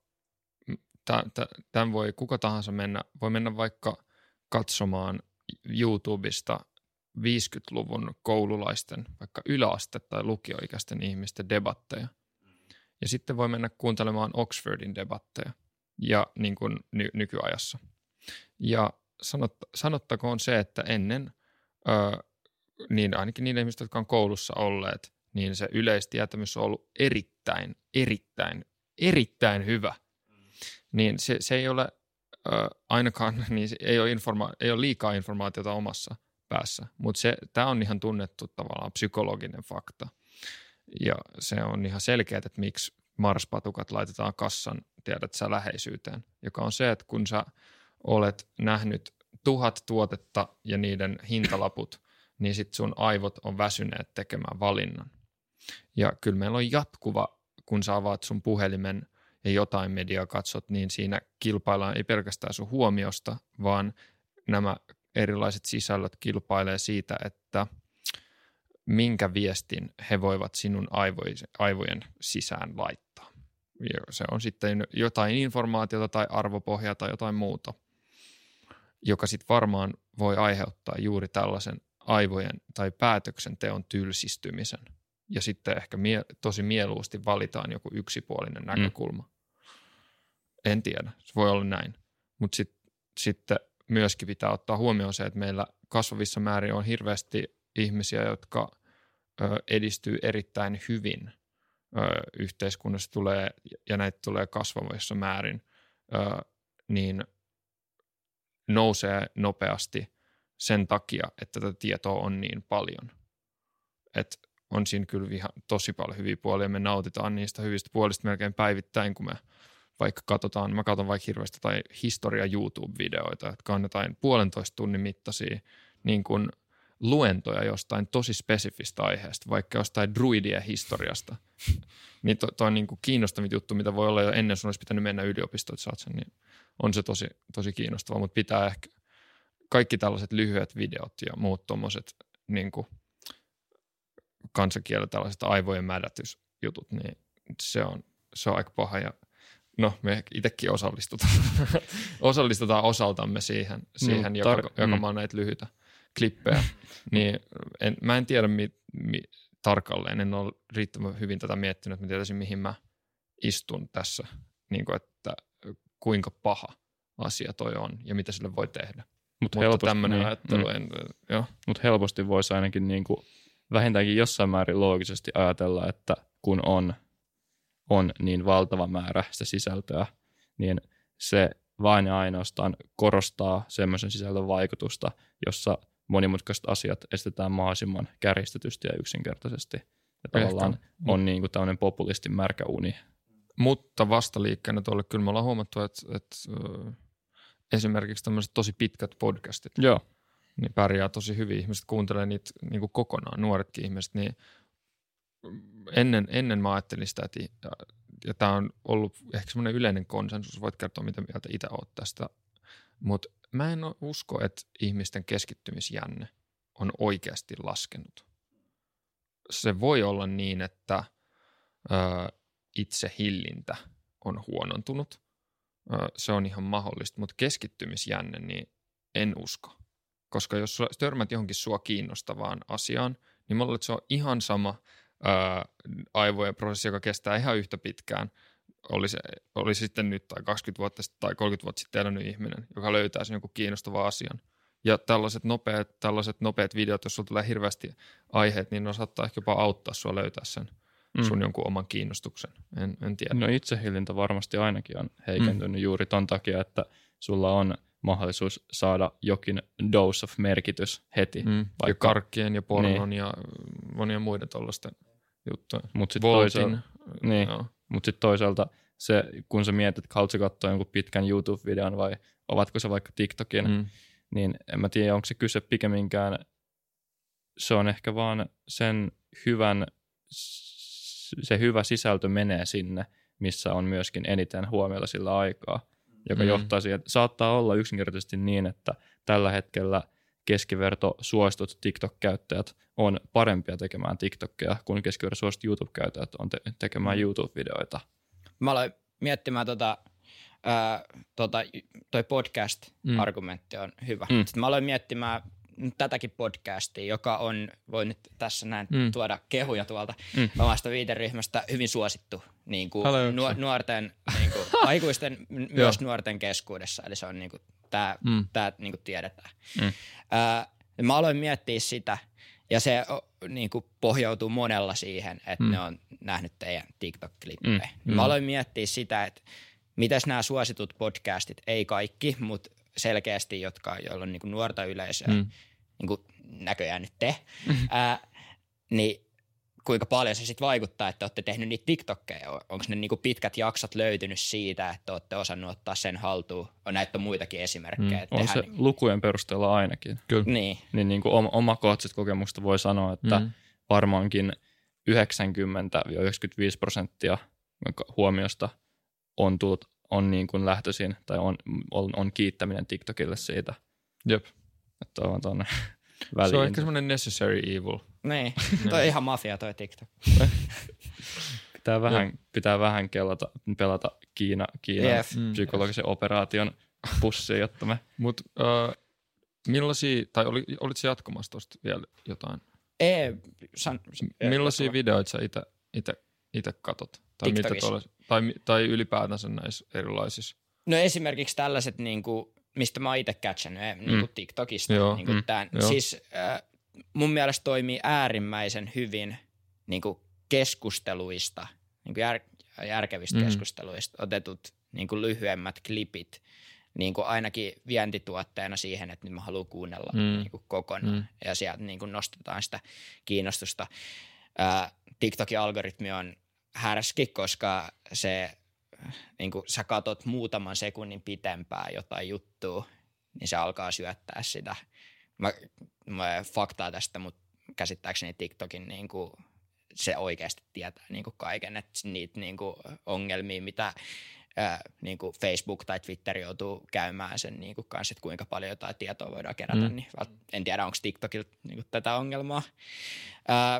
tämän voi kuka tahansa mennä, voi mennä vaikka katsomaan YouTubesta viisikymmentäluvun koululaisten, vaikka yläaste- tai lukioikäisten ihmisten debatteja. Ja sitten voi mennä kuuntelemaan Oxfordin debatteja ja niin kuin ny- nykyajassa. Ja sanot, sanottakoon se, että ennen, ö, niin ainakin niiden ihmisten, jotka on koulussa olleet, niin se yleistietämys on ollut erittäin, erittäin, erittäin hyvä. Niin se, se ei ole ö, ainakaan, niin se ei ole, informa- ei ole liikaa informaatiota omassa päässä, mutta tämä on ihan tunnettu tavallaan psykologinen fakta. Ja se on ihan selkeä, että miksi marspatukat laitetaan kassan, tiedät sä, läheisyyteen, joka on se, että kun sä olet nähnyt tuhat tuotetta ja niiden hintalaput, niin sit sun aivot on väsyneet tekemään valinnan. Ja kyllä meillä on jatkuva, kun sä avaat sun puhelimen ja jotain mediaa katsot, niin siinä kilpaillaan ei pelkästään sun huomiosta, vaan nämä erilaiset sisällöt kilpailee siitä, että minkä viestin he voivat sinun aivojen sisään laittaa. Ja se on sitten jotain informaatiota tai arvopohjaa tai jotain muuta, joka sitten varmaan voi aiheuttaa juuri tällaisen aivojen tai päätöksenteon tylsistymisen. Ja sitten ehkä mie- tosi mieluusti valitaan joku yksipuolinen näkökulma. Mm. En tiedä, se voi olla näin. Mutta sit, sitten myöskin pitää ottaa huomioon se, että meillä kasvavissa määrin on hirveästi ihmisiä, jotka ö, edistyy erittäin hyvin ö, yhteiskunnassa tulee, ja näitä tulee kasvavissa määrin, ö, niin nousee nopeasti sen takia, että tätä tietoa on niin paljon. Et on siinä kyllä viha, tosi paljon hyviä puolia, me nautitaan niistä hyvistä puolista melkein päivittäin, kun me vaikka katsotaan, mä katson vaikka hirveästi tai historia YouTube-videoita, jotka on jotain puolentoista tunnin mittaisia niin kuin luentoja jostain tosi spesifistä aiheesta, vaikka jostain druidien historiasta. Niin to, to on niin kuin kiinnostavin juttu, mitä voi olla jo ennen sun olisi pitänyt mennä yliopistoon, että saat sen, niin on se tosi, tosi kiinnostavaa, mutta pitää ehkä kaikki tällaiset lyhyet videot ja muut tommoset niin kuin kansankielellä tällaiset aivojen mädätysjutut, niin se on, se on aika paha ja no, me itsekin osallistutaan, osallistutaan osaltamme siihen, siihen mm, tar- joka, jakamaan mm. näitä lyhyitä klippejä. Niin en, mä en tiedä mi, mi, tarkalleen, en ole riittävän hyvin tätä miettinyt, että mä tietäisin, mihin mä istun tässä, niin kuin, että kuinka paha asia toi on ja mitä sille voi tehdä. Mut Mutta tämmöinen niin, ajattelu, mm. en, joo. Mutta helposti voisi ainakin niin kuin vähintäänkin jossain määrin loogisesti ajatella, että kun on on niin valtava määrä sitä sisältöä, niin se vain ja ainoastaan korostaa semmoisen sisällön vaikutusta, jossa monimutkaiset asiat estetään mahdollisimman kärjistetysti ja yksinkertaisesti. Ja tavallaan Ehkä. on niin kuin tämmöinen populistin märkä uni mutta vastaliikkeenä tuolle kyllä me ollaan huomattu, että, että äh, esimerkiksi tämmöiset tosi pitkät podcastit, Joo. niin pärjää tosi hyvin. Ihmiset kuuntelee niitä niin kuin kokonaan, nuoretkin ihmiset, niin ennen, ennen mä ajattelin sitä, että, ja, ja tämä on ollut ehkä semmoinen yleinen konsensus, voit kertoa, mitä mieltä itse oot tästä, mutta mä en usko, että ihmisten keskittymisjänne on oikeasti laskenut. Se voi olla niin, että ö, itse hillintä on huonontunut. Ö, se on ihan mahdollista, mutta keskittymisjänne, niin en usko. Koska jos törmät johonkin sua kiinnostavaan asiaan, niin mulla se on ihan sama ö, aivojen prosessi, joka kestää ihan yhtä pitkään. Oli se, oli se sitten nyt tai kaksikymmentä vuotta sitten tai kolmekymmentä vuotta sitten elänyt ihminen, joka löytää sen jonkun kiinnostavan asian. Ja tällaiset nopeat, tällaiset nopeat videot, jos sulla tulee hirveästi aiheet, niin ne saattaa ehkä jopa auttaa sua löytää sen sun mm. jonkun oman kiinnostuksen. En, en tiedä. No itsehillintä varmasti ainakin on heikentynyt mm. juuri ton takia, että sulla on mahdollisuus saada jokin dose of merkitys heti. Mm. Vaikka, ja karkkien ja pornon niin. ja monien muiden tollaisten juttuja. Mutta sitten toisaalta, niin. Mut sit toisaalta se, kun sä mietit, että haluatko katsoa jonkun pitkän YouTube-videon vai ovatko se vaikka TikTokin, mm. niin en mä tiedä, onko se kyse pikemminkään, se on ehkä vaan sen hyvän, se hyvä sisältö menee sinne, missä on myöskin eniten huomiota sillä aikaa, joka mm. johtaa siihen, että saattaa olla yksinkertaisesti niin, että tällä hetkellä keskiverto suositut TikTok-käyttäjät on parempia tekemään TikTokia kuin keskiverto suositut YouTube-käyttäjät on te- tekemään YouTube-videoita. Mä aloin miettimään tota, ää, tota, toi podcast-argumentti on hyvä. Mm. Sitten mä aloin miettimään tätäkin podcastia, joka on, voi nyt tässä näin mm. tuoda kehuja tuolta mm. omasta viiteryhmästä, hyvin suosittu niin kuin nu- nuorten, niin kuin, aikuisten, myös nuorten keskuudessa. Eli se on niin kuin, tää, mm. tää niin kuin tiedetään. Mm. Ää, mä aloin miettiä sitä, ja se niin kuin pohjautuu monella siihen, että mm. ne on nähnyt teidän TikTok-klippejä. Mm. Mä aloin miettiä sitä, että mitäs nämä suositut podcastit, ei kaikki, mutta selkeästi, jotka, joilla on niin kuin nuorta yleisöä, mm. niin kuin näköjään nyt te, mm. ää, niin kuinka paljon se sitten vaikuttaa, että olette tehnyt niitä TikTokkeja? Onko ne niin kuin pitkät jaksot löytynyt siitä, että olette osannut ottaa sen haltuun? On näitä muitakin esimerkkejä. Mm. On se niin lukujen perusteella ainakin. Kyllä. Niin. Niin, niin kuin omakohtaiset kokemusta voi sanoa, että mm. varmaankin yhdeksänkymmentä yhdeksänkymmentäviisi prosenttia huomiosta on tullut on niin kuin lähtöisin tai on, on, on kiittäminen TikTokille siitä. Jep. Että on tuonne väliin. Se on ehkä semmoinen necessary evil. Niin, toi on ihan mafia toi TikTok. pitää vähän, pitää vähän kelata, pelata Kiina, Kiinan yep. psykologisen operaation pussiin, jotta me... Mut uh, millaisia, tai oli, olitko jatkamassa tuosta vielä jotain? Ei. San, millaisia videoita sä ite, ite, ite katot? Tai, mitä tuolla, tai, tai ylipäätänsä näissä erilaisissa? No esimerkiksi tällaiset, niin kuin, mistä mä oon itse catchannut, mm. niin kuin TikTokista. Joo, niin kuin mm, tämän. Siis äh, mun mielestä toimii äärimmäisen hyvin niin kuin keskusteluista, niin kuin jär, järkevistä mm. keskusteluista otetut niin kuin lyhyemmät klipit, niin kuin ainakin vientituotteena siihen, että nyt mä haluan kuunnella mm. niin kuin kokonaan. Mm. Ja sieltä niin kuin nostetaan sitä kiinnostusta. Äh, TikTokin algoritmi on härski, koska se, niin kun sä katot muutaman sekunnin pitempään jotain juttua, niin se alkaa syöttää sitä. Mä, mä faktaa tästä, mutta käsittääkseni TikTokin niin kun, se oikeasti tietää niin kun kaiken, että niitä niin kun ongelmia, mitä ää, niin kun Facebook tai Twitter joutuu käymään sen niin kun kanssa, että kuinka paljon jotain tietoa voidaan kerätä, mm. niin en tiedä, onko TikTokilla niin kun tätä ongelmaa. Ää,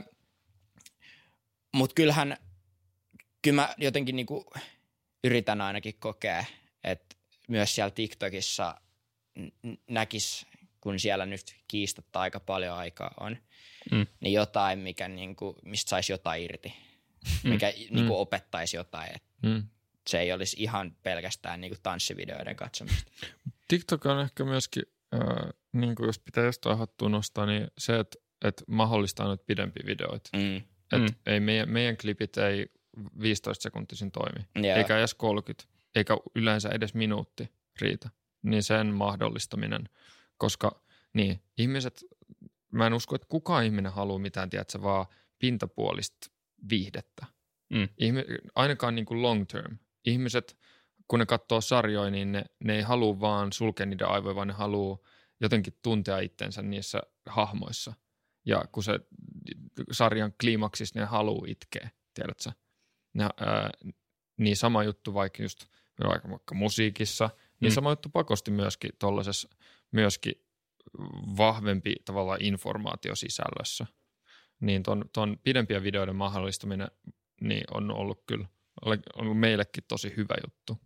mutta kyllähän Kyllä mä jotenkin niinku yritän ainakin kokea, että myös siellä TikTokissa näkisi, kun siellä nyt kiistatta aika paljon aikaa on, mm. niin jotain, mikä niinku, mistä saisi jotain irti, mm. mikä mm. niinku opettaisi jotain. Että mm. se ei olisi ihan pelkästään niinku tanssivideoiden katsomista. TikTok on ehkä myöskin, äh, niin kuin jos pitää jostain hattua nostaa, niin se, että, että mahdollistaa nyt pidempiä videoita. Mm. Että mm. ei meidän, meidän klipit ei viisitoista sekuntisin toimi, yeah. eikä edes kolmekymmentä, eikä yleensä edes minuutti riitä, niin sen mahdollistaminen, koska niin, ihmiset, mä en usko, että kukaan ihminen haluaa mitään, tiedätkö, vaan pintapuolista viihdettä. Mm. Ihmi, ainakaan niin kuin long term. Ihmiset, kun ne katsoo sarjoja, niin ne, ne ei halua vaan sulkea niiden aivoja, vaan ne haluaa jotenkin tuntea itsensä niissä hahmoissa. Ja kun se sarjan kliimaksissa ne haluaa itkeä, tiedätkö? Ne, ää, niin sama juttu vaikka just vaikka, vaikka musiikissa, niin mm. sama juttu pakosti myöskin tuollaisessa myöskin vahvempi tavallaan informaatiosisällössä. Niin ton, ton pidempien videoiden mahdollistaminen niin on ollut kyllä on meillekin tosi hyvä juttu.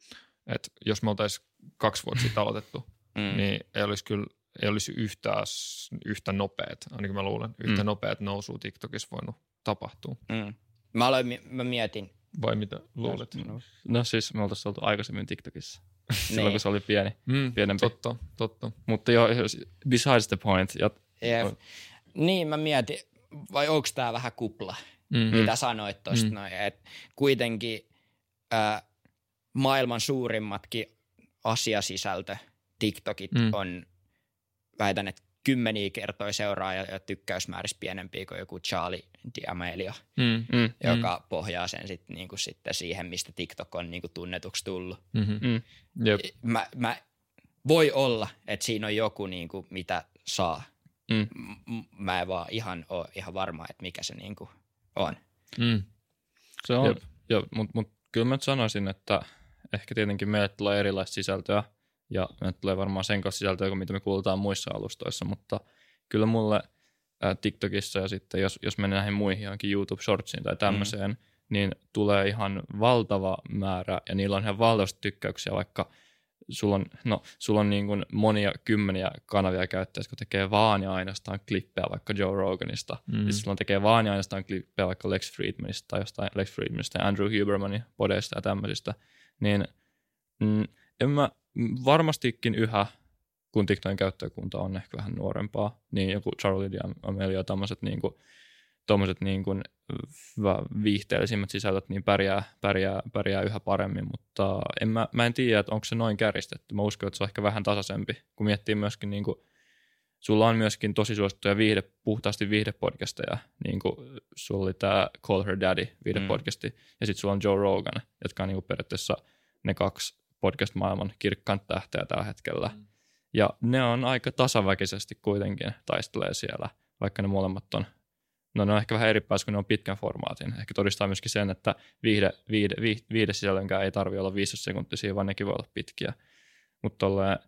Et jos me oltaisiin kaksi vuotta sitten aloitettu, mm. niin ei olisi kyllä ei olisi yhtään yhtä nopeat, ainakin mä luulen, yhtä mm. nopeat nousua TikTokissa voinut tapahtua. Mm. Mä, aloin, mä mietin. Vai mitä luulet? No, no siis me oltaisiin oltu aikaisemmin TikTokissa. Silloin kun se oli pieni, mm, pienempi. Totta, totta. Mutta jo, besides the point. Jat... Yeah. Niin mä mietin, vai onko tää vähän kupla, mm-hmm. mitä sanoit tosta mm-hmm. noin, että kuitenkin äh, maailman suurimmatkin asiasisältö TikTokit mm. on, väitän, että kymmeniä kertoja seuraaja ja tykkäysmäärissä pienempiä kuin joku Charlie D'Amelio, mm, mm, joka mm. pohjaa sen sit niinku sitten siihen, mistä TikTok on niinku tunnetuksi tullut. Mm-hmm. Mm. Yep. Mä, mä, voi olla, että siinä on joku, niinku, mitä saa. Mm. M- mä en vaan ihan ole ihan varma, että mikä se niinku on. Mm. Se on, mutta mut, kyllä mä sanoisin, että ehkä tietenkin meille tulee erilaista sisältöä, ja me tulee varmaan sen kanssa sisältöä, mitä me kuulutaan muissa alustoissa, mutta kyllä mulle ää, TikTokissa ja sitten jos, jos mennään näihin muihin johonkin YouTube Shortsiin tai tämmöiseen, mm. niin tulee ihan valtava määrä ja niillä on ihan valtavasti tykkäyksiä, vaikka sulla on, no, sulla on niin kuin monia kymmeniä kanavia käyttäjistä, kun tekee vaan ja ainoastaan klippejä vaikka Joe Roganista. Mm. Siis sulla on tekee vaan ja ainoastaan klippejä vaikka Lex Fridmanista tai jostain Lex Fridmanista ja Andrew Hubermanin podeista ja tämmöisistä, niin mm, en mä varmastikin yhä, kun TikTokin käyttäjäkunta on ehkä vähän nuorempaa, niin joku Charlie D'Amelio ja tämmöiset niinku, tommoset niinku viihteellisimmät sisällöt niin pärjää, pärjää, pärjää yhä paremmin, mutta en mä, mä en tiedä, että onko se noin kärjistetty. Mä uskon, että se on ehkä vähän tasaisempi, kun miettii myöskin, niinku, sulla on myöskin tosi suosittuja viihde, puhtaasti viihdepodcasteja, niin kuin sulla oli tämä Call Her Daddy viihdepodcasti, mm. ja sitten sulla on Joe Rogan, jotka on niinku periaatteessa ne kaksi podcast-maailman kirkkaan tähteä tällä hetkellä. Mm. Ja ne on aika tasaväkisesti kuitenkin taistelee siellä, vaikka ne molemmat on, no ne on ehkä vähän eri päässä, kun ne on pitkän formaatin. Ehkä todistaa myöskin sen, että viihde, viihde, viihde, viihde sisällönkään ei tarvitse olla viisitoista sekuntisia, vaan nekin voi olla pitkiä. Mutta tolleen,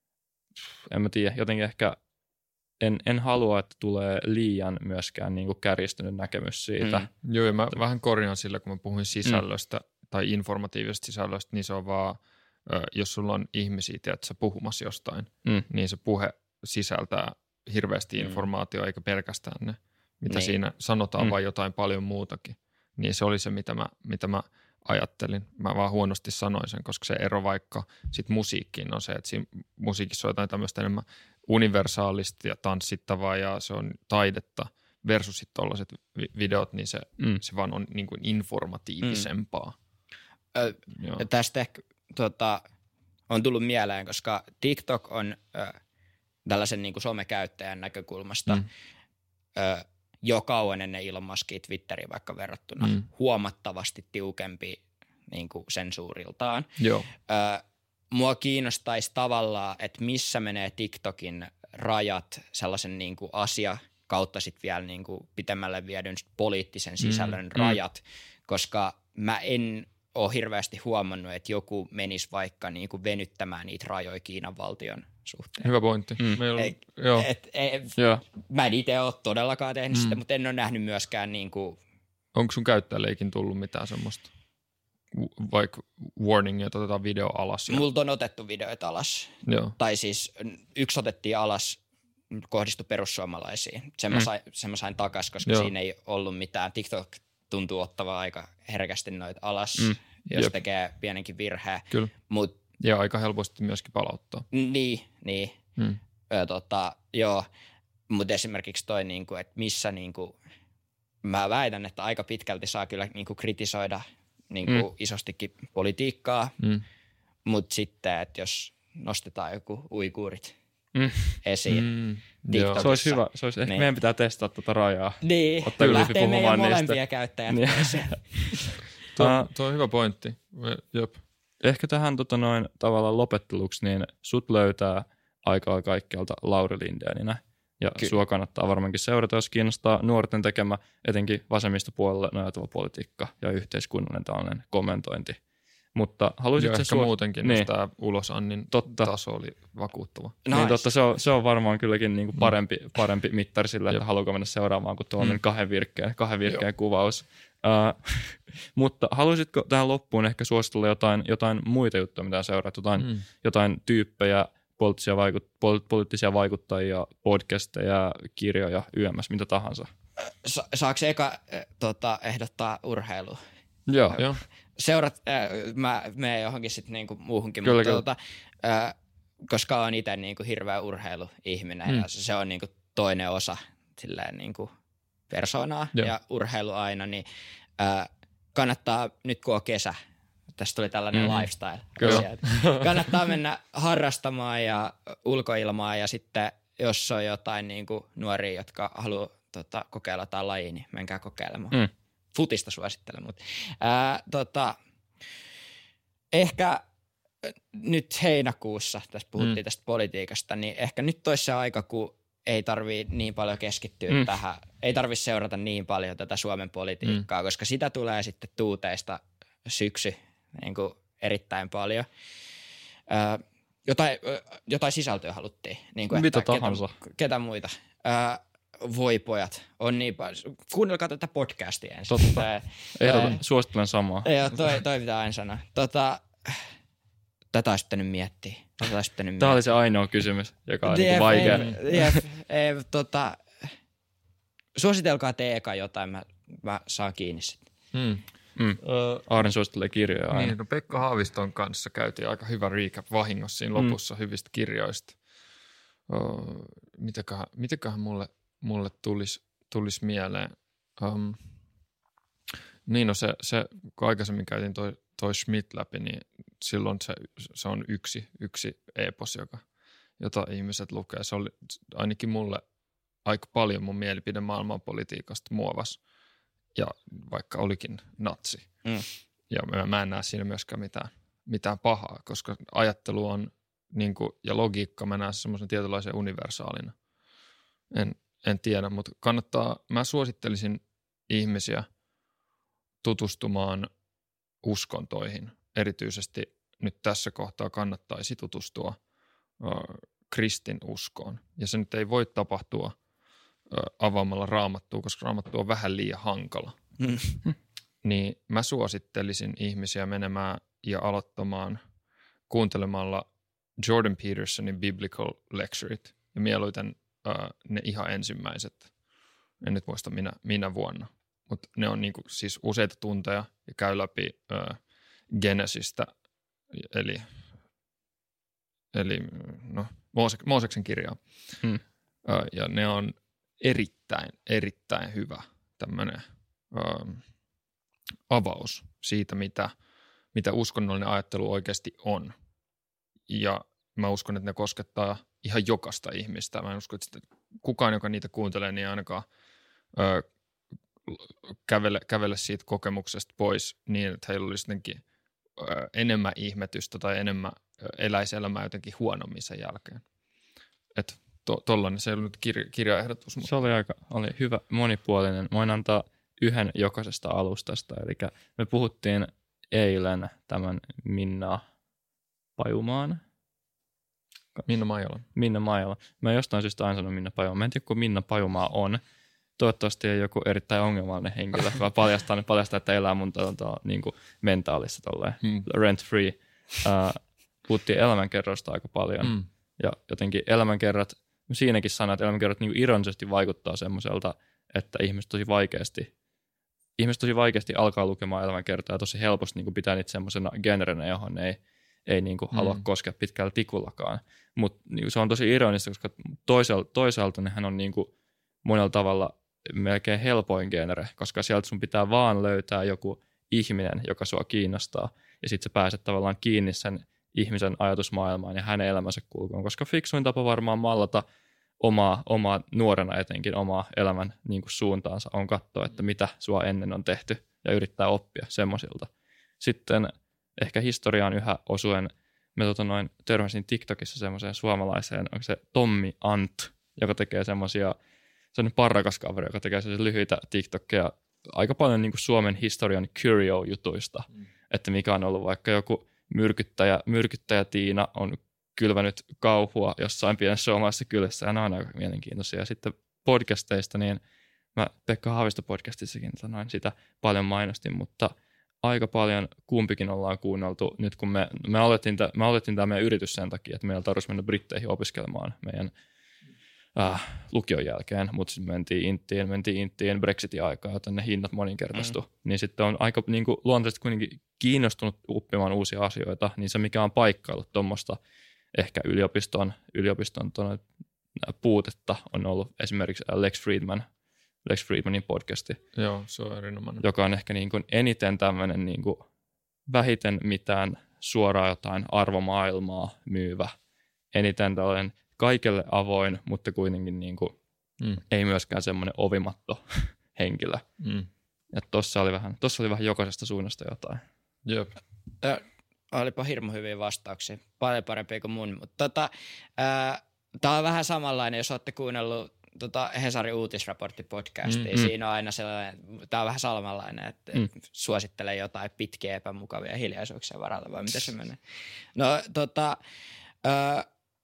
en mä tiedä, jotenkin ehkä en, en halua, että tulee liian myöskään niin kuin kärjistynyt näkemys siitä. Mm. Joo, ja mä vähän korjaan sillä, kun mä puhuin sisällöstä mm. tai informatiivisesta sisällöstä, niin se on vaan jos sulla on ihmisiä, tiedätkö, puhumassa jostain, mm. niin se puhe sisältää hirveästi mm. informaatiota, eikä pelkästään ne, mitä niin. siinä sanotaan, mm. vaan jotain paljon muutakin. Niin se oli se, mitä mä, mitä mä ajattelin. Mä vaan huonosti sanoin sen, koska se ero vaikka sit musiikkiin on se, että siinä musiikissa on jotain tämmöistä enemmän universaalista ja tanssittavaa ja se on taidetta versus sitten tollaiset videot, niin se, mm. se vaan on niin kuin informatiivisempaa. Mm. Ö, tästä ehkä Tota, on tullut mieleen, koska TikTok on ö, tällaisen niin kuin somekäyttäjän näkökulmasta mm. ö, jo kauan ennen Elon Muskia Twitteriin vaikka verrattuna mm. huomattavasti tiukempi niin kuin sensuuriltaan. Joo. Ö, mua kiinnostaisi tavallaan, että missä menee TikTokin rajat sellaisen niin kuin asia kautta sitten vielä niin kuin pitemmälle viedyn poliittisen sisällön mm. rajat, koska mä en ole hirveästi huomannut, että joku menisi vaikka niin kuin venyttämään niitä rajoja Kiinan valtion suhteen. Hyvä pointti. Mm. Meillä, et, joo. Et, et, joo. Mä en itse ole todellakaan tehnyt mm. sitä, mutta en ole nähnyt myöskään niin kuin... Onko sun käyttäjälleikin tullut mitään semmoista, vaikka warningia, että otetaan video alas? Ja... Multa on otettu videoita alas. Joo. Tai siis yksi otettiin alas, kohdistui perussuomalaisiin. Sen, mm. mä, sain, sen mä sain takas, koska joo. siinä ei ollut mitään. TikTok tuntuu ottavaa aika herkästi noita alas, mm. jos Jep. tekee pienenkin virheen. Kyllä. Mut, ja aika helposti myöskin palauttaa. Niin, niin. Mm. Ö, tota, joo. Mutta esimerkiksi toi, niinku, että missä niinku, mä väitän, että aika pitkälti saa kyllä niinku, kritisoida niinku, mm. isostikin politiikkaa, mm. mutta sitten, että jos nostetaan joku uiguurit mm. esiin, mm. TikTokissa. Se olisi hyvä. Se olisi, ehkä niin. meidän pitää testata tuota rajaa. Niin, Ottaa lähtee meidän niistä. molempia käyttäjät. Niin. Tuo, tuo on hyvä pointti. Jop. Ehkä tähän tota noin, tavallaan lopetteluksi, niin sut löytää aikaa kaikkialta Lauri Lindéninä. Ja Kyllä. sua kannattaa varmaankin seurata, jos kiinnostaa nuorten tekemä, etenkin vasemmistopuolelle nojautuva politiikka ja yhteiskunnallinen tällainen kommentointi. Mutta haluaisitko ehkä sua... muutenkin, niin. jos tämä Ulos Annin Totta. taso oli vakuuttava. Nice. Niin totta, se on, se on varmaan kylläkin niinku parempi, parempi mittari sille, että haluaako mennä seuraamaan kuin tuollainen mm. kahden virkkeen, kahden virkkeen kuvaus. Uh, mutta haluaisitko tähän loppuun ehkä suositella jotain, jotain muita juttuja, mitä seuraat, jotain, mm. jotain tyyppejä, poliittisia, vaikut, poliittisia vaikuttajia, podcasteja, kirjoja, yms, mitä tahansa? Sa- saako eka äh, tota, ehdottaa urheilua? Joo. Joo. Seurat, äh, mä menen johonkin sitten niinku muuhunkin, Kyllä, mutta kyllä. tota, äh, koska olen itse niinku hirveä urheiluihminen Mm. ja se on niinku toinen osa silleen niinku persoonaa Joo. ja urheilu aina, niin äh, kannattaa nyt kun on kesä, tästä tuli tällainen Mm. lifestyle. Kyllä. Asia, että kannattaa mennä harrastamaan ja ulkoilmaa ja sitten jos on jotain niinku nuoria, jotka haluaa tota, kokeilla jotain lajia, niin menkää kokeilemaan. Mm. Futista suosittelen, mutta ää, tota, ehkä nyt heinäkuussa, tässä puhuttiin mm. tästä politiikasta, niin ehkä nyt olisi se aika, kun ei tarvii niin paljon keskittyä mm. tähän, ei tarvii seurata niin paljon tätä Suomen politiikkaa, mm. koska sitä tulee sitten tuuteista syksy niin kuin erittäin paljon. Ää, jotain, jotain sisältöä haluttiin. Niin kuin, Mitä että tahansa. Ketä, ketä muita. Ää, voi pojat, on niin paljon. Kuunnelkaa tätä podcastia ensin. Totta. Ehdota, suosittelen samaa. Joo, toi, toi pitää aina sanoa. Tota, tätä olisi pitänyt miettiä. Tätä olisi pitänyt Tämä miettiä. oli se ainoa kysymys, joka on Jep, niinku vaikea. Ei, jep, ei, tota, suositelkaa te eka jotain, mä, mä saan kiinni sitten. Hmm. Mm. Aaren suosittelee kirjoja aina. Niin, no Pekka Haaviston kanssa käytiin aika hyvä recap vahingossa siinä lopussa mm. hyvistä kirjoista. Uh, mitäköhän, mitäköhän mulle, mulle tulisi, tulisi mieleen? Um, niin no se, se, kun aikaisemmin käytiin toi, toi Schmidt läpi, niin silloin se, se on yksi, yksi epos, joka, jota ihmiset lukee. Se oli ainakin mulle aika paljon mun mielipide maailmanpolitiikasta muovas. Ja vaikka olikin natsi. Mm. Ja mä, mä en näe siinä myöskään mitään, mitään pahaa, koska ajattelu on niin kuin, ja logiikka mä näen semmoisen tietynlaisen universaalina. En, en tiedä, mutta kannattaa, mä suosittelisin ihmisiä tutustumaan uskontoihin. Erityisesti nyt tässä kohtaa kannattaisi tutustua ö, kristin uskoon. Ja se nyt ei voi tapahtua avaamalla Raamattua, koska Raamattu on vähän liian hankala. Mm. Niin mä suosittelisin ihmisiä menemään ja aloittamaan kuuntelemalla Jordan Petersonin Biblical Lecturet ja mieluiten äh, ne ihan ensimmäiset. En nyt muista minä, minä vuonna, mutta ne on niinku siis useita tunteja ja käy läpi äh, Genesistä, eli, eli no, Moose, Mooseksen kirjaa. Mm. Äh, ja ne on erittäin, erittäin hyvä tämmöinen ähm, avaus siitä, mitä, mitä uskonnollinen ajattelu oikeasti on. Ja mä uskon, että ne koskettaa ihan jokaista ihmistä. Mä en usko, että kukaan, joka niitä kuuntelee, niin ainakaan ö, kävele, kävele siitä kokemuksesta pois niin, että heillä olisi jotenkin ö, enemmän ihmetystä tai enemmän ö, eläisi elämää jotenkin huonommin sen jälkeen. Että to, tollainen se ei ollut kir- kirjaehdotus. Se oli aika oli hyvä, monipuolinen. Voin antaa yhden jokaisesta alustasta. Eli me puhuttiin eilen tämän Minna Pajumaan. Minna Maijala. Minna Maijala. Mä jostain syystä aina sanon Minna Pajumaa. Mä en tiedä, kun Minna Pajumaa on. Toivottavasti ei joku erittäin ongelmallinen henkilö, vaan paljastaa, paljastaa, että elää mun tuota, niin kuin mentaalissa tolleen, hmm. rent free. Uh, puhuttiin elämänkerroista aika paljon. Hmm. Ja jotenkin elämänkerrat, siinäkin sanoin, että elämänkerrat niin kuin ironisesti vaikuttaa semmoiselta, että ihmiset tosi vaikeasti, ihmiset tosi vaikeasti alkaa lukemaan elämänkertoja ja tosi helposti niin kuin pitää niitä semmoisena genrenä, johon ei, ei niin kuin halua mm. koskea pitkällä tikullakaan. Mutta niin se on tosi ironista, koska toisaalta, toisaalta nehän on niin kuin monella tavalla melkein helpoin genre, koska sieltä sun pitää vaan löytää joku ihminen, joka sua kiinnostaa, ja sitten sä pääset tavallaan kiinni sen ihmisen ajatusmaailmaan ja hänen elämänsä kulkuun, koska fiksuin tapa varmaan mallata omaa, omaa nuorena etenkin omaa elämän niin kuin suuntaansa on katsoa, että mitä sua ennen on tehty ja yrittää oppia semmoisilta. Sitten ehkä historiaan yhä osuen me tota noin törmäsin TikTokissa semmoiseen suomalaiseen, onko se Tommi Ant, joka tekee semmoisia, semmoinen parrakas kaveri, joka tekee semmoisia lyhyitä TikTokkeja aika paljon niin kuin Suomen historian curio-jutuista, mm. että mikä on ollut vaikka joku myrkyttäjä, myrkyttäjä Tiina on kylvänyt kauhua jossain pienessä suomalaisessa kylässä, ja ne on aika mielenkiintoisia. Ja sitten podcasteista, niin mä Pekka Haavisto podcastissakin sanoin sitä paljon mainostin, mutta aika paljon kumpikin ollaan kuunneltu nyt, kun me, me aloitettiin, me aloitettiin tämä meidän yritys sen takia, että meillä tarvitsisi mennä Britteihin opiskelemaan meidän äh, lukion jälkeen, mutta sitten mentiin Inttiin, mentiin Inttiin Brexitin aikaa, joten ne hinnat moninkertaistu. Mm. Niin sitten on aika niin kuin, luontaisesti kuitenkin kiinnostunut oppimaan uusia asioita, niin se mikä on paikkaillut tuommoista ehkä yliopiston, yliopiston tuonne, puutetta on ollut esimerkiksi Lex Friedman, Lex Friedmanin podcasti. Joo, se on erinomainen. Joka on ehkä niin kuin eniten tämmöinen niin kuin vähiten mitään suoraan jotain arvomaailmaa myyvä. Eniten tällainen kaikelle avoin, mutta kuitenkin niin kuin mm. ei myöskään semmoinen ovimatto henkilö. Mm. Ja tossa oli vähän, tossa oli vähän jokaisesta suunnasta jotain. Jep. Tö, olipa hirmu hyviä vastauksia. Paljon parempia kuin mun. Mutta tota, tämä on vähän samanlainen, jos olette kuunnellut tota Hesarin uutisraporttipodcastia. Mm, Siinä on aina sellainen, tämä on vähän samanlainen, että mm. suosittelee jotain pitkiä epämukavia hiljaisuuksia varalla, vai miten se menee. No tota, ö,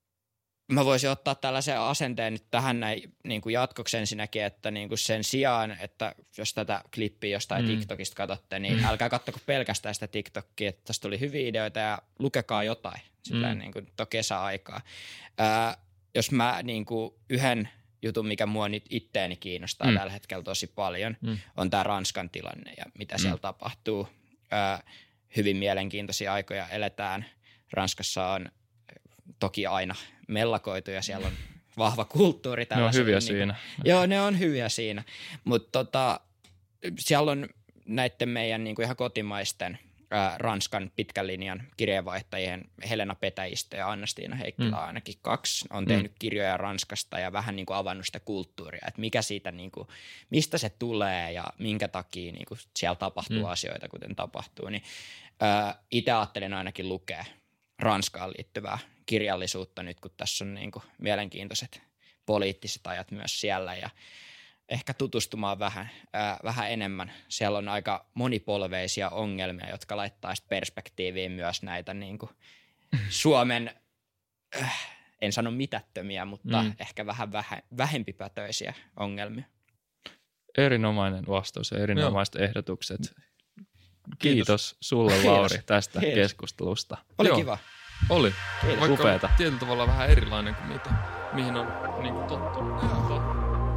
mä voisin ottaa tällaisen asenteen nyt tähän näin niin kuin jatkoksi ensinnäkin, että niin kuin sen sijaan, että jos tätä klippiä jostain mm. TikTokista katsotte, niin mm. älkää katsoko pelkästään sitä TikTokia, että tästä tuli hyviä ideoita ja lukekaa jotain sillä mm. niin kuin to kesäaikaa. Ö, jos mä niin kuin yhden jutun, mikä mua nyt itteeni kiinnostaa mm. tällä hetkellä tosi paljon, mm. on tämä Ranskan tilanne ja mitä mm. siellä tapahtuu. Ö, hyvin mielenkiintoisia aikoja eletään. Ranskassa on toki aina mellakoitu ja siellä on vahva kulttuuri. Ne on hyviä niin, siinä. Joo, ne on hyviä siinä, mutta tota, siellä on näiden meidän niin kuin ihan kotimaisten ää, Ranskan pitkän linjan kirjeenvaihtajien Helena Petäjistä ja Anna-Stiina Heikkilä mm. ainakin kaksi on tehnyt mm. kirjoja Ranskasta ja vähän niin kuin avannut sitä kulttuuria, että mikä siitä, niin kuin, mistä se tulee ja minkä takia niin kuin siellä tapahtuu mm. asioita, kuten tapahtuu. Niin, itse ajattelin ainakin lukea Ranskaan liittyvää kirjallisuutta nyt, kun tässä on niin kuin mielenkiintoiset poliittiset ajat myös siellä ja ehkä tutustumaan vähän, ää, vähän enemmän. Siellä on aika monipolveisia ongelmia, jotka laittaa sitten perspektiiviin myös näitä niin kuin Suomen, äh, en sano mitättömiä, mutta mm. ehkä vähän vähä, vähempipätöisiä ongelmia. Erinomainen vastaus ja erinomaiset Joo. ehdotukset. Kiitos, Kiitos sulle, Kiitos. Lauri, tästä Kiitos. keskustelusta. Oli Joo. kiva. Oli. Kiitos. Vaikka Upeeta. tietyllä tavalla vähän erilainen kuin mitä, mihin on niin kuin tottunut.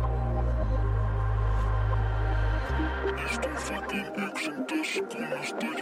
Istuu fucking yksin tässä kunnasta